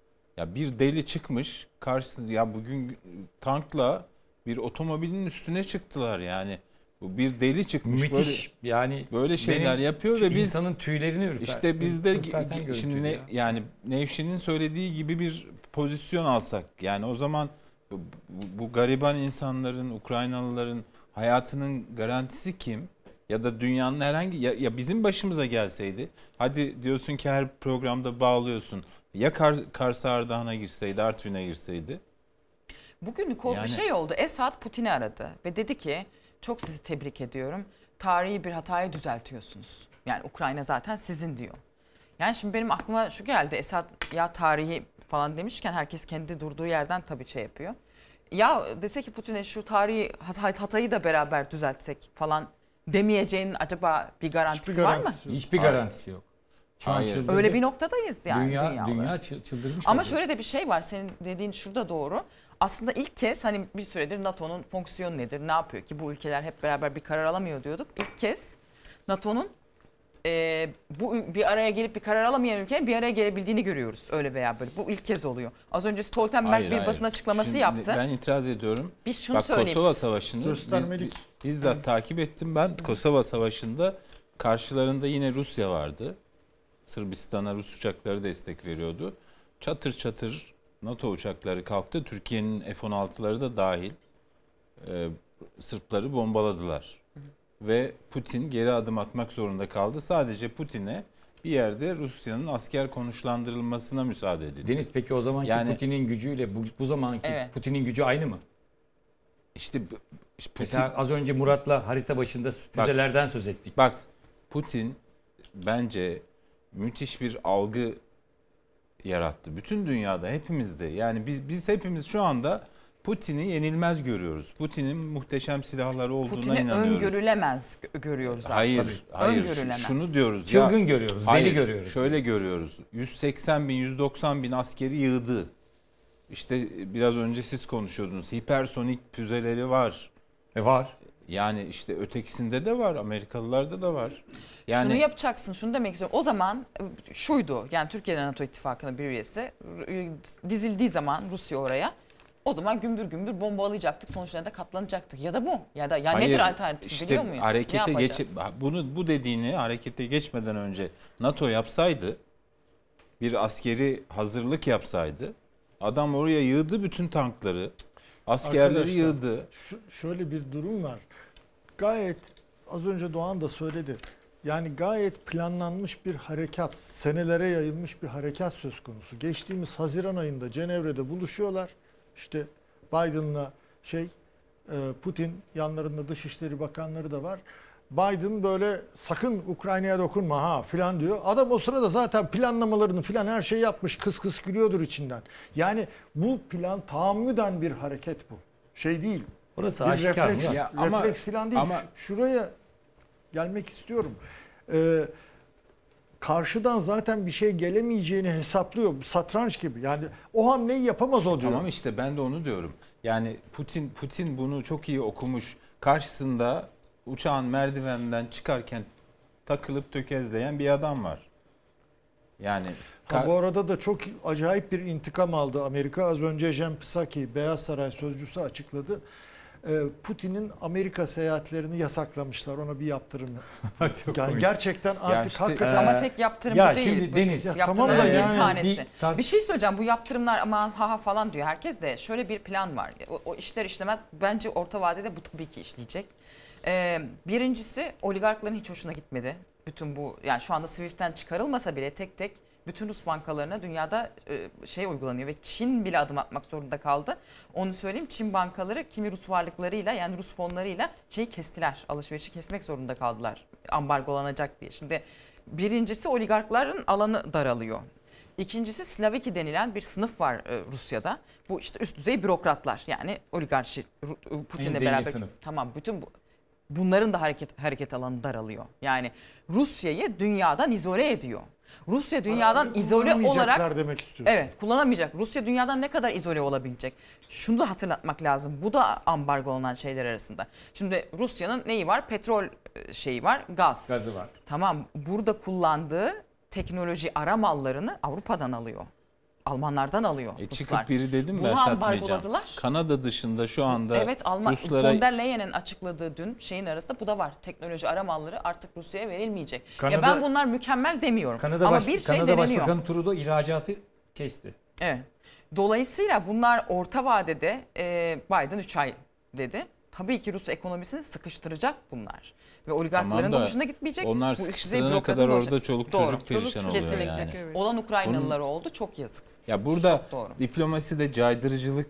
ya bir deli çıkmış karşısında ya bugün tankla bir otomobilin üstüne çıktılar yani. Bu bir deli çıkmış müthiş yani böyle böyle şeyler benim yapıyor ve biz insanın tüylerini ürper. işte biz de ürperten şimdi görüntüydü ne, ya. yani Nevşin'in söylediği gibi bir pozisyon alsak yani o zaman bu, bu, bu gariban insanların, Ukraynalıların hayatının garantisi kim? Ya da dünyanın herhangi ya, ya bizim başımıza gelseydi hadi diyorsun ki her programda bağlıyorsun ya Kar, Kars Ardahan'a girseydi, Artvin'e girseydi. Bugün kol Yani- bir şey oldu. Esad Putin'i aradı ve dedi ki çok sizi tebrik ediyorum. Tarihi bir hatayı düzeltiyorsunuz. Yani Ukrayna zaten sizin diyor. Yani şimdi benim aklıma şu geldi. Esad ya tarihi falan demişken herkes kendi durduğu yerden tabii şey yapıyor. Ya dese ki Putin'e şu tarihi hat- hatayı da beraber düzeltsek falan demeyeceğinin acaba bir garantisi Hiçbir var mı? garantisi yok. Hiçbir garantisi yok. Şu an Hayır. çıldırdı. Öyle bir noktadayız yani dünya, dünya, dünya olarak. çı- çıldırmış. Ama oldu. şöyle de bir şey var, senin dediğin şurada doğru. Aslında ilk kez hani bir süredir NATO'nun fonksiyonu nedir, ne yapıyor ki bu ülkeler hep beraber bir karar alamıyor diyorduk. İlk kez NATO'nun e, bu bir araya gelip bir karar alamayan ülkenin bir araya gelebildiğini görüyoruz öyle veya böyle. Bu ilk kez oluyor. Az önce Stoltenberg Hayır, bir hayır. basın açıklaması Şimdi yaptı. Ben itiraz ediyorum. Biz şunu Bak söyleyeyim. Kosova Savaşı'nı Göstermelik. biz- bizzat takip ettim ben. Kosova Savaşı'nda karşılarında yine Rusya vardı. Sırbistan'a Rus uçakları destek veriyordu. Çatır çatır NATO uçakları kalktı. Türkiye'nin F on altıları da dahil e, Sırpları bombaladılar. Ve Putin geri adım atmak zorunda kaldı. Sadece Putin'e bir yerde Rusya'nın asker konuşlandırılmasına müsaade edildi. Deniz peki o zamanki Yani- Putin'in gücüyle bu, bu zamanki Evet. Putin'in gücü aynı mı? İşte bu- işte Putin, Mesela az önce Murat'la harita başında füzelerden söz ettik. bak Putin bence müthiş bir algı yarattı. Bütün dünyada, hepimizde. Yani biz biz hepimiz şu anda Putin'i yenilmez görüyoruz. Putin'in muhteşem silahları olduğuna Putin'i inanıyoruz. öngörülemez gö- görüyoruz artık. Hayır, Tabii. hayır. Öngörülemez. Şunu diyoruz. Çılgın ya, görüyoruz, hayır, deli görüyoruz. Şöyle görüyoruz. yüz seksen bin, yüz doksan bin askeri yığdı. İşte biraz önce siz konuşuyordunuz. Hipersonik füzeleri var. E var. Yani işte ötekisinde de var. Amerikalılarda da var. Yani Şunu yapacaksın, şunu demek istiyorum. O zaman e, şuydu, yani Türkiye'den NATO ittifakının bir üyesi e, dizildiği zaman Rusya oraya, o zaman gümbür gümbür bombalayacaktık, sonuçlarına da katlanacaktık. Ya da bu. Ya da ya hayır, nedir alternatif işte biliyor muyuz? Ne harekete yapacağız? geçip bunu bu dediğini harekete geçmeden önce NATO yapsaydı, bir askeri hazırlık yapsaydı, adam oraya yığdı bütün tankları, askerleri Arkadaşlar, yığdı. Şu, şöyle bir durum var. Gayet az önce Doğan da söyledi. Yani gayet planlanmış bir harekat, senelere yayılmış bir harekat söz konusu. Geçtiğimiz Haziran ayında Cenevre'de buluşuyorlar. İşte Biden'la şey e, Putin, yanlarında Dışişleri Bakanları da var. Biden böyle sakın Ukrayna'ya dokunma ha filan diyor. Adam o sırada zaten planlamalarını filan her şeyi yapmış. Kıs kıs gülüyordur içinden. Yani bu plan tahammüden bir hareket bu. Şey değil. Orası Bir aşikar. refleks, Murat. Ya ama- refleks filan değil. ama- Şu- Şuraya gelmek istiyorum. Ee, karşıdan zaten bir şey gelemeyeceğini hesaplıyor. Satranç gibi. Yani o hamleyi yapamaz o diyor. Tamam işte ben de onu diyorum. Yani Putin Putin bunu çok iyi okumuş. Karşısında uçağın merdivenden çıkarken takılıp tökezleyen bir adam var. Yani Ha, ka- bu arada da çok acayip bir intikam aldı Amerika. Az önce Jen Psaki, Beyaz Saray sözcüsü açıkladı. Ee, Putin'in Amerika seyahatlerini yasaklamışlar. Ona bir yaptırım. Çok Yani komik. gerçekten artık işte, hakikaten Ama Ee, tek yaptırım ya bu değil. şimdi Bu Deniz- Ya yaptırımların tamam da bir yani tanesi. bir tar- Bir şey söyleyeceğim, bu yaptırımlar aman ha ha falan diyor herkes de. Şöyle bir plan var. O, o işler işlemez. Bence orta vadede bu tabii ki işleyecek. Ee, birincisi oligarkların hiç hoşuna gitmedi. Bütün bu, yani şu anda Swift'ten çıkarılmasa bile tek tek bütün Rus bankalarına dünyada e, şey uygulanıyor ve Çin bile adım atmak zorunda kaldı. Onu söyleyeyim, Çin bankaları kimi Rus varlıklarıyla, yani Rus fonlarıyla şeyi kestiler. Alışverişi kesmek zorunda kaldılar. Ambargolanacak diye. Şimdi birincisi oligarkların alanı daralıyor. İkincisi Slaviki denilen bir sınıf var e, Rusya'da. Bu işte üst düzey bürokratlar, yani oligarşi Ru- Putin'le zengin beraber. sınıf. Tamam, bütün bu bunların da hareket hareket alanı daralıyor. Yani Rusya'yı dünyadan izole ediyor. Rusya dünyadan izole Kullanamayacaklar olarak, demek istiyorsun. evet, kullanamayacak. Rusya dünyadan ne kadar izole olabilecek? Şunu da hatırlatmak lazım. Bu da ambargo olan şeyler arasında. Şimdi Rusya'nın neyi var? Petrol e, şeyi var, gaz. Gazı var. Tamam, burada kullandığı teknoloji ara mallarını Avrupa'dan alıyor. Almanlardan alıyor E Ruslar. çıkıp biri dedim Bunu ben satmayacağım. ambargoladılar. Kanada dışında şu anda Evet, Alman Ruslara von der Leyen'in açıkladığı dün şeyin arasında bu da var. Teknoloji ara malları artık Rusya'ya verilmeyecek. Kanada- ya ben bunlar mükemmel demiyorum. Kanada, Ama Baş- bir şey Kanada deneniyor. Başbakanı Trudeau ihracatı kesti. Evet. Dolayısıyla bunlar orta vadede e, Biden üç ay dedi. Tabii ki Rus ekonomisini sıkıştıracak bunlar. Ve oligarkların Tamam da da hoşuna gitmeyecek. onlar Bu üst düzey sıkıştırana bürokratın kadar da hoşuna- orada çoluk Doğru. çocuk perişan oluyor Kesinlikle. yani. Evet. Olan Ukraynalılar oldu. Çok yazık. Ya burada Çok doğru. diplomasi de caydırıcılık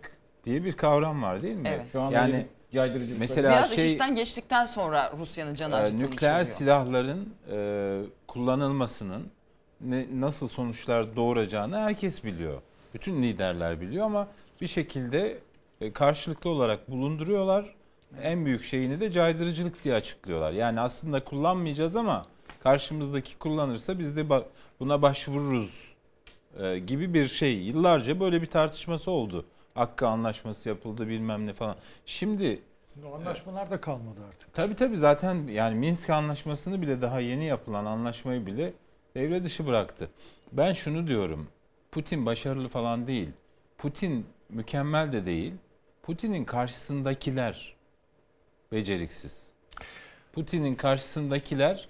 diye bir kavram var değil mi? Evet. Şu an Yani yani caydırıcılık. mesela Biraz şey, iş işten geçtikten sonra Rusya'nın canı e, acıtılmış nükleer oluyor. silahların e, kullanılmasının ne, nasıl sonuçlar doğuracağını herkes biliyor. Bütün liderler biliyor ama bir şekilde e, karşılıklı olarak bulunduruyorlar. En büyük şeyini de caydırıcılık diye açıklıyorlar. Yani aslında kullanmayacağız ama karşımızdaki kullanırsa biz de ba- buna başvururuz e, gibi bir şey. Yıllarca böyle bir tartışması oldu. Hakkı anlaşması yapıldı bilmem ne falan. Şimdi O anlaşmalar da kalmadı artık. tabii tabii zaten yani Minsk anlaşmasını bile daha yeni yapılan anlaşmayı bile devre dışı bıraktı. Ben şunu diyorum. Putin başarılı falan değil. Putin mükemmel de değil. Putin'in karşısındakiler beceriksiz. Putin'in karşısındakiler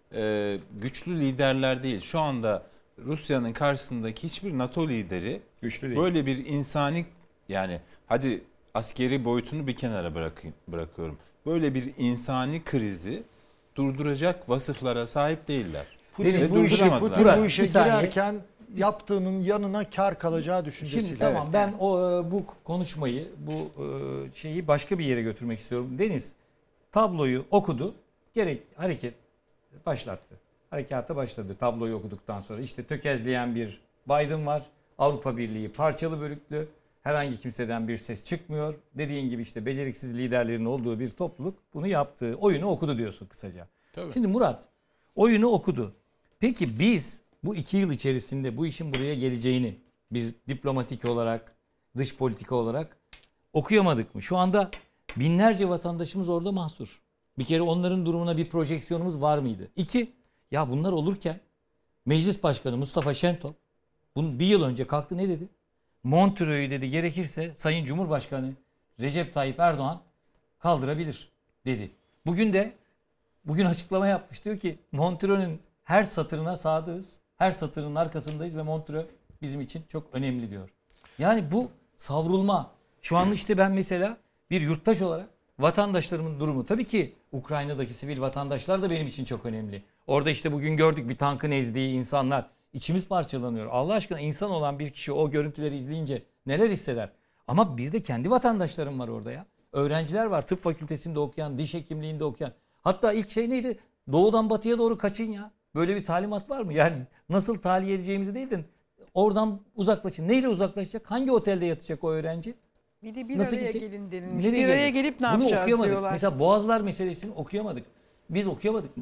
e, güçlü liderler değil. Şu anda Rusya'nın karşısındaki hiçbir NATO lideri Güçlü değil. böyle bir insani, yani hadi askeri boyutunu bir kenara bırakayım, bırakıyorum. Böyle bir insani krizi durduracak vasıflara sahip değiller. Putin, Deniz, bu, işe, durduramadılar. Putin Murat, bu işe bir saniye. girerken yaptığının yanına kar kalacağı düşüncesiyle. Şimdi tamam ben o e, bu konuşmayı, bu e, şeyi başka bir yere götürmek istiyorum. Deniz tabloyu okudu. Gerek hareket başlattı. Harekata başladı tabloyu okuduktan sonra. İşte tökezleyen bir Biden var. Avrupa Birliği parçalı bölüklü. Herhangi kimseden bir ses çıkmıyor. Dediğin gibi işte beceriksiz liderlerin olduğu bir topluluk bunu yaptı. Oyunu okudu diyorsun kısaca. Tabii. Şimdi Murat oyunu okudu. Peki biz bu iki yıl içerisinde bu işin buraya geleceğini biz diplomatik olarak, dış politika olarak okuyamadık mı? Şu anda binlerce vatandaşımız orada mahsur. Bir kere onların durumuna bir projeksiyonumuz var mıydı? İki, ya bunlar olurken Meclis Başkanı Mustafa Şentop bunu bir yıl önce kalktı ne dedi? Montreux'u dedi gerekirse Sayın Cumhurbaşkanı Recep Tayyip Erdoğan kaldırabilir dedi. Bugün de bugün açıklama yapmış, diyor ki Montreux'un her satırına sadığız. Her satırın arkasındayız ve Montreux bizim için çok önemli diyor. Yani bu savrulma. Şu an işte ben mesela bir yurttaş olarak vatandaşlarımın durumu, tabii ki Ukrayna'daki sivil vatandaşlar da benim için çok önemli. Orada işte bugün gördük bir tankın ezdiği insanlar. İçimiz parçalanıyor. Allah aşkına insan olan bir kişi o görüntüleri izleyince neler hisseder? Ama bir de kendi vatandaşlarım var orada ya. Öğrenciler var. Tıp fakültesinde okuyan, diş hekimliğinde okuyan. Hatta ilk şey neydi? Doğudan batıya doğru kaçın ya. Böyle bir talimat var mı? Yani nasıl tahliye edeceğimizi değil de oradan uzaklaşın. Neyle uzaklaşacak? Hangi otelde yatacak o öğrenci? Bir de bir Nasıl araya gidecek? gelin denilmiş. Nereye Bir araya gelecek? gelip ne Bunu yapacağız okuyamadık. diyorlar. Mesela Boğazlar meselesini okuyamadık. Biz okuyamadık mı?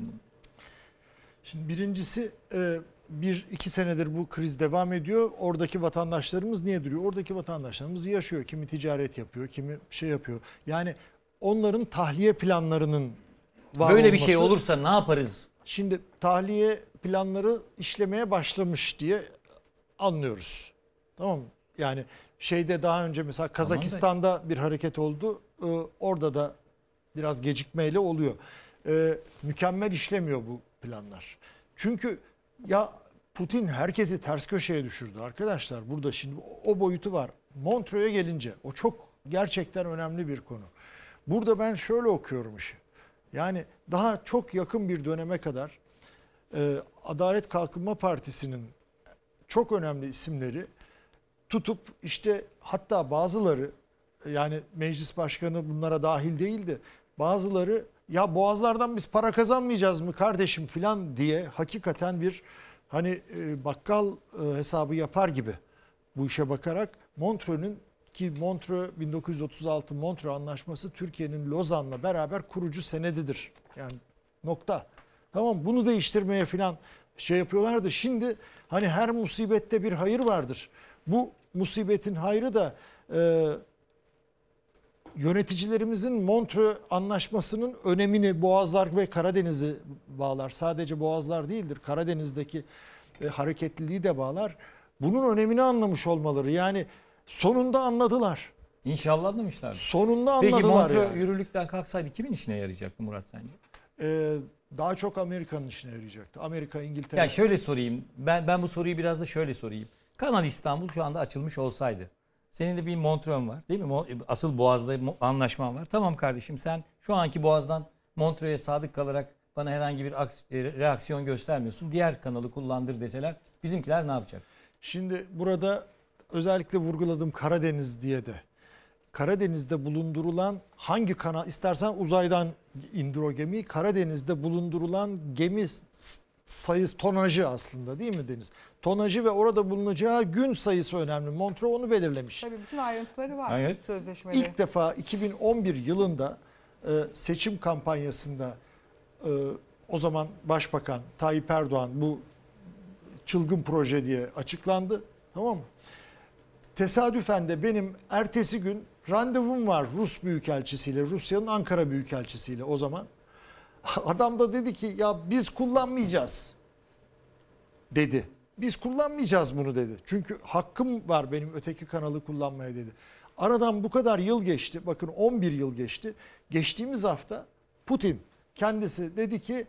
Şimdi birincisi e, bir iki senedir bu kriz devam ediyor. Oradaki vatandaşlarımız niye duruyor? Oradaki vatandaşlarımız yaşıyor. Kimi ticaret yapıyor, kimi şey yapıyor. Yani onların tahliye planlarının var Böyle bir olması- şey olursa ne yaparız? Şimdi tahliye planları işlemeye başlamış diye anlıyoruz. Tamam mı? Yani şeyde daha önce mesela Kazakistan'da bir hareket oldu. Ee, orada da biraz gecikmeyle oluyor. Ee, mükemmel işlemiyor bu planlar. Çünkü ya Putin herkesi ters köşeye düşürdü arkadaşlar. Burada şimdi o boyutu var. Montreux'a gelince o çok gerçekten önemli bir konu. Burada ben şöyle okuyorum işi. Yani daha çok yakın bir döneme kadar e, Adalet Kalkınma Partisi'nin çok önemli isimleri tutup işte hatta bazıları, yani meclis başkanı bunlara dahil değildi. Bazıları ya boğazlardan biz para kazanmayacağız mı kardeşim filan diye hakikaten bir hani e, bakkal e, hesabı yapar gibi bu işe bakarak Montreux'un, ki Montreux bin dokuz yüz otuz altı Montreux Anlaşması Türkiye'nin Lozan'la beraber kurucu senedidir. Yani nokta. Tamam, bunu değiştirmeye filan şey yapıyorlardı. Şimdi hani her musibette bir hayır vardır. Bu musibetin hayrı da e, yöneticilerimizin Montreux Anlaşması'nın önemini, Boğazlar ve Karadeniz'i bağlar. Sadece Boğazlar değildir. Karadeniz'deki e, hareketliliği de bağlar. Bunun önemini anlamış olmaları. Yani sonunda anladılar. İnşallah anlamışlar. Sonunda anladılar. Peki Montreux yani. yürürlükten kalksaydı kimin işine yarayacaktı Murat sence? Ee, daha çok Amerika'nın işine yarayacaktı. Amerika, İngiltere. Ya şöyle sorayım. Ben ben bu soruyu biraz da şöyle sorayım. Kanal İstanbul şu anda açılmış olsaydı. Senin de bir Montreux'un var değil mi? Mo- Asıl Boğaz'da mo- anlaşman var. Tamam kardeşim, sen şu anki Boğaz'dan Montreux'e sadık kalarak bana herhangi bir aks- e, reaksiyon göstermiyorsun. Diğer kanalı kullandır deseler bizimkiler ne yapacak? Şimdi burada özellikle vurguladığım Karadeniz diye de Karadeniz'de bulundurulan hangi kanal, istersen uzaydan indir o gemiyi, Karadeniz'de bulundurulan gemi sayısı, tonajı aslında değil mi Deniz? Tonajı ve orada bulunacağı gün sayısı önemli. Montreux onu belirlemiş. Tabii bütün ayrıntıları var Evet. sözleşmede. İlk defa iki bin on bir yılında e, seçim kampanyasında e, o zaman Başbakan Tayyip Erdoğan bu çılgın proje diye açıklandı. Tamam mı? Tesadüfen de benim ertesi gün randevum var Rus Büyükelçisiyle, Rusya'nın Ankara Büyükelçisiyle o zaman. Adam da dedi ki ya biz kullanmayacağız dedi. Biz kullanmayacağız bunu dedi. Çünkü hakkım var benim öteki kanalı kullanmaya dedi. Aradan bu kadar yıl geçti. Bakın on bir yıl geçti. Geçtiğimiz hafta Putin kendisi dedi ki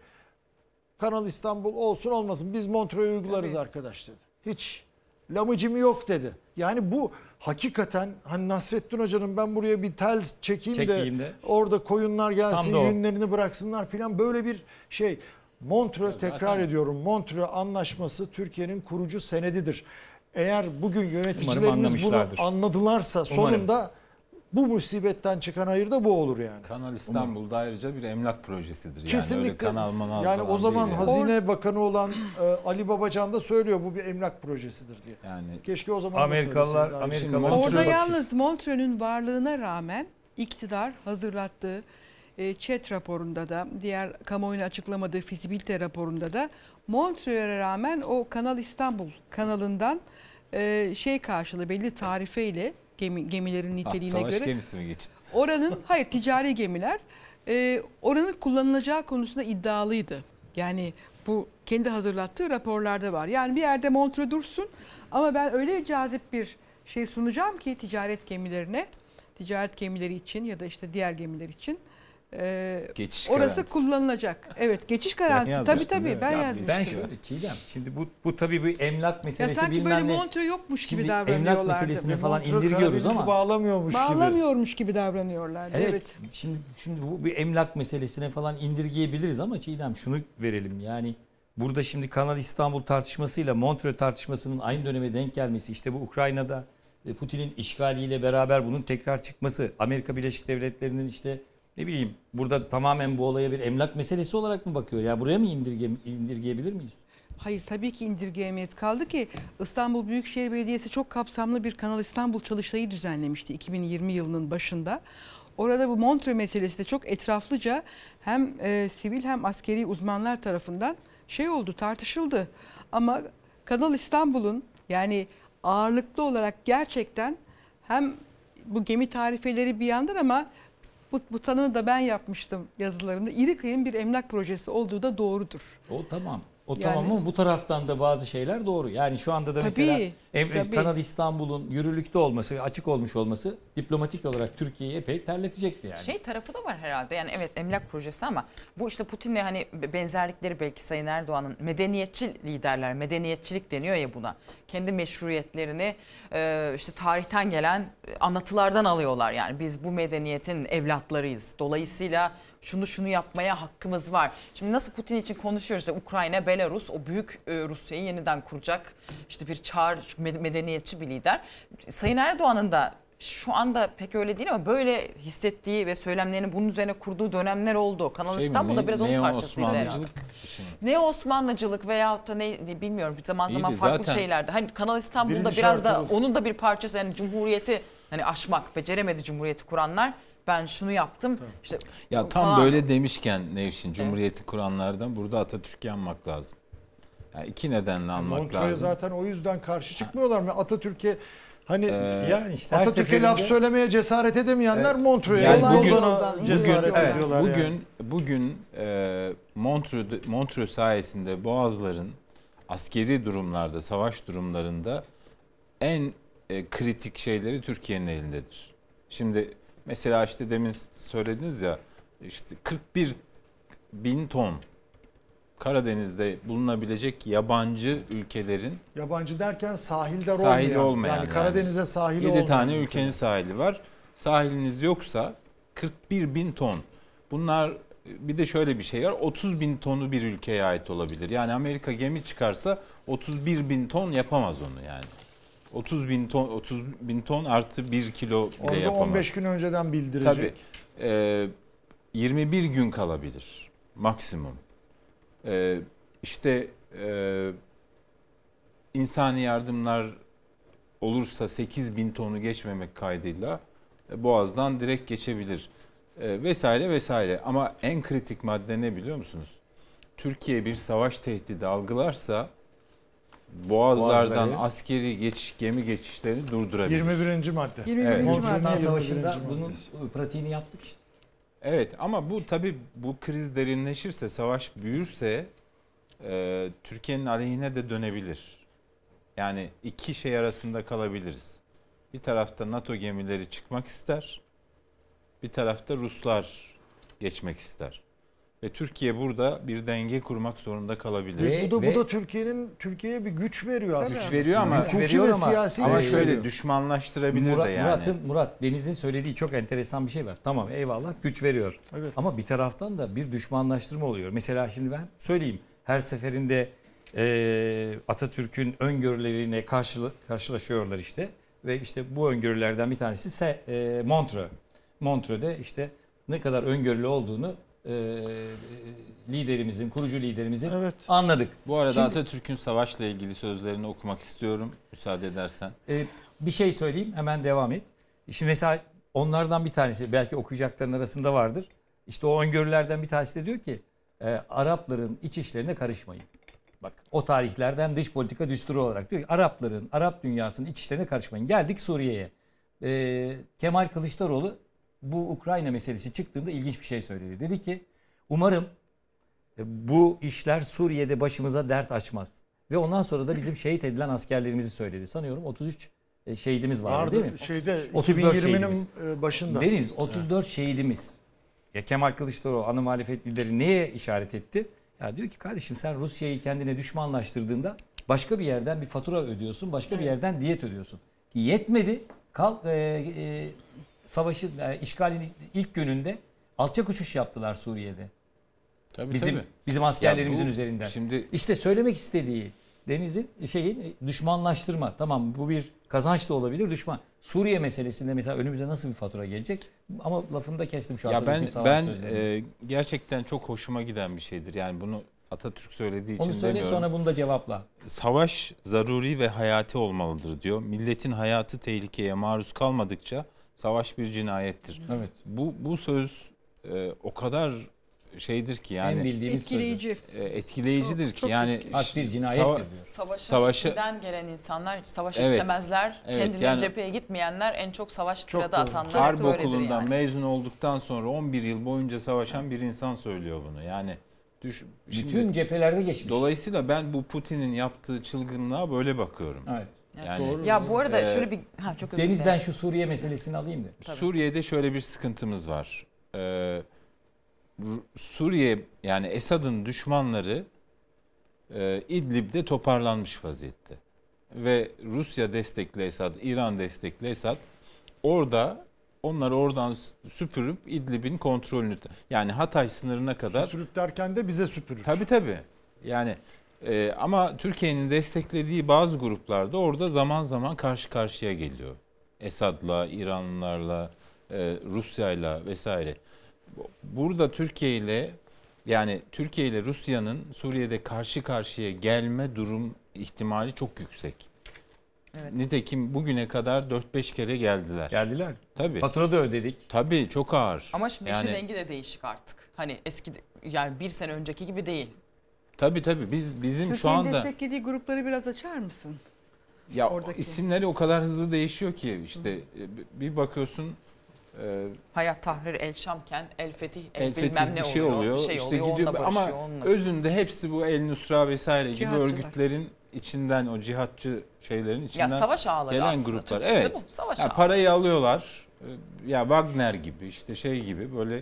Kanal İstanbul olsun olmasın biz Montreux'u uygularız Tabii. arkadaş dedi. Hiç lamıcımı yok dedi. Yani bu hakikaten hani Nasrettin Hoca'nın ben buraya bir tel çekeyim, Çekeyim de, de. orada koyunlar gelsin Tam da o. yünlerini bıraksınlar filan böyle bir şey. Montreux Ya zaten- tekrar ediyorum Montreux Anlaşması Türkiye'nin kurucu senedidir. Eğer bugün yöneticilerimiz bunu anlamışlardır. anladılarsa Umarım. sonunda bu musibetten çıkan hayır da bu olur yani. Kanal İstanbul'da ayrıca bir emlak projesidir. Yani Kesinlikle. öyle kanal manal Yani falan o zaman değil yani. Hazine Bakanı olan e, Ali Babacan da söylüyor bu bir emlak projesidir diye. Yani Keşke o zaman da Amerikalılar, söyleseydi daha iyi. Amerikalılar Montreux Orada bakış- yalnız Montreux'ün varlığına rağmen iktidar hazırlattığı e, ÇED raporunda da diğer kamuoyuna açıklamadığı fizibilite raporunda da Montreux'a rağmen o Kanal İstanbul kanalından e, şey karşılığı belli tarifeyle gemi, gemilerin Ah, niteliğine savaş göre gemisi mi geç? oranın hayır ticari gemiler e, oranın kullanılacağı konusunda iddialıydı. Yani bu kendi hazırlattığı raporlarda var. Yani bir yerde Montreux dursun ama ben öyle cazip bir şey sunacağım ki ticaret gemilerine, ticaret gemileri için ya da işte diğer gemiler için e, Geçiş orası garantisi. kullanılacak. Evet, geçiş garantisi. Tabii yazmıştın tabii değil mi? ben Ya yazmıştım. Ben şöyle Çiğdem, şimdi bu bu tabii bir emlak Ya meselesi sanki böyle bilmem ne. Montreux yokmuş gibi Şimdi emlak davranıyorlardı. meselesine falan Montreux indirgiyoruz Karadeniz'i ama bağlamıyormuş gibi. Bağlamıyormuş gibi davranıyorlardı. evet, Evet. şimdi şimdi bu bir emlak meselesine falan indirgeyebiliriz ama Çiğdem şunu verelim. Yani burada şimdi Kanal İstanbul tartışmasıyla Montreux tartışmasının aynı döneme denk gelmesi, işte bu Ukrayna'da e, Putin'in işgaliyle beraber bunun tekrar çıkması, Amerika Birleşik Devletleri'nin işte ne bileyim burada tamamen bu olaya bir emlak meselesi olarak mı bakıyor? Ya buraya mı indirge, indirgeyebilir miyiz? Hayır, tabii ki indirgeyemeyiz. Kaldı ki İstanbul Büyükşehir Belediyesi çok kapsamlı bir Kanal İstanbul çalıştayı düzenlemişti iki bin yirmi yılının başında. Orada bu Montreux meselesi de çok etraflıca hem e, sivil hem askeri uzmanlar tarafından şey oldu, tartışıldı. Ama Kanal İstanbul'un yani ağırlıklı olarak gerçekten hem bu gemi tarifeleri bir yandan ama bu, bu tanımı da ben yapmıştım yazılarımda. İri kıyım bir emlak projesi olduğu da doğrudur. O tamam. O Yani- tamam ama bu taraftan da bazı şeyler doğru. Yani şu anda da Tabii, mesela em- tabii. Kanal İstanbul'un yürürlükte olması, açık olmuş olması diplomatik olarak Türkiye'yi epey terletecekti yani. Şey tarafı da var herhalde, yani evet emlak projesi ama bu işte Putin'le hani benzerlikleri belki Sayın Erdoğan'ın medeniyetçi liderler, medeniyetçilik deniyor ya buna. Kendi meşruiyetlerini e, işte tarihten gelen anlatılardan alıyorlar, yani biz bu medeniyetin evlatlarıyız. Dolayısıyla şunu şunu yapmaya hakkımız var. Şimdi nasıl Putin için konuşuyoruz da Ukrayna, Belarus o büyük e, Rusya'yı yeniden kuracak işte bir çağır medeniyetçi bir lider. Sayın Erdoğan'ın da şu anda pek öyle değil ama böyle hissettiği ve söylemlerini bunun üzerine kurduğu dönemler oldu. Kanal Şey mi, İstanbul'da ne- biraz onun Neo parçasıydı herhalde. Osmanlıcılık işi mi? Ne Osmanlıcılık veyahut da ne bilmiyorum, zaman zaman İyiydi farklı zaten. şeylerdi. Hani Kanal İstanbul'da Birinci biraz da şarkı bu. onun da bir parçası, yani Cumhuriyeti hani aşmak, beceremedi Cumhuriyeti kuranlar. Ben şunu yaptım. İşte Ya tam falan. böyle demişken Nevşin, Cumhuriyeti kuranlardan burada Atatürk'ü anmak lazım. Yani iki nedenle anmak Montreux'e lazım. zaten o yüzden karşı çıkmıyorlar mı? Atatürk'e hani Ee, yani işte her Atatürk'e laf seferinde- söylemeye cesaret edemeyenler Evet. Montreux'e, Yani yani bugün- Lozan'a cesaret bugün- evet, ediyorlar. bugün yani. bugün e, Montreux Montreux sayesinde Boğazların askeri durumlarda, savaş durumlarında en e, kritik şeyleri Türkiye'nin elindedir. Şimdi mesela işte demin söylediniz ya, işte kırk bir bin ton Karadeniz'de bulunabilecek yabancı ülkelerin Yabancı derken sahilde Sahili olmayan, olmayan yani yani. Karadeniz'e sahili yedi olmayan. tane ülkeler. ülkenin sahili var. Sahiliniz yoksa kırk bir bin ton. Bunlar, bir de şöyle bir şey var, otuz bin tonu bir ülkeye ait olabilir. Yani Amerika gemi çıkarsa otuz bir bin ton yapamaz onu yani. otuz bin ton otuz bin ton artı bir kilo bile Orada yapamaz. on beş gün önceden bildirecek. Tabii. Ee, yirmi bir gün kalabilir maksimum. Ee, işte e, insani yardımlar olursa sekiz bin tonu geçmemek kaydıyla e, Boğaz'dan direkt geçebilir e, vesaire vesaire. Ama en kritik madde ne biliyor musunuz? Türkiye bir savaş tehdidi algılarsa Boğazlardan Boğazları- askeri geç, gemi geçişlerini durdurabilir. yirmi birinci madde. yirmi birinci Evet. madde. Gürcistan yirmi Savaşı'nda birinci bunun maddesi. pratiğini yaptık işte. Evet ama bu tabii bu kriz derinleşirse, savaş büyürse e, Türkiye'nin aleyhine de dönebilir. Yani iki şey arasında kalabiliriz. Bir tarafta NATO gemileri çıkmak ister, bir tarafta Ruslar geçmek ister. Ve Türkiye burada bir denge kurmak zorunda kalabilir. Ve- bu da ve- bu da Türkiye'nin Türkiye'ye bir güç veriyor aslında. Güç veriyor ama Güç Hukuki veriyor ve ama- siyasi ama güç şöyle veriyor. düşmanlaştırabilir Murat, de yani. Murat'ın Murat Deniz'in söylediği çok enteresan bir şey var. Tamam eyvallah güç veriyor. Evet. Ama bir taraftan da bir düşmanlaştırma oluyor. Mesela şimdi ben söyleyeyim. Her seferinde e, Atatürk'ün öngörüleriyle karşı, karşılaşıyorlar işte. Ve işte bu öngörülerden bir tanesi Se, e, Montreux. Montreux'de işte ne kadar öngörülü olduğunu e, liderimizin, kurucu liderimizin Evet. anladık. Bu arada Şimdi- Atatürk'ün savaşla ilgili sözlerini okumak istiyorum müsaade edersen. Ee, bir şey söyleyeyim hemen devam et. Şimdi mesela onlardan bir tanesi belki okuyacakların arasında vardır. İşte o öngörülerden bir tanesi de diyor ki e, Arapların iç işlerine karışmayın. Bak o tarihlerden dış politika düsturu olarak diyor ki Arapların, Arap dünyasının iç işlerine karışmayın. Geldik Suriye'ye. Ee, Kemal Kılıçdaroğlu bu Ukrayna meselesi çıktığında ilginç bir şey söyledi. Dedi ki umarım e, bu işler Suriye'de başımıza dert açmaz. Ve ondan sonra da bizim şehit edilen askerlerimizi söyledi. Sanıyorum otuz üç e, şehidimiz vardı, Vardı değil mi? şeyde otuz dört iki bin yirminin şehidimiz. e, başında. Deniz otuz dört şehidimiz. Ya Kemal Kılıçdaroğlu ana muhalefet lideri neye işaret etti? Ya diyor ki kardeşim sen Rusya'yı kendine düşmanlaştırdığında başka bir yerden bir fatura ödüyorsun. Başka bir yerden diyet ödüyorsun. Yetmedi. Kal, e, e, savaşın e, işgalin ilk gününde alçak uçuş yaptılar Suriye'de. Tabii, Bizim tabii. bizim askerlerimizin Ya bu üzerinden. Şimdi İşte söylemek istediği Deniz'in şeyin düşmanlaştırma. Tamam bu bir kazanç da olabilir düşman. Suriye meselesinde mesela önümüze nasıl bir fatura gelecek? Ama lafını da kestim şu ya Atatürk'ün ben savaş ben sözlerini. e, gerçekten çok hoşuma giden bir şeydir. Yani bunu Atatürk söylediği Onu için söyle demiyorum. sonra bunu da cevapla. Savaş zaruri ve hayati olmalıdır diyor. Milletin hayatı tehlikeye maruz kalmadıkça savaş bir cinayettir. Evet. Bu bu söz e, o kadar şeydir ki yani en bildiğimiz Etkileyici. e, etkileyicidir Çok- ki çok yani etkileyici. Hak bir cinayettir sava- diyor. Savaşın Savaşı- içinden gelen insanlar savaş Evet. istemezler. Evet, Kendileri yani- cepheye gitmeyenler en çok savaş Çok tiradı doğru. atanlar Harp böyledir okulundan yani. mezun olduktan sonra on bir yıl boyunca savaşan bir insan söylüyor bunu. Yani düş, şimdi- Bütün cephelerde geçmiş. dolayısıyla ben bu Putin'in yaptığı çılgınlığa böyle bakıyorum. Evet. Yani Doğru. Ya bu arada Ee, şöyle bir ha çok özür Deniz'den dilerim. şu Suriye meselesini alayım da. Tabii. Suriye'de şöyle bir sıkıntımız var. Ee, Ru- Suriye yani Esad'ın düşmanları e, İdlib'de toparlanmış vaziyette. Ve Rusya destekli Esad, İran destekli Esad orada onları oradan s- süpürüp İdlib'in kontrolünü yani Hatay sınırına kadar. Süpürüp derken de bize süpürür. Tabii tabii. Yani e, ama Türkiye'nin desteklediği bazı gruplar da orada zaman zaman karşı karşıya geliyor. Esad'la, İranlılarla, e, Rusya'yla vesaire. Burada Türkiye ile yani Türkiye ile Rusya'nın Suriye'de karşı karşıya gelme durum ihtimali çok yüksek. Evet. Nitekim bugüne kadar dört beş kere geldiler. Geldiler. Tabii. Fatura da ödedik. Tabii çok ağır. Ama şimdi işin Yani- rengi de değişik artık. Hani eski yani bir sene önceki gibi değil. Tabii tabii biz bizim şu Türkiye'nin anda desteklediği grupları biraz açar mısın? ya oradaki. isimleri o kadar hızlı değişiyor ki işte e, bir bakıyorsun e, Hayat Tahrir, El Şamken, El Fetih, El, El Fetih bilmem ne bir şey oluyor. oluyor. Bir şey işte oluyor. gidiyor Onunla ama barışıyor. Onunla. özünde hepsi bu El Nusra vesaire gibi Cihatçılar. örgütlerin içinden o cihatçı şeylerin Ya içinden savaş ağları gelen aslında. gruplar. Türkçesi Evet. bu. Savaş ya ağları. parayı alıyorlar. E, Ya Wagner gibi işte şey gibi böyle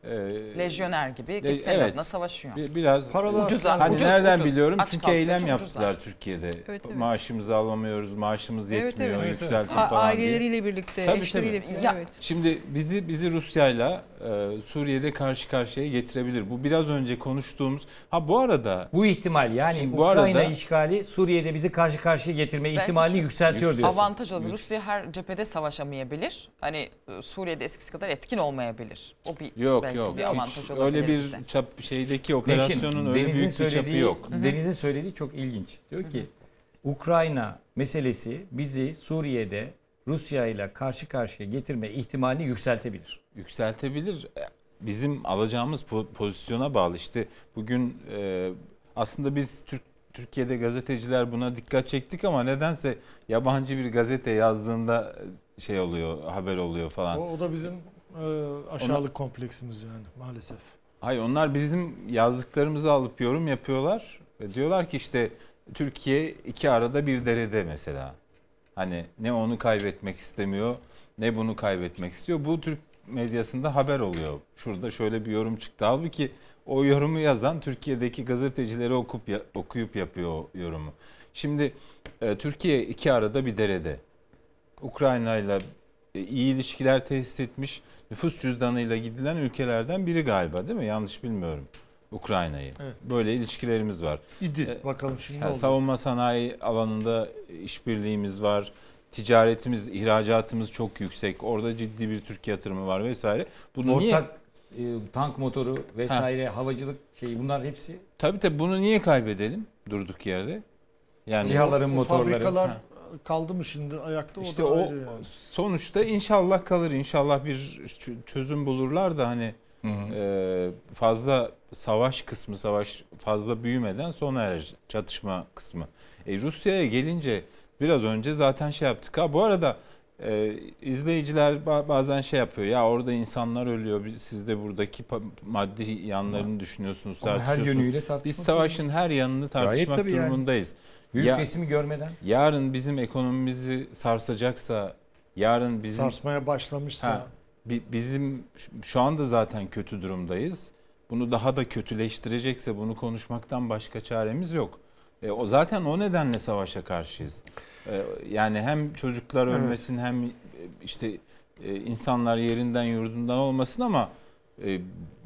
e, Lejyoner gibi Le- git senin evet. adına savaşıyor. bir- biraz Paralı Ucuz askerler- hani ucuz, nereden ucuz. biliyorum? Aç Çünkü kaldıkları eylem için yaptılar ucuzlar. Türkiye'de. Evet, evet. Maaşımızı alamıyoruz, maaşımız Evet, yetmiyor, evet. yükseltin A- falan diye. Aileleriyle birlikte, Tabii, eşleriyle tabii. birlikte. Ya- Evet. Şimdi bizi bizi Rusya'yla e, Suriye'de karşı karşıya getirebilir. Bu biraz önce konuştuğumuz. Ha bu arada Bu ihtimal yani Şimdi bu Ukrayna arada- işgali Suriye'de bizi karşı karşıya getirme Belki ihtimalini şu- yükseltiyor diyorsun. Avantaj olur. Rusya her cephede savaşamayabilir. Hani e, Suriye'de eskisi kadar etkin olmayabilir. O bir yok belki yok bir avantaj hiç olabilir öyle bir bize. çap şeydeki Nevşin, operasyonun öyle Deniz'in büyük bir çapı söylediği, yok. Deniz'in söylediği çok ilginç. Diyor ki Ukrayna meselesi bizi Suriye'de Rusya ile karşı karşıya getirme ihtimalini yükseltebilir. Yükseltebilir. Bizim alacağımız po- pozisyona bağlı. İşte bugün e, aslında biz Türk Türkiye'de gazeteciler buna dikkat çektik ama nedense yabancı bir gazete yazdığında şey oluyor, haber oluyor falan. O, o da bizim e, aşağılık kompleksimiz yani maalesef. Hayır, onlar bizim yazdıklarımızı alıp yorum yapıyorlar ve diyorlar ki işte Türkiye iki arada bir derede mesela. Hani ne onu kaybetmek istemiyor ne bunu kaybetmek istiyor. Bu Türk medyasında haber oluyor. Şurada şöyle bir yorum çıktı. Halbuki o yorumu yazan Türkiye'deki gazetecileri okup ya- okuyup yapıyor o yorumu. Şimdi e, Türkiye iki arada bir derede. Ukrayna'yla e, iyi ilişkiler tesis etmiş, nüfus cüzdanıyla gidilen ülkelerden biri galiba, değil mi? Yanlış bilmiyorum. Ukrayna'yı. Evet. Böyle ilişkilerimiz var. İdi. E, Bakalım şimdi ne Yani olacak? savunma sanayi alanında işbirliğimiz var. Ticaretimiz, ihracatımız çok yüksek. Orada ciddi bir Türk yatırımı var vesaire. Bunu niye? Ortak e, tank motoru vesaire, havacılık şeyi bunlar hepsi Tabii tabii bunu niye kaybedelim durduk yerde? Yani SİHA'ların O motorları. Fabrikalar Ha. kaldı mı şimdi ayakta? İşte o da o ayrı yani. sonuçta inşallah kalır. İnşallah bir ç- çözüm bulurlar da hani Hı hı. e, fazla savaş kısmı, savaş fazla büyümeden sona erer çatışma kısmı. E, Rusya'ya gelince biraz önce zaten şey yaptık. Ha bu arada e, izleyiciler ba- bazen şey yapıyor. Ya orada insanlar ölüyor. biz- Siz de buradaki pa- maddi yanlarını düşünüyorsunuz, Ama her tartışıyorsunuz. yönüyle tartışmak Biz savaşın her yanını tartışmak tabii yani. durumundayız. büyük Ya- resmi görmeden. Yarın bizim ekonomimizi sarsacaksa, yarın bizim Sarsmaya başlamışsa Ha, bi- bizim ş- şu anda zaten kötü durumdayız. Bunu daha da kötüleştirecekse bunu konuşmaktan başka çaremiz yok. E, o zaten o nedenle savaşa karşıyız. E, yani hem çocuklar Evet. ölmesin hem e, işte e, insanlar yerinden yurdundan olmasın ama e,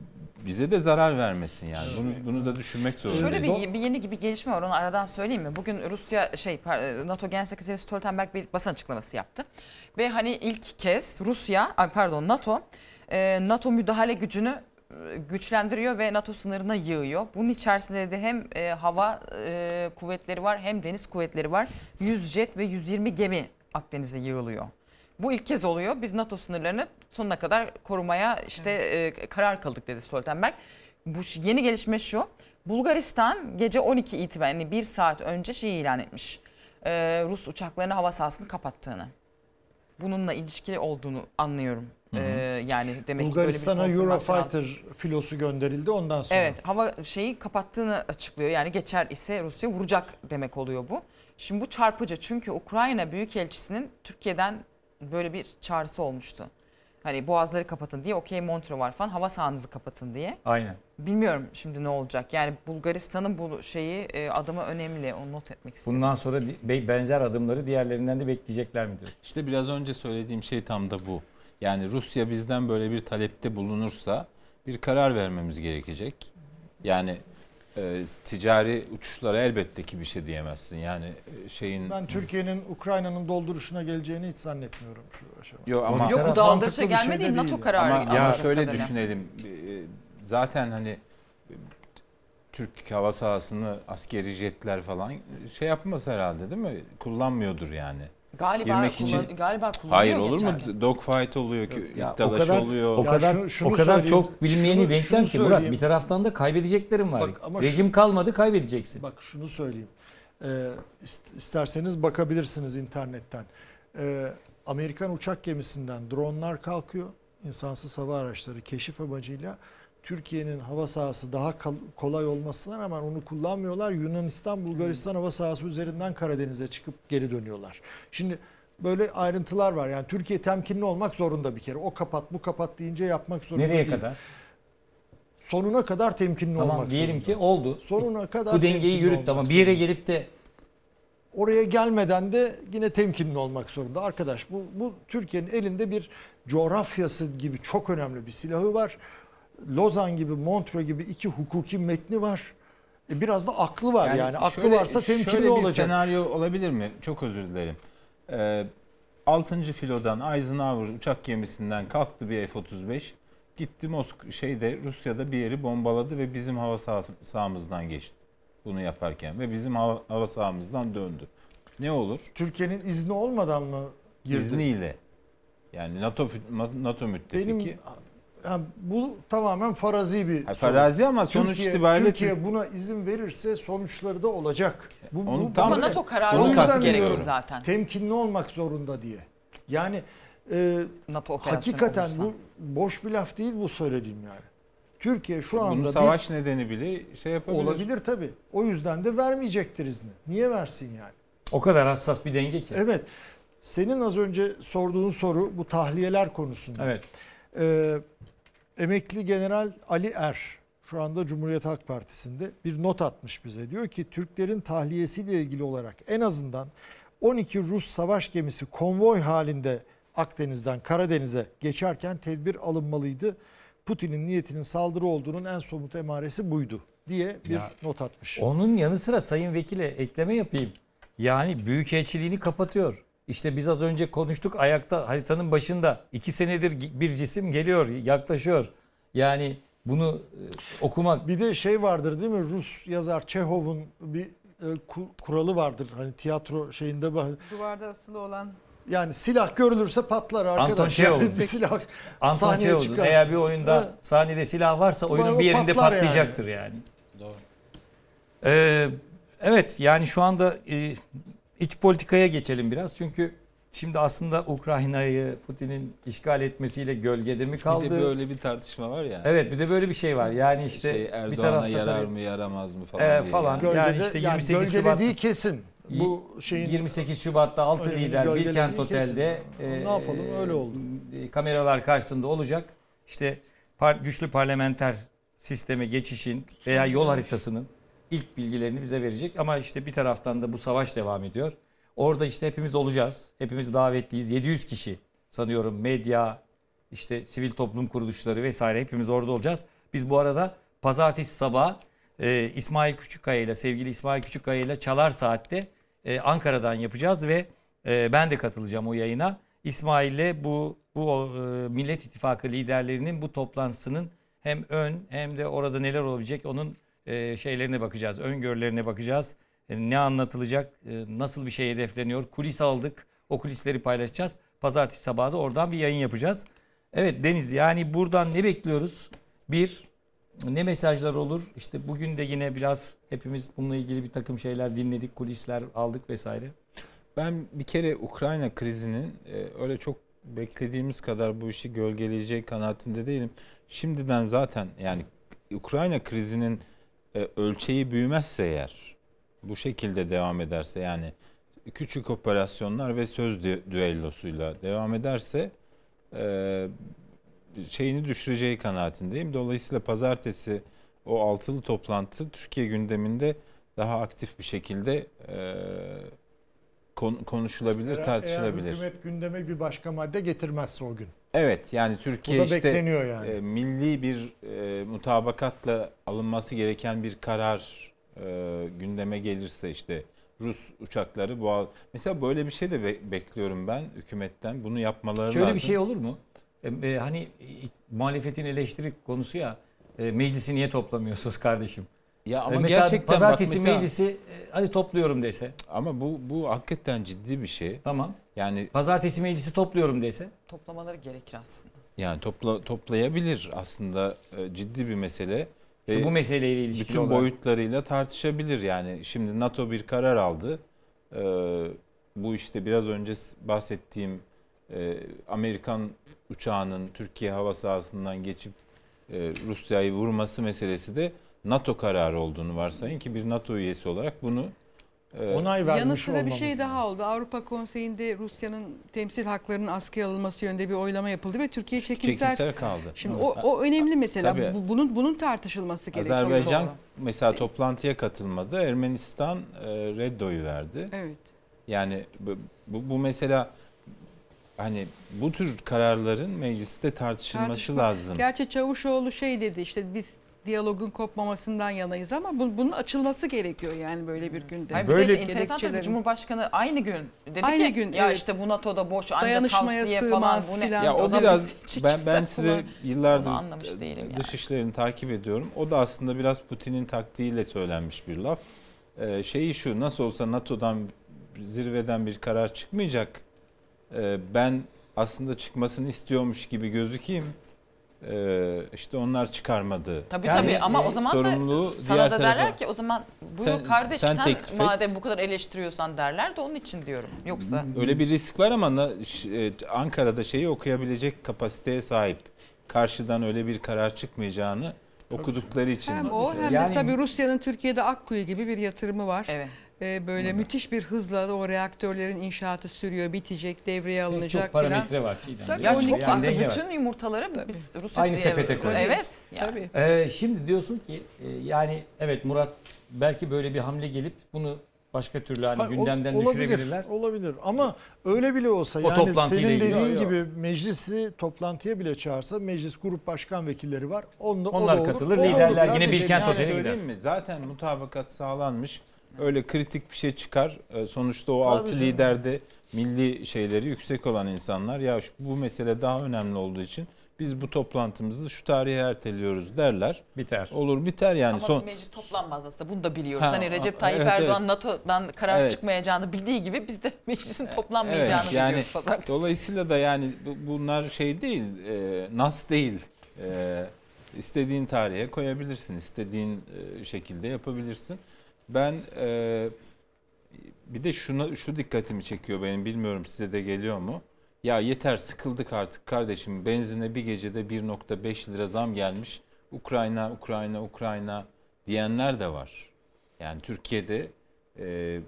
bize de zarar vermesin yani. Bunu bunu da düşünmek zorundayız. Şöyle Do- bir, bir yeni gibi gelişme var, onu aradan söyleyeyim mi? Bugün Rusya şey par- NATO Genel Sekreteri Stoltenberg bir basın açıklaması yaptı. Ve hani ilk kez Rusya, ay pardon NATO e, NATO müdahale gücünü e, güçlendiriyor ve NATO sınırına yığıyor. Bunun içerisinde de hem e, hava e, kuvvetleri var hem deniz kuvvetleri var. yüz jet ve yüz yirmi gemi Akdeniz'e yığılıyor. Bu ilk kez oluyor. Biz NATO sınırlarını sonuna kadar korumaya işte e, karar kıldık dedi Stoltenberg. Bu ş- yeni gelişme şu. Bulgaristan gece on iki itibariyle yani bir saat önce şeyi ilan etmiş. Ee, Rus uçaklarının hava sahasını kapattığını. Bununla ilişkili olduğunu anlıyorum. Ee, yani demek Bulgaristan'a ki böyle bir konfirmasyon aldı. Eurofighter filosu gönderildi ondan sonra. Evet, hava şeyi kapattığını açıklıyor. Yani geçer ise Rusya vuracak demek oluyor bu. Şimdi bu çarpıcı çünkü Ukrayna Büyükelçisi'nin Türkiye'den böyle bir çağrısı olmuştu. Hani boğazları kapatın diye, okey Montreux var falan, hava sahanızı kapatın diye. Aynen. Bilmiyorum şimdi ne olacak. Yani Bulgaristan'ın bu şeyi e, adımı önemli. Onu not etmek istedim. Bundan sonra di- benzer adımları diğerlerinden de bekleyecekler mi diyor. İşte biraz önce söylediğim şey tam da bu. Yani Rusya bizden böyle bir talepte bulunursa bir karar vermemiz gerekecek. Yani e, ticari uçuşlara elbette ki bir şey diyemezsin. Yani e, şeyin Ben Türkiye'nin Ukrayna'nın dolduruşuna geleceğini hiç zannetmiyorum şu aşamada. Yok ama Yok bu taraf- daldırışa mantıklı bir şey gelmedi. de NATO değil. kararı. ama, ama anladığım şöyle kadarıyla. düşünelim. E, Zaten hani e, Türk hava sahasını askeri jetler falan şey yapmaz herhalde, değil mi? Kullanmıyordur yani. Galiba, girmek kullan, için- galiba kullanıyor Hayır olur mu? geçerli. Dogfight oluyor, Ya, o dalaş kadar- oluyor. O Ya kadar şunu- şunu o kadar söyleyeyim, çok bilinmeyeni şunu- denklem şunu ki Murat, söyleyeyim. bir taraftan da kaybedeceklerim var. Bak ama Rejim kalmadı, kaybedeceksin. Bak şunu söyleyeyim. Ee, ist- isterseniz bakabilirsiniz internetten. Ee, Amerikan uçak gemisinden dronlar kalkıyor. İnsansız hava araçları keşif amacıyla. Türkiye'nin hava sahası daha kal- kolay olmasına rağmen onu kullanmıyorlar. Yunanistan, Bulgaristan hava sahası üzerinden Karadeniz'e çıkıp geri dönüyorlar. Şimdi böyle ayrıntılar var. Yani Türkiye temkinli olmak zorunda bir kere. O kapat, bu kapat deyince yapmak zorunda Nereye değil. kadar? sonuna kadar temkinli Tamam olmak diyelim zorunda. ki oldu. Sonuna kadar Bu dengeyi temkinli yürüt olmak tamam. Bir yere zorunda. gelip de Oraya gelmeden de yine temkinli olmak zorunda. Arkadaş bu, bu Türkiye'nin elinde bir coğrafyası gibi çok önemli bir silahı var. Lozan gibi, Montreux gibi iki hukuki metni var. E biraz da aklı var yani. Aklı şöyle- varsa temkinli şöyle bir olacak. senaryo olabilir mi? Çok özür dilerim. Ee, altıncı filodan Eisenhower uçak gemisinden kalktı bir F otuz beş. Gitti Mosk şeyde Rusya'da bir yeri bombaladı ve bizim hava sahası- sahamızdan geçti. Bunu yaparken ve bizim hava, hava sahamızdan döndü. Ne olur? Türkiye'nin izni olmadan mı girdi? İzniyle. Yani NATO fü- NATO müttefiki. Benim yani bu tamamen farazi bir Ha, soru. farazi ama sonuç Türkiye, itibariyle Türkiye buna izin verirse sonuçları da olacak. Bu, Onu bu- tam- Ama böyle NATO kararı Onu olması kastediyorum. gerekiyor zaten. temkinli olmak zorunda diye. Yani e, NATO operasyonu hakikaten olursa. bu boş bir laf değil bu söylediğim yani. Türkiye şu anda bunun bir- savaş nedeni bile şey yapabilir. olabilir tabii. O yüzden de vermeyecektir izni. Niye versin yani? o kadar hassas bir denge ki. Evet. Senin az önce sorduğun soru bu tahliyeler konusunda. Evet. Ee, emekli General Ali Er şu anda Cumhuriyet Halk Partisi'nde bir not atmış bize. Diyor ki Türklerin tahliyesiyle ilgili olarak en azından on iki Rus savaş gemisi konvoy halinde Akdeniz'den Karadeniz'e geçerken tedbir alınmalıydı. Putin'in niyetinin saldırı olduğunun en somut emaresi buydu diye bir Ya, not atmış. Onun yanı sıra Sayın Vekil'e ekleme yapayım. Yani büyükelçiliğini kapatıyor. İşte biz az önce konuştuk ayakta haritanın başında. iki senedir bir cisim geliyor, yaklaşıyor. Yani bunu e, okumak Bir de şey vardır değil mi? Rus yazar Çehov'un bir e, ku- kuralı vardır. Hani tiyatro şeyinde bah- Duvarda asılı olan yani silah görülürse patlar arkadaş. Anton Çehov. Yani bir silah Anton sahneye Çehov'un çıkar. eğer bir oyunda Ha. sahnede silah varsa oyunun O bir yerinde patlar yani. patlayacaktır yani. Doğru. Ee, evet yani şu anda e, iç politikaya geçelim biraz. Çünkü şimdi aslında Ukrayna'yı Putin'in işgal etmesiyle gölgede mi kaldı? Bir de böyle bir tartışma var ya. Evet bir de böyle bir şey var. Yani işte şey, bir Erdoğan'a tarafta yarar tabii, mı yaramaz mı falan e, diye. falan. yani. Gölgede, Yani yani, işte yirmi sekiz gölgede Şubat değil kesin. Bu şeyin yirmi sekiz Şubat'ta altı önemini lider gölgelediği Bilkent kesin. Otel'de Ne yapalım, öyle oldu. e, kameralar karşısında olacak. İşte par, güçlü parlamenter sisteme geçişin veya yol haritasının ilk bilgilerini bize verecek. Ama işte bir taraftan da bu savaş devam ediyor. Orada işte hepimiz olacağız. Hepimiz davetliyiz. yedi yüz kişi sanıyorum medya, işte sivil toplum kuruluşları vesaire hepimiz orada olacağız. Biz bu arada pazartesi sabahı e, İsmail Küçükkaya ile sevgili İsmail Küçükkaya ile Çalar Saat'te e, Ankara'dan yapacağız ve e, ben de katılacağım o yayına. İsmail'le bu bu e, Millet İttifakı liderlerinin bu toplantısının hem ön hem de orada neler olabilecek onun e, şeylerine bakacağız. Öngörülerine bakacağız. E, ne anlatılacak? E, nasıl bir şey hedefleniyor? Kulis aldık. O kulisleri paylaşacağız. Pazartesi sabahı da oradan bir yayın yapacağız. Evet Deniz yani buradan ne bekliyoruz? Bir, ne mesajlar olur? İşte bugün de yine biraz hepimiz bununla ilgili bir takım şeyler dinledik, kulisler aldık vesaire. Ben bir kere Ukrayna krizinin e, öyle çok beklediğimiz kadar bu işi gölgeleyeceği kanaatinde değilim. Şimdiden zaten yani Ukrayna krizinin e, ölçeği büyümezse eğer, bu şekilde devam ederse yani küçük operasyonlar ve söz dü- düellosuyla devam ederse e, şeyini düşüreceği kanaatindeyim. Dolayısıyla pazartesi o altılı toplantı Türkiye gündeminde daha aktif bir şekilde e, kon- konuşulabilir, eğer, tartışılabilir. eğer hükümet gündeme bir başka madde getirmezse o gün. Evet yani Bu Türkiye da işte bekleniyor yani. e, milli bir e, mutabakatla alınması gereken bir karar e, gündeme gelirse işte Rus uçakları boğaz. Mesela böyle bir şey de be- bekliyorum ben hükümetten. Bunu yapmaları Şöyle lazım. bir şey olur mu? E, e, hani e, muhalefetin eleştiri konusu ya e, meclisi niye toplamıyorsunuz kardeşim? Ya E, ama mesela gerçekten pazartesi bak mesela, meclisi e, hadi topluyorum dese. ama bu bu hakikaten ciddi bir şey. Tamam. Yani Pazartesi meclisi topluyorum dese. Toplamaları gerekir aslında. yani topla toplayabilir aslında e, ciddi bir mesele. İşte Ve bu meseleyle ilişkili bütün olarak. boyutlarıyla tartışabilir. Yani şimdi NATO bir karar aldı. Ee, bu işte biraz önce bahsettiğim e, Amerikan uçağının Türkiye hava sahasından geçip e, Rusya'yı vurması meselesi de NATO kararı olduğunu varsayın ki bir NATO üyesi olarak bunu e, Onay vermiş Yanı sıra bir olmamız şey daha lazım. oldu. Avrupa Konseyi'nde Rusya'nın temsil haklarının askıya alınması yönünde bir oylama yapıldı ve Türkiye çekimser. çekimser kaldı. Şimdi o, o önemli mesela. Tabii. Bu, bunun bunun tartışılması gerekiyor. Azerbaycan Doğru. mesela toplantıya katılmadı. Ermenistan e, reddoyu verdi. Evet. Yani bu, bu, bu mesela hani bu tür kararların mecliste tartışılması Tartışma. lazım. Gerçi Çavuşoğlu şey dedi, işte biz diyalogun kopmamasından yanayız ama bu, bunun açılması gerekiyor yani böyle bir günde. Hayır, Böyle- bir de enteresan tabii, Gerekçelerin- Cumhurbaşkanı aynı gün dedi Aynı ki gün, ya evet. işte bu NATO'da boş anca Dayanışmaya tavsiye falan sığmaz bu ne? filan. Ya O o zaman biraz biz ben ben çekimsel size falan yıllardır onu anlamış değilim yani. dış işlerini takip ediyorum. O da aslında biraz Putin'in taktiğiyle söylenmiş bir laf. Ee, şeyi şu, nasıl olsa NATO'dan zirveden bir karar çıkmayacak. Ee, ben aslında çıkmasını istiyormuş gibi gözükeyim. Ee, işte onlar çıkarmadı. Tabii Yani, tabii ama e, o zaman sorumluluğu da sana diğer da tarafa- derler ki o zaman buyur Sen- kardeş sen sen, teklif et. madem bu kadar eleştiriyorsan derler de onun için diyorum. Yoksa Öyle bir risk var ama na- ş- e, Ankara'da şeyi okuyabilecek kapasiteye sahip. Karşıdan öyle bir karar çıkmayacağını okudukları için. Hem o hem Yani- de tabii Rusya'nın Türkiye'de Akkuyu gibi bir yatırımı var. evet. Ee, böyle müthiş bir hızla da o reaktörlerin inşaatı sürüyor, bitecek, devreye Pek alınacak çok filan. parametre var Çiğdem. Tabii, Ya on iki çok Yani aslında denge var. bütün yumurtaları Tabii. biz Rusya Aynı sepete koyuyoruz. Evet. Yani. Tabii. Ee, şimdi diyorsun ki e, yani evet Murat belki böyle bir hamle gelip bunu başka türlü hani Hayır, ol- gündemden olabilir, düşürebilirler. Olabilir ama öyle bile olsa O yani toplantıyla senin ilgili. dediğin Yok, yok. gibi meclisi toplantıya bile çağırsa meclis grup başkan vekilleri var. Onda, Onlar o da olur, katılır, o da liderler olur. yine Kardeşim, Bilkent yani Oteli'ne gider. Söyleyeyim mi? Zaten mutabakat sağlanmış. Öyle kritik bir şey çıkar. Ee, Sonuçta o Tabii altı canım. lider de milli şeyleri yüksek olan insanlar. Ya şu, bu mesele daha önemli olduğu için biz bu toplantımızı şu tarihe erteliyoruz derler. Biter. Olur biter yani. Ama Son meclis toplanmaz aslında. Bunu da biliyoruz. Ha, hani Recep Tayyip evet, Erdoğan evet. NATO'dan karar Evet. çıkmayacağını bildiği gibi biz de meclisin toplanmayacağını Evet, yani biliyoruz. Pazartesi. dolayısıyla da yani bu- bunlar şey değil, e, nas değil. E, istediğin tarihe koyabilirsin, istediğin e, şekilde yapabilirsin. Ben e, bir de şuna şu dikkatimi çekiyor benim, bilmiyorum size de geliyor mu? Ya yeter, sıkıldık artık kardeşim. Benzine bir gecede bir nokta beş lira zam gelmiş. Ukrayna, Ukrayna, Ukrayna diyenler de var. Yani Türkiye'de e,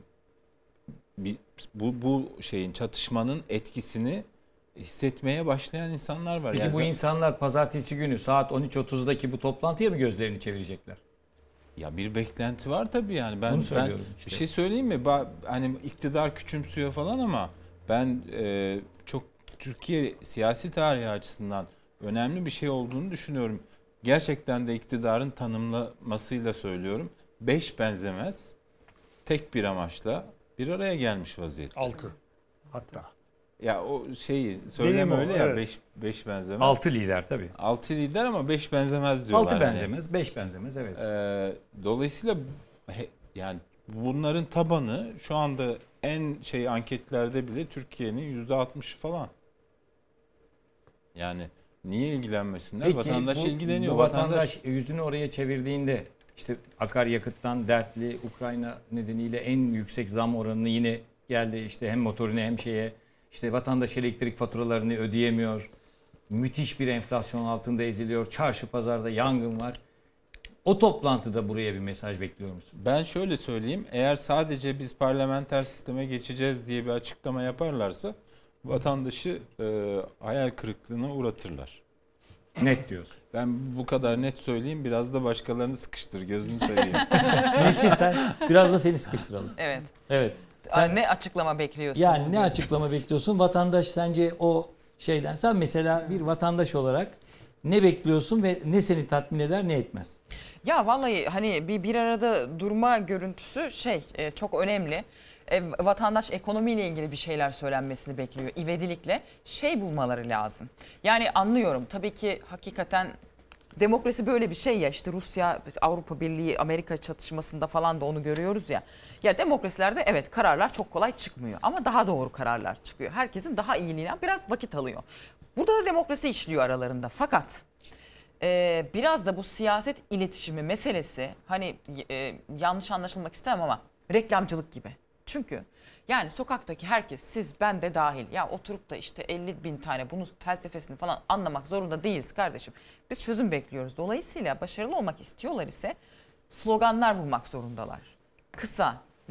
bir, bu bu şeyin, çatışmanın etkisini hissetmeye başlayan insanlar var. Peki Yani bu zaten- insanlar pazartesi günü saat on üç otuzdaki bu toplantıya mı gözlerini çevirecekler? Ya bir beklenti var tabii yani. Ben Bunu ben söylüyorum bir işte. şey söyleyeyim mi? Ba- Hani iktidar küçümsüyor falan ama ben e, çok Türkiye siyasi tarihi açısından önemli bir şey olduğunu düşünüyorum. Gerçekten de iktidarın tanımlamasıyla söylüyorum. Beş benzemez tek bir amaçla bir araya gelmiş vaziyette. Altı hatta. Ya o şeyi söyleme o, öyle ya, evet. beş, beş benzemez. Altı lider tabii. Altı lider ama beş benzemez diyorlar. Altı hani. benzemez, beş benzemez evet. Ee, dolayısıyla he- yani bunların tabanı şu anda en şey anketlerde bile Türkiye'nin yüzde altmışı falan. Yani niye ilgilenmesinler? Peki vatandaş bu, ilgileniyor. bu vatandaş, vatandaş yüzünü oraya çevirdiğinde işte akaryakıttan dertli, Ukrayna nedeniyle en yüksek zam oranını yine geldi işte hem motorine hem şeye, işte vatandaş elektrik faturalarını ödeyemiyor. Müthiş bir enflasyon altında eziliyor. Çarşı pazarda yangın var. O toplantıda buraya bir mesaj bekliyor musun? ben şöyle söyleyeyim. Eğer sadece biz parlamenter sisteme geçeceğiz diye bir açıklama yaparlarsa vatandaşı e, hayal kırıklığına uğratırlar. Net diyorsun. Ben bu kadar net söyleyeyim, biraz da başkalarını sıkıştır, gözünü seveyim. Niçin sen? Biraz da seni sıkıştıralım. Evet. Evet. Sen, Sen, ne açıklama bekliyorsun? yani ne bugün? açıklama bekliyorsun? Vatandaş sence o şeyden, sen mesela bir vatandaş olarak ne bekliyorsun ve ne seni tatmin eder ne etmez? Ya vallahi hani bir bir arada durma görüntüsü şey e, çok önemli. E, vatandaş ekonomiyle ilgili bir şeyler söylenmesini bekliyor ivedilikle. Şey bulmaları lazım. Yani anlıyorum tabii ki hakikaten demokrasi böyle bir şey ya, işte Rusya, Avrupa Birliği, Amerika çatışmasında falan da onu görüyoruz ya. Ya demokrasilerde evet kararlar çok kolay çıkmıyor ama daha doğru kararlar çıkıyor. Herkesin daha iyiliğine biraz vakit alıyor. Burada da demokrasi işliyor aralarında fakat Ee, biraz da bu siyaset iletişimi meselesi hani e, yanlış anlaşılmak istemem ama reklamcılık gibi. Çünkü yani sokaktaki herkes, siz ben de dahil, ya oturup da işte elli bin tane bunun felsefesini falan anlamak zorunda değiliz kardeşim. Biz çözüm bekliyoruz. Dolayısıyla başarılı olmak istiyorlar ise sloganlar bulmak zorundalar. Kısa, net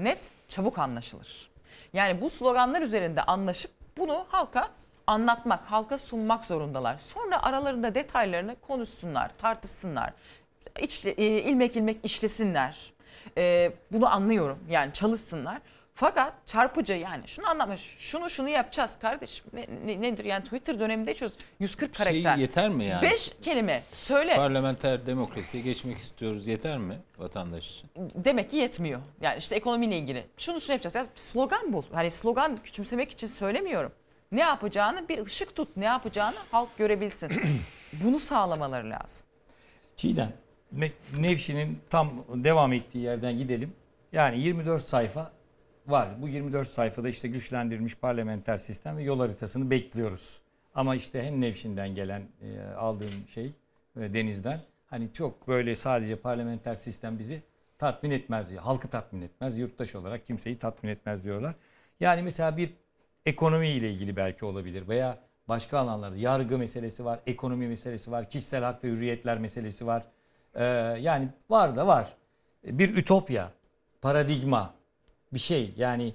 çabuk anlaşılır. Yani bu sloganlar üzerinde anlaşıp bunu halka anlatmak, halka sunmak zorundalar. Sonra aralarında detaylarını konuşsunlar, tartışsınlar, İç, e, ilmek ilmek işlesinler. E, bunu anlıyorum, yani çalışsınlar. Fakat çarpıcı, yani şunu anlatmış, şunu şunu yapacağız kardeşim. Ne, ne, nedir yani Twitter döneminde geçiyoruz. yüz kırk karakter. Şey yeter mi yani? beş kelime söyle. Parlamenter demokrasiye geçmek istiyoruz, yeter mi vatandaş için? Demek ki yetmiyor. Yani işte ekonomiyle ilgili. Şunu şunu yapacağız. Ya slogan bul. Hani slogan küçümsemek için söylemiyorum. Ne yapacağını bir ışık tut. Ne yapacağını halk görebilsin. Bunu sağlamaları lazım. Çiğdem, Nevşin'in tam devam ettiği yerden gidelim. Yani yirmi dört sayfa var. Bu yirmi dört sayfada işte güçlendirilmiş parlamenter sistem ve yol haritasını bekliyoruz. Ama işte hem Nevşin'den gelen e, aldığım şey e, Deniz'den hani çok böyle sadece parlamenter sistem bizi tatmin etmez diyor. Halkı tatmin etmez. Yurttaş olarak kimseyi tatmin etmez diyorlar. Yani mesela bir ekonomi ile ilgili belki olabilir veya başka alanlarda yargı meselesi var, ekonomi meselesi var, kişisel hak ve hürriyetler meselesi var. Ee, yani var da var. Bir ütopya, paradigma, bir şey yani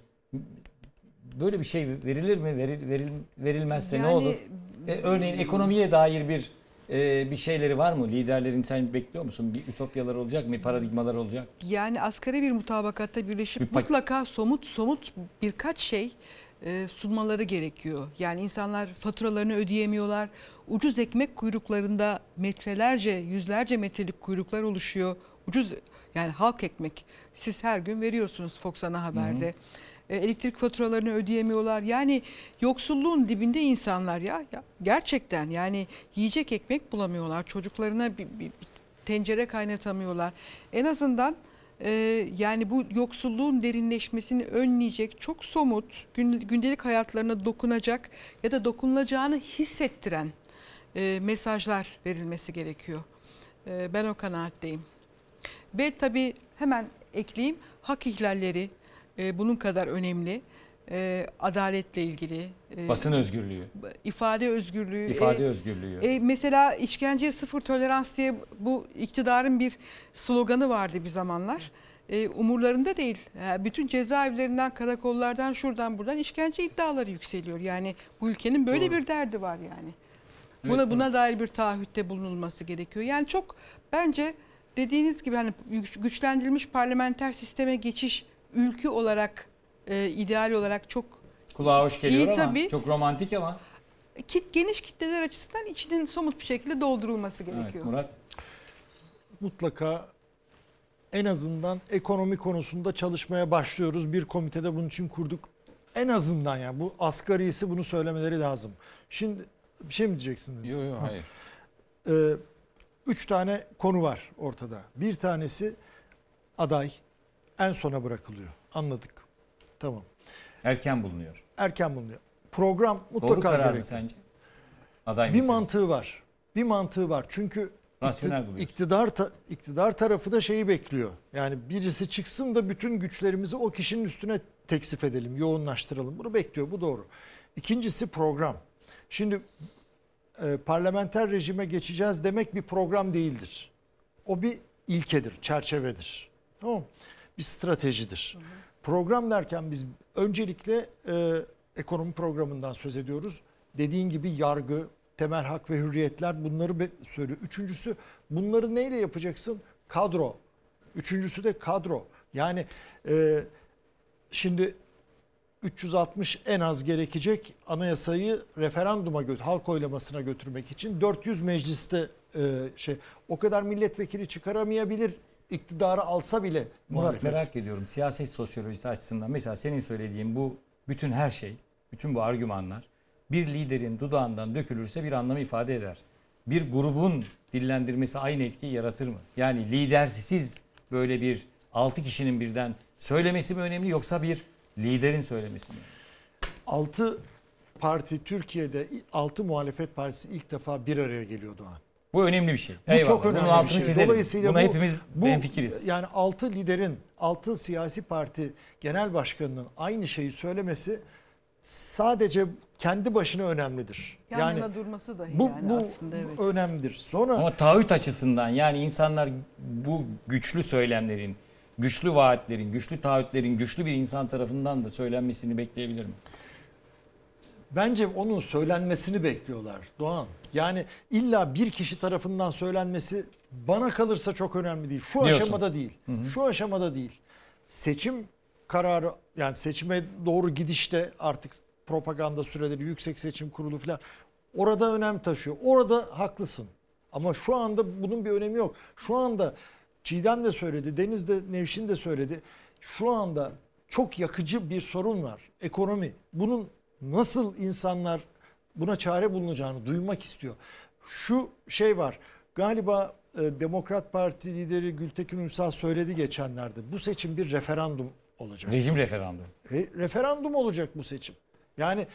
böyle bir şey verilir mi? Veril, veril, verilmezse yani, ne olur? Ee, örneğin ekonomiye dair bir e, bir şeyleri var mı? Liderlerin sen bekliyor musun? Bir ütopyalar olacak mı? Paradigmalar olacak? Yani asgari bir mutabakatta birleşip Bir pak- mutlaka somut somut birkaç şey e, sunmaları gerekiyor. Yani insanlar faturalarını ödeyemiyorlar. Ucuz ekmek kuyruklarında metrelerce, yüzlerce metrelik kuyruklar oluşuyor. Ucuz yani halk ekmek. Siz her gün veriyorsunuz Fox Ana Haber'de. Hı hı. E, elektrik faturalarını ödeyemiyorlar. Yani yoksulluğun dibinde insanlar ya, ya gerçekten yani yiyecek ekmek bulamıyorlar. Çocuklarına bir, bir, bir tencere kaynatamıyorlar. En azından e, yani bu yoksulluğun derinleşmesini önleyecek çok somut, gün, gündelik hayatlarına dokunacak ya da dokunulacağını hissettiren e, mesajlar verilmesi gerekiyor. E, ben o kanaatteyim. Ve tabii hemen ekleyeyim, hak ihlalleri e, bunun kadar önemli. E, adaletle ilgili. E, Basın özgürlüğü. ifade özgürlüğü. İfade e, özgürlüğü. E, mesela işkenceye sıfır tolerans diye bu iktidarın bir sloganı vardı bir zamanlar. E, umurlarında değil. Yani bütün cezaevlerinden, karakollardan, şuradan buradan işkence iddiaları yükseliyor. Yani bu ülkenin böyle Doğru. bir derdi var yani. Evet, Buna buna evet. dair bir taahhütte bulunulması gerekiyor. Yani çok bence dediğiniz gibi hani güçlendirilmiş parlamenter sisteme geçiş ülkü olarak e, ideal olarak çok Kulağa hoş geliyor iyi ama tabii. çok romantik ama. Kit, geniş kitleler açısından içinin somut bir şekilde doldurulması gerekiyor. Evet, Murat. Mutlaka en azından ekonomi konusunda çalışmaya başlıyoruz. Bir komitede bunun için kurduk. En azından yani bu asgarisi bunu söylemeleri lazım. Şimdi bir şey mi diyeceksiniz? Yok yok hayır. Ee, üç tane konu var ortada. Bir tanesi aday en sona bırakılıyor. Anladık. Tamam. Erken bulunuyor. Erken bulunuyor. Program Doğru mutlaka karar mı gerekiyor. sence? Aday Bir meselesi. mantığı var. Bir mantığı var. Çünkü Rasyonel ikti- buluyorsun. iktidar ta- iktidar tarafı da şeyi bekliyor. Yani birisi çıksın da bütün güçlerimizi o kişinin üstüne teksif edelim, yoğunlaştıralım. Bunu bekliyor. Bu doğru. İkincisi program. Şimdi e, parlamenter rejime geçeceğiz demek bir program değildir. O bir ilkedir, çerçevedir. Tamam mı? Bir stratejidir. Hı hı. Program derken biz öncelikle e, ekonomi programından söz ediyoruz. Dediğin gibi yargı, temel hak ve hürriyetler bunları be- söylüyor. Üçüncüsü bunları neyle yapacaksın? Kadro. Üçüncüsü de kadro. Yani e, şimdi üç yüz altmış en az gerekecek anayasayı referanduma gö- halk oylamasına götürmek için dört yüz mecliste e, şey o kadar milletvekili çıkaramayabilir iktidarı alsa bile Murat muhalefet. merak ediyorum siyaset sosyolojisi açısından mesela senin söylediğin bu bütün her şey, bütün bu argümanlar bir liderin dudağından dökülürse bir anlam ifade eder. Bir grubun dillendirmesi aynı etkiyi yaratır mı? Yani lidersiz böyle bir altı kişinin birden söylemesi mi önemli yoksa bir liderin söylemesi mi? Altı parti Türkiye'de altı muhalefet partisi ilk defa bir araya geliyor Doğan. Bu önemli bir şey. Bu Eyvallah. çok önemli Bunun altını bir şey. çizelim. Dolayısıyla Buna bu, hepimiz bu, hemfikiriz. Yani altı liderin, altı siyasi parti genel başkanının aynı şeyi söylemesi sadece kendi başına önemlidir. Yan yani yana durması dahi bu, yani bu aslında evet. önemlidir. Sonra Ama taahhüt açısından yani insanlar bu güçlü söylemlerin güçlü vaatlerin, güçlü taahhütlerin, güçlü bir insan tarafından da söylenmesini bekleyebilir mi? Bence onun söylenmesini bekliyorlar Doğan. Yani illa bir kişi tarafından söylenmesi bana kalırsa çok önemli değil. Şu Diyorsun. aşamada değil. Hı hı. Şu aşamada değil. Seçim kararı, yani seçime doğru gidişte artık propaganda süreleri, Yüksek Seçim Kurulu falan orada önem taşıyor. Orada haklısın. Ama şu anda bunun bir önemi yok. Şu anda Çiğdem de söyledi, Deniz de, Nevşin de söyledi. Şu anda çok yakıcı bir sorun var. Ekonomi. Bunun nasıl insanlar buna çare bulunacağını duymak istiyor. Şu şey var. Galiba e, Demokrat Parti lideri Gültekin Uysal söyledi geçenlerde. Bu seçim bir referandum olacak. Rejim referandum. Re- referandum olacak bu seçim. Yani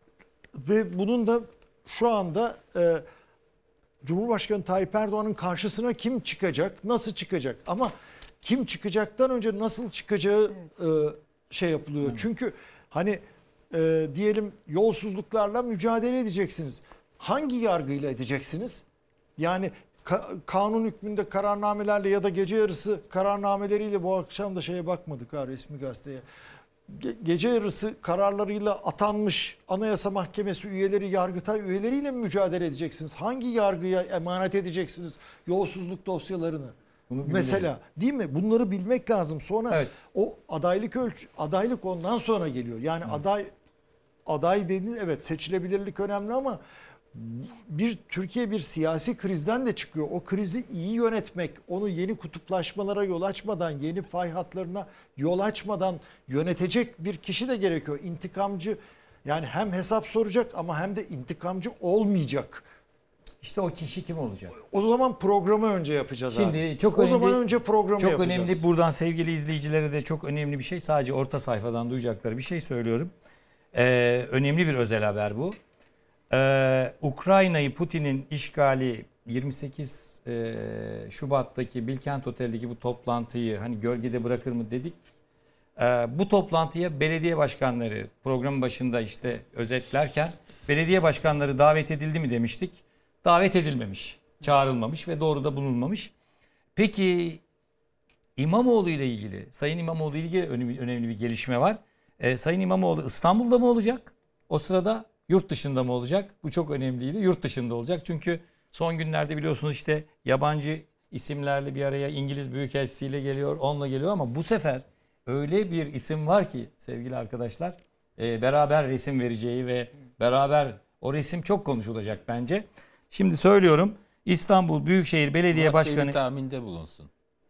ve bunun da şu anda e, Cumhurbaşkanı Tayyip Erdoğan'ın karşısına kim çıkacak, nasıl çıkacak? Ama kim çıkacaktan önce nasıl çıkacağı e, şey yapılıyor. Evet. Çünkü hani e, diyelim yolsuzluklarla mücadele edeceksiniz. Hangi yargıyla edeceksiniz? Yani ka- kanun hükmünde kararnamelerle ya da gece yarısı kararnameleriyle, bu akşam da şeye bakmadık ha, resmi gazeteye. Ge- gece yarısı kararlarıyla atanmış Anayasa Mahkemesi üyeleri, Yargıtay üyeleriyle mi mücadele edeceksiniz? Hangi yargıya emanet edeceksiniz yolsuzluk dosyalarını? Mesela değil mi? Bunları bilmek lazım. Sonra evet. O adaylık ölç adaylık ondan sonra geliyor. Yani evet. aday aday dediğin evet seçilebilirlik önemli ama bir Türkiye bir siyasi krizden de çıkıyor. O krizi iyi yönetmek, onu yeni kutuplaşmalara yol açmadan, yeni fay hatlarına yol açmadan yönetecek bir kişi de gerekiyor. İntikamcı, yani hem hesap soracak ama hem de intikamcı olmayacak. İşte o kişi kim olacak? O zaman programı önce yapacağız. Şimdi abi. çok o önemli, zaman önce programı çok yapacağız. önemli. Buradan sevgili izleyicilere de çok önemli bir şey. Sadece orta sayfadan duyacakları bir şey söylüyorum. Ee, önemli bir özel haber bu. Ee, Ukrayna'yı Putin'in işgali yirmi sekiz e, Şubat'taki Bilkent Otel'deki bu toplantıyı hani gölgede bırakır mı dedik. Ee, bu toplantıya belediye başkanları programın başında işte özetlerken belediye başkanları davet edildi mi demiştik. Davet edilmemiş, çağrılmamış ve doğru da bulunmamış. Peki İmamoğlu ile ilgili, Sayın İmamoğlu ile ilgili önemli, önemli bir gelişme var. Ee, Sayın İmamoğlu İstanbul'da mı olacak? O sırada yurt dışında mı olacak? Bu çok önemliydi. Yurt dışında olacak. Çünkü son günlerde biliyorsunuz işte yabancı isimlerle bir araya İngiliz Büyükelçisiyle geliyor, onunla geliyor ama bu sefer öyle bir isim var ki sevgili arkadaşlar, e, beraber resim vereceği ve beraber o resim çok konuşulacak bence. Şimdi söylüyorum, İstanbul Büyükşehir Belediye Murat Başkanı bir tahminde bulunsun.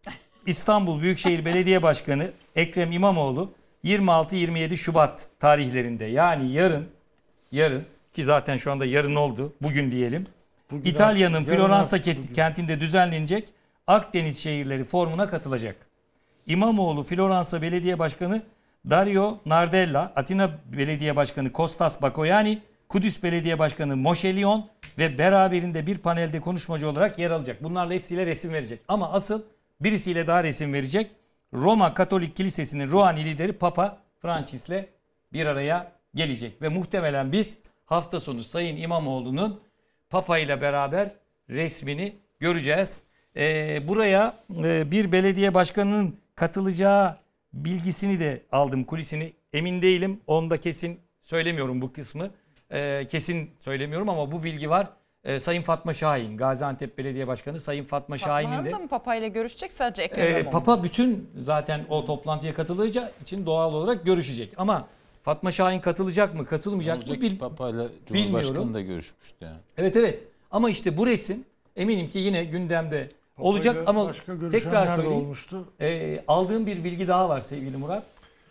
İstanbul Büyükşehir Belediye Başkanı Ekrem İmamoğlu yirmi altı yirmi yedi Şubat tarihlerinde, yani yarın yarın ki zaten şu anda yarın oldu, bugün diyelim. Bugün İtalya'nın Floransa kentinde düzenlenecek Akdeniz Şehirleri Forumu'na katılacak. İmamoğlu Floransa Belediye Başkanı Dario Nardella, Atina Belediye Başkanı Kostas Bakoyani, Kudüs Belediye Başkanı Moshe Leon ve beraberinde bir panelde konuşmacı olarak yer alacak. Bunlarla hepsiyle resim verecek. Ama asıl birisiyle daha resim verecek. Roma Katolik Kilisesi'nin ruhani lideri Papa Francis'le bir araya gelecek. Ve muhtemelen biz hafta sonu Sayın İmamoğlu'nun Papa ile beraber resmini göreceğiz. Ee, buraya e, bir belediye başkanının katılacağı bilgisini de aldım, kulisini. Emin değilim. Onu da kesin söylemiyorum bu kısmı. Ee, kesin söylemiyorum ama bu bilgi var. Ee, Sayın Fatma Şahin, Gaziantep Belediye Başkanı Sayın Fatma, Fatma Şahin'in de. Fatma mı Papa ile görüşecek, sadece Ekrem İmamoğlu? E, Papa bütün zaten o toplantıya katılacağı için doğal olarak görüşecek. Ama Fatma Şahin katılacak mı, katılmayacak mı? Bil, Papa ile Cumhurbaşkanı da görüşmüştü yani. Evet evet. Ama işte bu resim eminim ki yine gündemde Papa olacak ama tekrar söyleyeyim. Olmuştu? E, aldığım bir bilgi daha var sevgili Murat.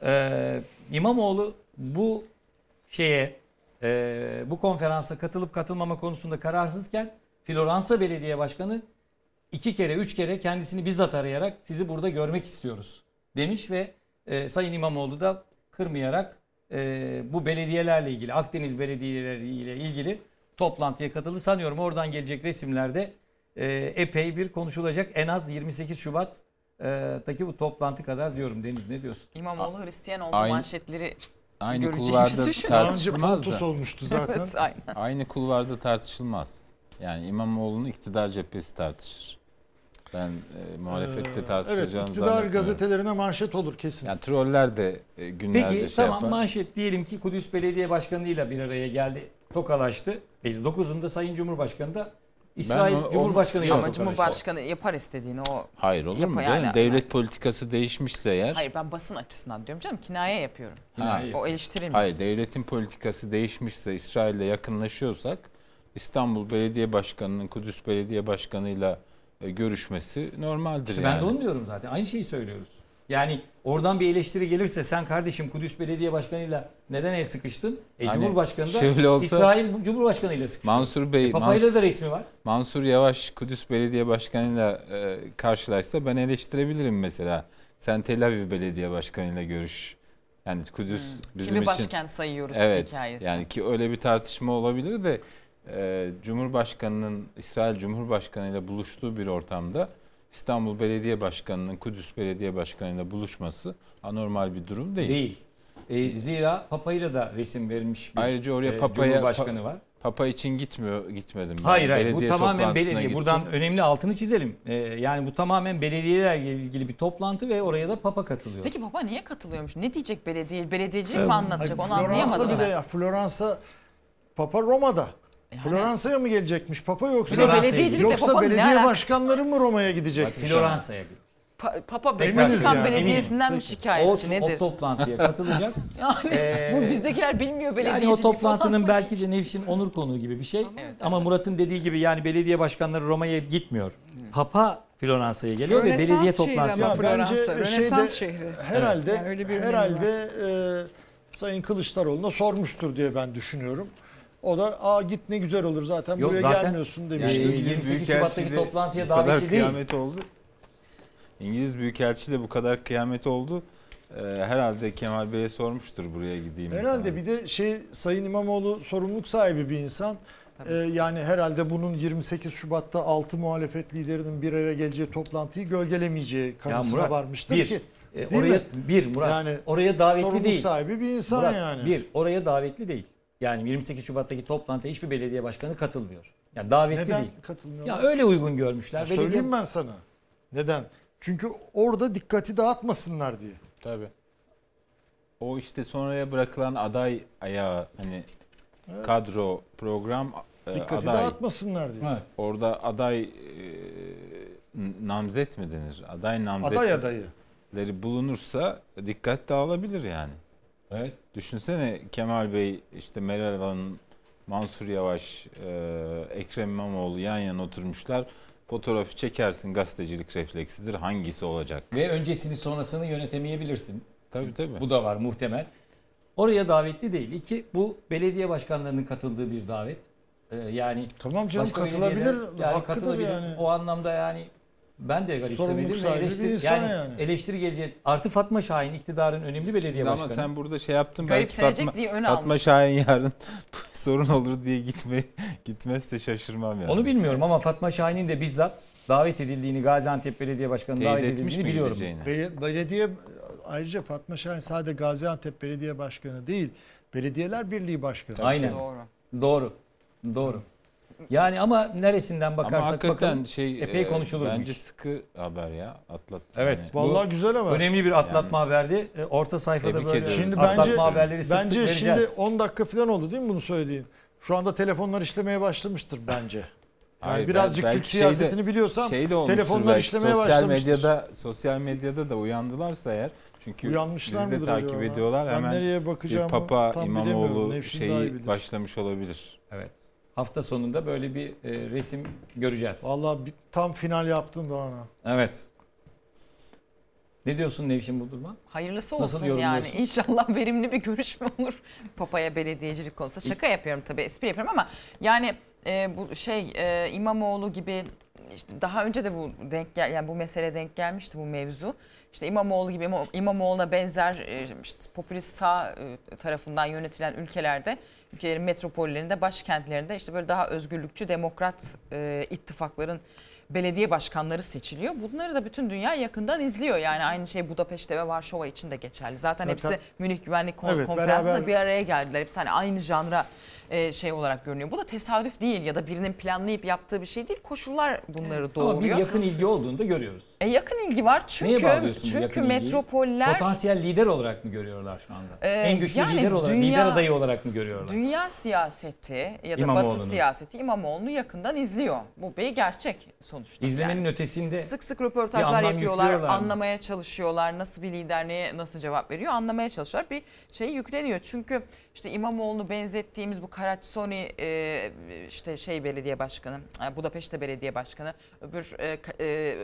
E, İmamoğlu bu şeye e, bu konferansa katılıp katılmama konusunda kararsızken Floransa Belediye Başkanı iki kere üç kere kendisini bizzat arayarak sizi burada görmek istiyoruz demiş ve e, Sayın İmamoğlu da kırmayarak e, bu belediyelerle ilgili, Akdeniz belediyeleriyle ilgili toplantıya katıldı. Sanıyorum oradan gelecek resimlerde e, epey bir konuşulacak. En az yirmi sekiz Şubat'taki bu toplantı kadar diyorum. Deniz ne diyorsun? İmamoğlu Hristiyan oldu Aynı, manşetleri aynı kulvarda tartışılmaz da. olmuştu zaten. Evet, aynen. Aynı kulvarda tartışılmaz. Yani İmamoğlu'nun iktidar cephesi tartışır. Ben e, muhalefette Ee, tartışacağını Evet, iktidar zannetmiyorum. gazetelerine manşet olur kesin. Yani troller de e, günlerce Peki şey tamam yapar. manşet diyelim ki Kudüs Belediye Başkanı ile bir araya geldi. Tokalaştı. elli dokuzunda Sayın Cumhurbaşkanı da İsrail o- Cumhurbaşkanı ile Ama tokalaştı. Cumhurbaşkanı yapar istediğini o. Hayır olur mu Yapa- canım? yani- Devlet politikası değişmişse eğer. Hayır ben basın açısından diyorum canım, kinaye yapıyorum. Kinaye. O eleştirilmiyor. Hayır, devletin politikası değişmişse, İsrail'le yakınlaşıyorsak İstanbul Belediye Başkanı'nın Kudüs Belediye Başkanı'yla e, görüşmesi normaldir İşte yani. ben de onu diyorum zaten. Aynı şeyi söylüyoruz. Yani oradan bir eleştiri gelirse sen kardeşim Kudüs Belediye Başkanı'yla neden el sıkıştın? E Hani Cumhurbaşkanı da şöyle olsa- İsrail Cumhurbaşkanı ile sıkıştı. Mansur Bey, E, Papa'yla Mans- da resmi var. Mansur Yavaş Kudüs Belediye Başkanı'yla e, karşılaşsa ben eleştirebilirim mesela. Sen Tel Aviv Belediye Başkanı'yla görüş. Yani Kudüs bizim Kimi için... başkent sayıyoruz Evet, hikayesi. yani ki öyle bir tartışma olabilir de e, Cumhurbaşkanı'nın İsrail Cumhurbaşkanı'yla buluştuğu bir ortamda İstanbul Belediye Başkanı'nın Kudüs Belediye Başkanı'yla buluşması anormal bir durum değil. Değil. E, zira Papa'yla da resim verilmiş bir Ayrıca oraya e, Papa'ya- Cumhurbaşkanı var. Papa için gitmiyor, gitmedim ben. Hayır hayır bu Belediye tamamen toplantısına belediye. gittim. Buradan önemli altını çizelim. E, yani bu tamamen belediyelerle ilgili bir toplantı ve oraya da Papa katılıyor. Peki baba niye katılıyormuş? Ne diyecek belediye? Belediyecilik mi Hayır, anlatacak? Onu Floransa anlayamadım bile ben. ya. Floransa Papa Roma'da. Yani- Floransa'ya mı gelecekmiş Papa Bir de yoksa Floransa'ya belediyecilikle yoksa Papa'nın ne belediye alakası? başkanları mı Roma'ya gidecekmiş? Floransa'ya gidiyor. Pa- Papa Eminiz Vatikan yani, Belediyesi'nden mi O, eminim. şikayetçi o nedir? toplantıya katılacak. Yani Ee, bu bizdekiler bilmiyor belediyeciliği Yani o toplantının falan. belki de Nevşin onur konuğu gibi bir şey. Ama Murat'ın dediği gibi yani belediye başkanları Roma'ya gitmiyor. Papa Floransa'ya geliyor ve Rönesans belediye şehri toplantısı. ama Ya Floransa, bence Rönesans şeyde- şehri. Herhalde Yani öyle bir önemi herhalde e, Sayın Kılıçdaroğlu'na sormuştur diye ben düşünüyorum. O da aa git ne güzel olur zaten Yok, buraya zaten- gelmiyorsun Yani demiştir. yirmi sekiz Şubat'taki toplantıya bu kadar davetli değil. kıyamet oldu. İngiliz Büyükelçi de bu kadar kıyamet oldu. Ee, herhalde Kemal Bey'e sormuştur buraya gideyim. Herhalde falan. bir de şey Sayın İmamoğlu sorumluluk sahibi bir insan. Ee, yani herhalde bunun yirmi sekiz Şubat'ta altı muhalefet liderinin bir araya geleceği toplantıyı gölgelemeyeceği kanısına Murat, varmıştır bir, ki. E, Değil oraya mi? bir Murat Yani oraya davetli sorumluluk değil. sahibi bir insan Murat, yani. bir oraya davetli değil. Yani yirmi sekiz Şubat'taki toplantıya hiçbir belediye başkanı katılmıyor. Yani davetli Neden değil. katılmıyorlar? Ya öyle uygun görmüşler. Ya Belediye- söyleyeyim ben sana. Neden? Çünkü orada dikkati dağıtmasınlar diye. Tabii. O işte sonraya bırakılan aday ayağı hani Evet. kadro program e, Dikkati aday. dağıtmasınlar diye. Evet. Orada aday e, namzet mi denir? Aday namzetleri Aday adayı. bulunursa dikkat dağılabilir yani. Evet. Düşünsene Kemal Bey, işte Meral Hanım, Mansur Yavaş, e, Ekrem İmamoğlu yan yana oturmuşlar. Fotoğrafı çekersin, gazetecilik refleksidir. Hangisi olacak? Ve öncesini sonrasını yönetemeyebilirsin. Tabii tabii. Bu da var muhtemel. Oraya davetli değil. İki, bu belediye başkanlarının katıldığı bir davet. Ee, yani Tamam canım başka katılabilir. belediyeler- yani Hakkıdır katılabilir. yani. O anlamda yani ben de garipsemedim Sorumluluk ve sahibi bir eleştiri, insan yani, yani. eleştiri gelecek. Artı Fatma Şahin iktidarın önemli belediye Ama başkanı. sen burada şey yaptın, belki Garipsenecek Fatma, diye öne Fatma almış. Şahin yarın sorun olur diye gitme gitmezse şaşırmam yani. Onu bilmiyorum ama Fatma Şahin'in de bizzat davet edildiğini, Gaziantep Belediye Başkanı'nın Teyit davet etmiş edildiğini mi biliyorum. gideceğini? Be- Belediye ayrıca Fatma Şahin sadece Gaziantep Belediye Başkanı değil. Belediyeler Birliği Başkanı. Aynen. Doğru. Doğru. Doğru. Yani ama neresinden bakarsak Ama hakikaten bakalım şey epey e, konuşulur bu bence iş. sıkı haber ya. Atlat. Evet. Yani. Vallahi Bu güzel ama. önemli bir atlatma haberdi. E, Orta sayfada Tebrik böyle ediyoruz. Şimdi atlatma bence haberleri sık sık bence şimdi vereceğiz. on dakika falan oldu değil mi bunu söylediğin? Şu anda telefonlar işlemeye başlamıştır bence. Yani Hayır, birazcık belki Türk şeyde- siyasetini biliyorsan Şey de olmuştur telefonlar belki, işlemeye sosyal başlamıştır. medyada sosyal medyada da uyandılarsa eğer, çünkü Uyanmışlar bizi de mıdır takip acaba? ediyorlar, Ben hemen nereye bir bakacağımı Papa tam bilemiyorum. İmamoğlu Nevşin daha iyi şeyi bilir. başlamış olabilir. Evet. Hafta sonunda böyle bir e, resim göreceğiz. Vallahi bir, tam final yaptın Doğan'a. Evet. Ne diyorsun Nevşin bu duruma? Hayırlısı Nasıl olsun yani. yorumluyorsun? İnşallah verimli bir görüşme olur. Papa'ya belediyecilik konusunda. Şaka yapıyorum tabii, espri yapıyorum ama yani e, bu şey e, İmamoğlu gibi işte daha önce de bu denk gel yani bu mesele denk gelmişti, bu mevzu. İşte İmamoğlu gibi İmam- İmamoğlu'na benzer e, işte popülist sağ e, tarafından yönetilen ülkelerde, ülkelerin metropollerinde, başkentlerinde işte böyle daha özgürlükçü, demokrat e, ittifakların belediye başkanları seçiliyor. Bunları da bütün dünya yakından izliyor. Yani aynı şey Budapeşte ve Varşova için de geçerli. Zaten, Zaten- hepsi Münih Güvenlik Kon- Evet, Konferansı'nda beraber- bir araya geldiler. Hepsi hani aynı janra e, şey olarak görünüyor. Bu da tesadüf değil ya da birinin planlayıp yaptığı bir şey değil. Koşullar bunları Ama bir doğuruyor. yakın ilgi olduğunu da görüyoruz. E, yakın ilgi var Neye çünkü bağlıyorsun bu çünkü yakın ilgiyi? metropoller Potansiyel lider olarak mı görüyorlar şu anda? Ee, en güçlü yani lider olarak, dünya- lider adayı olarak mı görüyorlar? dünya siyaseti ya da İmamoğlu'nu. Batı siyaseti İmamoğlu'nu yakından izliyor. Bu bir gerçek sonuçta. İzlemenin yani. ötesinde Sık sık bir röportajlar anlam yapıyorlar, yüklüyorlar mı? anlamaya çalışıyorlar. Nasıl bir lider neye nasıl cevap veriyor anlamaya çalışıyorlar. Bir şey yükleniyor. Çünkü işte İmamoğlu'nu benzettiğimiz bu Karaçsoni e, işte şey belediye başkanı, Budapeşte belediye başkanı, öbür e, e,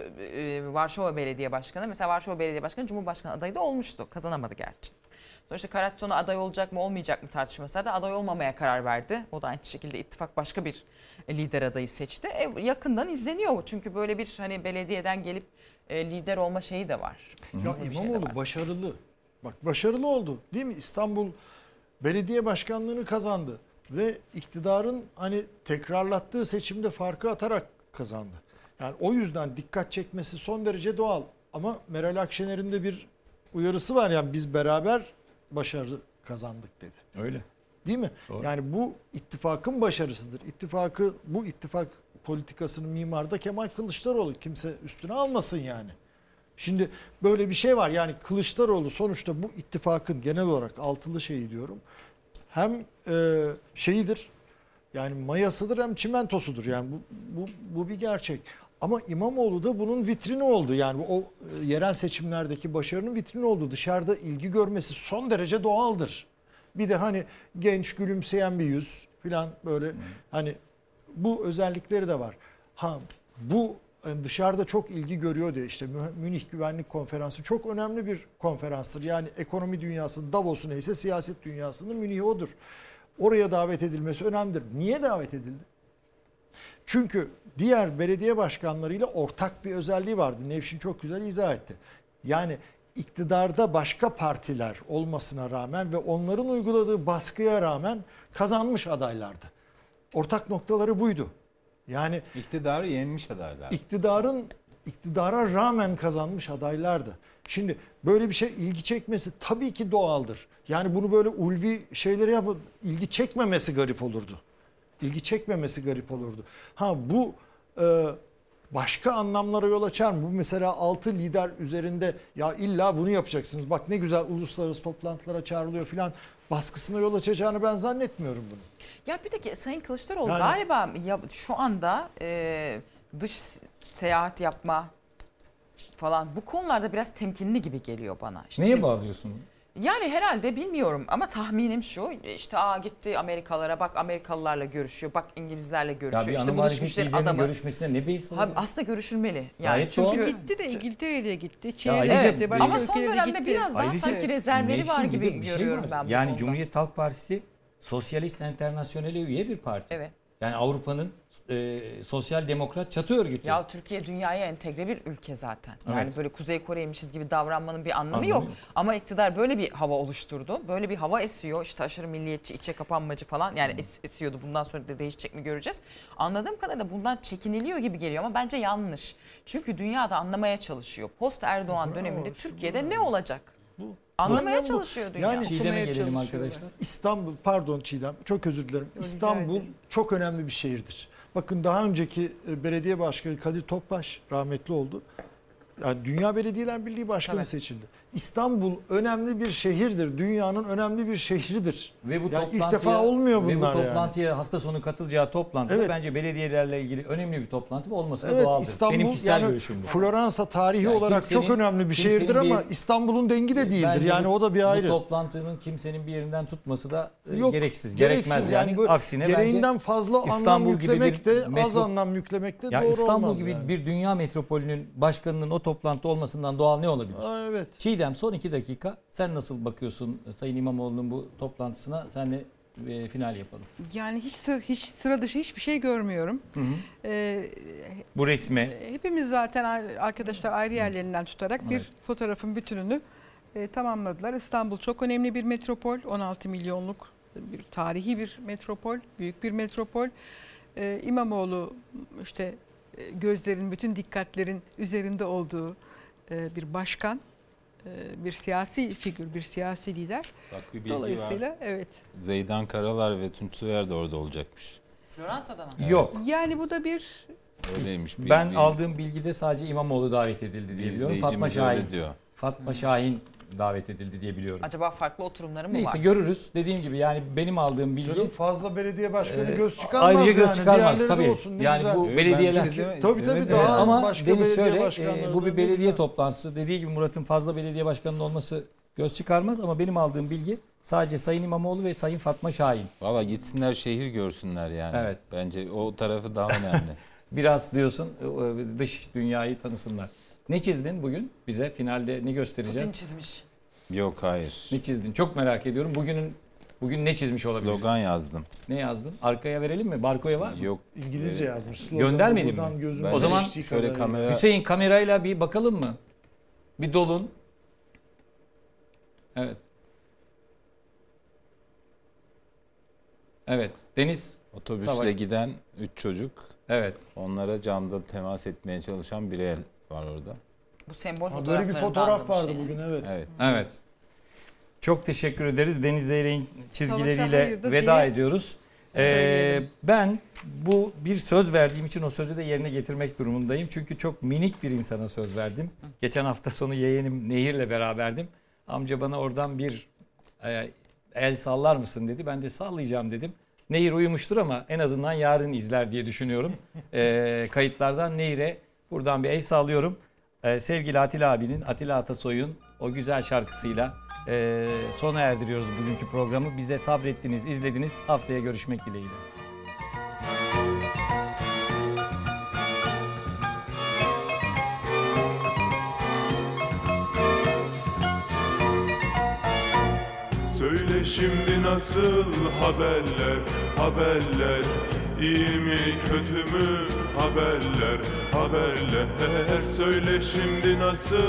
e, Varşova belediye başkanı. Mesela Varşova belediye başkanı Cumhurbaşkanı adayı da olmuştu. Kazanamadı gerçi. Sonuçta Karaçsoni aday olacak mı olmayacak mı tartışması da aday olmamaya karar verdi. O da aynı şekilde ittifak başka bir lider adayı seçti. E, yakından izleniyor çünkü böyle bir hani belediyeden gelip e, lider olma şeyi de var. Ya Bir şey de İmamoğlu var. başarılı. Bak başarılı oldu değil mi? İstanbul Belediye Başkanlığı'nı kazandı ve iktidarın hani tekrarlattığı seçimde farkı atarak kazandı. Yani o yüzden dikkat çekmesi son derece doğal. Ama Meral Akşener'in de bir uyarısı var, yani biz beraber başarı kazandık dedi. öyle. Değil mi? Doğru. Yani bu ittifakın başarısıdır. İttifakı, bu ittifak politikasının mimarı da Kemal Kılıçdaroğlu. Kimse üstüne almasın yani. Şimdi böyle bir şey var. Yani Kılıçdaroğlu sonuçta bu ittifakın genel olarak altılı şeyi diyorum. Hem e, şeyidir, yani mayasıdır, hem çimentosudur. Yani bu, bu, bu bir gerçek. Ama İmamoğlu da bunun vitrini oldu. Yani o e, yerel seçimlerdeki başarının vitrini oldu. Dışarıda ilgi görmesi son derece doğaldır. Bir de hani genç, gülümseyen bir yüz falan böyle, hmm. hani bu özellikleri de var. Ha bu yani dışarıda çok ilgi görüyor diye işte Münih Güvenlik Konferansı çok önemli bir konferanstır. Yani ekonomi dünyasının Davos'u neyse siyaset dünyasının Münih'i odur. Oraya davet edilmesi önemlidir. Niye davet edildi? Çünkü diğer belediye başkanlarıyla ortak bir özelliği vardı. Nevşin çok güzel izah etti. Yani iktidarda başka partiler olmasına rağmen ve onların uyguladığı baskıya rağmen kazanmış adaylardı. Ortak noktaları buydu. Yani İktidarı yenmiş adaylar. iktidarın iktidara rağmen kazanmış adaylardı. Şimdi böyle bir şey ilgi çekmesi tabii ki doğaldır. Yani bunu böyle ulvi şeylere yapıp ilgi çekmemesi garip olurdu. İlgi çekmemesi garip olurdu. Ha bu e, başka anlamlara yol açar mı? Bu mesela altı lider üzerinde ya illa bunu yapacaksınız. Bak ne güzel uluslararası toplantılara çağrılıyor filan baskısına yol açacağını ben zannetmiyorum bunu. Ya bir de Sayın Kılıçdaroğlu Yani- galiba ya şu anda e, dış seyahat yapma falan bu konularda biraz temkinli gibi geliyor bana. İşte Neye bağlıyorsun? Yani herhalde bilmiyorum ama tahminim şu işte aa gitti Amerikalara bak Amerikalılarla görüşüyor bak İngilizlerle Ya görüşüyor bir işte ana bu dış muhalefet güçlerin liderinin adamı. görüşmesine ne beis Ha, oluyor? aslında görüşülmeli. Yani Gayet doğal. çünkü Gitti de İngiltere'ye de gitti, ayrıca- Çin'e de gitti, başka ama son ülkelere de dönemde gitti. biraz daha Ayrıca sanki rezervleri var Nevşin, bir gibi de bir şey görüyorum var. ben bu Yani konuda. Cumhuriyet Halk Partisi Sosyalist Enternasyonel'e üye bir parti. Evet. Yani Avrupa'nın e, sosyal demokrat çatı örgütü. Ya Türkiye dünyaya entegre bir ülke zaten. Yani Evet. böyle Kuzey Kore'ymişiz gibi davranmanın bir anlamı, Anlamı yok. yok. Ama iktidar böyle bir hava oluşturdu. Böyle bir hava esiyor. İşte aşırı milliyetçi, içe kapanmacı falan. Yani es- esiyordu. Bundan sonra da değişecek mi göreceğiz. Anladığım kadarıyla bundan çekiniliyor gibi geliyor ama bence yanlış. Çünkü dünyada anlamaya çalışıyor. Post Erdoğan Bravo, döneminde şu Türkiye'de bravo. ne olacak? Bu Anlamaya bu- çalışıyor dünya. Yani Çiğdem'e Okumaya gelelim çalışıyorlar. arkadaşlar. İstanbul, pardon Çiğdem, çok özür dilerim. İstanbul ederim. çok önemli bir şehirdir. Bakın daha önceki e, belediye başkanı Kadir Topbaş rahmetli oldu. Yani Dünya Belediyeler Birliği Başkanı Evet. seçildi. İstanbul önemli bir şehirdir. Dünyanın önemli bir şehridir. Ve bu Yani ilk toplantıya, defa olmuyor ve bu bunlar yani. toplantıya hafta sonu katılacağı toplantıda Evet. bence belediyelerle ilgili önemli bir toplantı ve olması da Evet, doğaldır. İstanbul Benim kişisel yani görüşüm bu. Floransa tarihi Yani olarak çok kimsenin- önemli bir kimsenin şehirdir ama bir- İstanbul'un dengi de değildir. Bence yani bu- o da bir ayrı. Bu toplantının kimsenin bir yerinden tutması da e, Yok, gereksiz, gereksiz gerekmez yani. bu Aksine gereğinden bence fazla anlam İstanbul gibi yüklemek bir de az metro- anlam yüklemek de ya doğru İstanbul olmaz gibi yani. bir dünya metropolünün başkanının o toplantıda olmasından doğal ne olabilir? Aa, evet. Çiğdem son iki dakika sen nasıl bakıyorsun Sayın İmamoğlu'nun bu toplantısına? Senle e, final yapalım. Yani hiç sı- hiç sıra dışı hiçbir şey görmüyorum. Hı hı. Ee, Bu resme hepimiz zaten ar- arkadaşlar ayrı yerlerinden tutarak bir Evet. fotoğrafın bütününü e, tamamladılar. İstanbul çok önemli bir metropol. on altı milyonluk bir tarihi bir metropol, büyük bir metropol. Ee, İmamoğlu işte e, gözlerin, bütün dikkatlerin üzerinde olduğu e, bir başkan. bir siyasi figür, bir siyasi lider. Bak bir bilgi Dolayısıyla var. evet. Zeydan Karalar ve Tunç Soyer de orada olacakmış. Floransa'da mı? Yok. Yani bu da bir Öyleymiş. Bir- Ben bir aldığım bilgide sadece İmamoğlu davet edildi diye biliyorum. Fatma izleyicimiz öyle Şahin. diyor. Fatma Şahin davet edildi diye biliyorum. Acaba farklı oturumları mı Neyse var? görürüz. Dediğim gibi yani benim aldığım bilgi Canım fazla belediye başkanı e, göz çıkarmaz ayrıca göz yani. çıkarmaz Diğerleri de tabii. olsun, ne Yani güzel. bu Evet, belediyeler ben bir şey deme- Tabii, tabii, evet, daha- Evet, evet. ama başka Deniz belediye şöyle, başkanları e, bu da bir ne belediye güzel. toplantısı. Dediği gibi Murat'ın fazla belediye başkanının olması göz çıkarmaz ama benim aldığım bilgi sadece Sayın İmamoğlu ve Sayın Fatma Şahin. Valla gitsinler şehir görsünler yani. Evet. Bence o tarafı daha önemli. Biraz diyorsun e, dış dünyayı tanısınlar. Ne çizdin bugün bize? Finalde ne göstereceğiz? Putin çizmiş. Yok hayır. Ne çizdin? Çok merak ediyorum. Bugünün bugün ne çizmiş olabilirsin? Slogan yazdım. Ne yazdın? Arkaya verelim mi? Barkoya var mı? Yok. İngilizce yazmış. sloganı Göndermedin buradan mi? gözüme Ben O zaman geçtiği şöyle kadarıyla. kamera Hüseyin kamerayla bir bakalım mı? Bir dolun. Evet. Evet. Deniz. otobüsle Savaş. giden üç çocuk. Evet. Onlara camda temas etmeye çalışan bir el var orada. Bu sembol Ha, böyle bir fotoğraflarından fotoğraf alınmış vardı yani. bugün, evet. Evet. Evet. Çok teşekkür ederiz. Deniz Zeyrek'in çizgileriyle Savaşa hayırdır veda diye ediyoruz. Ee, söyleyelim. ben bu bir söz verdiğim için o sözü de yerine getirmek durumundayım. Çünkü çok minik bir insana söz verdim. Geçen hafta sonu yeğenim Nehir'le beraberdim. Amca bana oradan bir e, el sallar mısın dedi. Ben de sallayacağım dedim. Nehir uyumuştur ama en azından yarın izler diye düşünüyorum. Ee, kayıtlardan Nehir'e buradan bir el sallıyorum. Ee, sevgili Atilla abinin, Atilla Atasoy'un o güzel şarkısıyla e, sona erdiriyoruz bugünkü programı. Bize sabrettiniz, izlediniz. Haftaya görüşmek dileğiyle. Söyle şimdi nasıl haberler, haberler, iyi mi kötü mü haberler, haberler. Söyle şimdi nasıl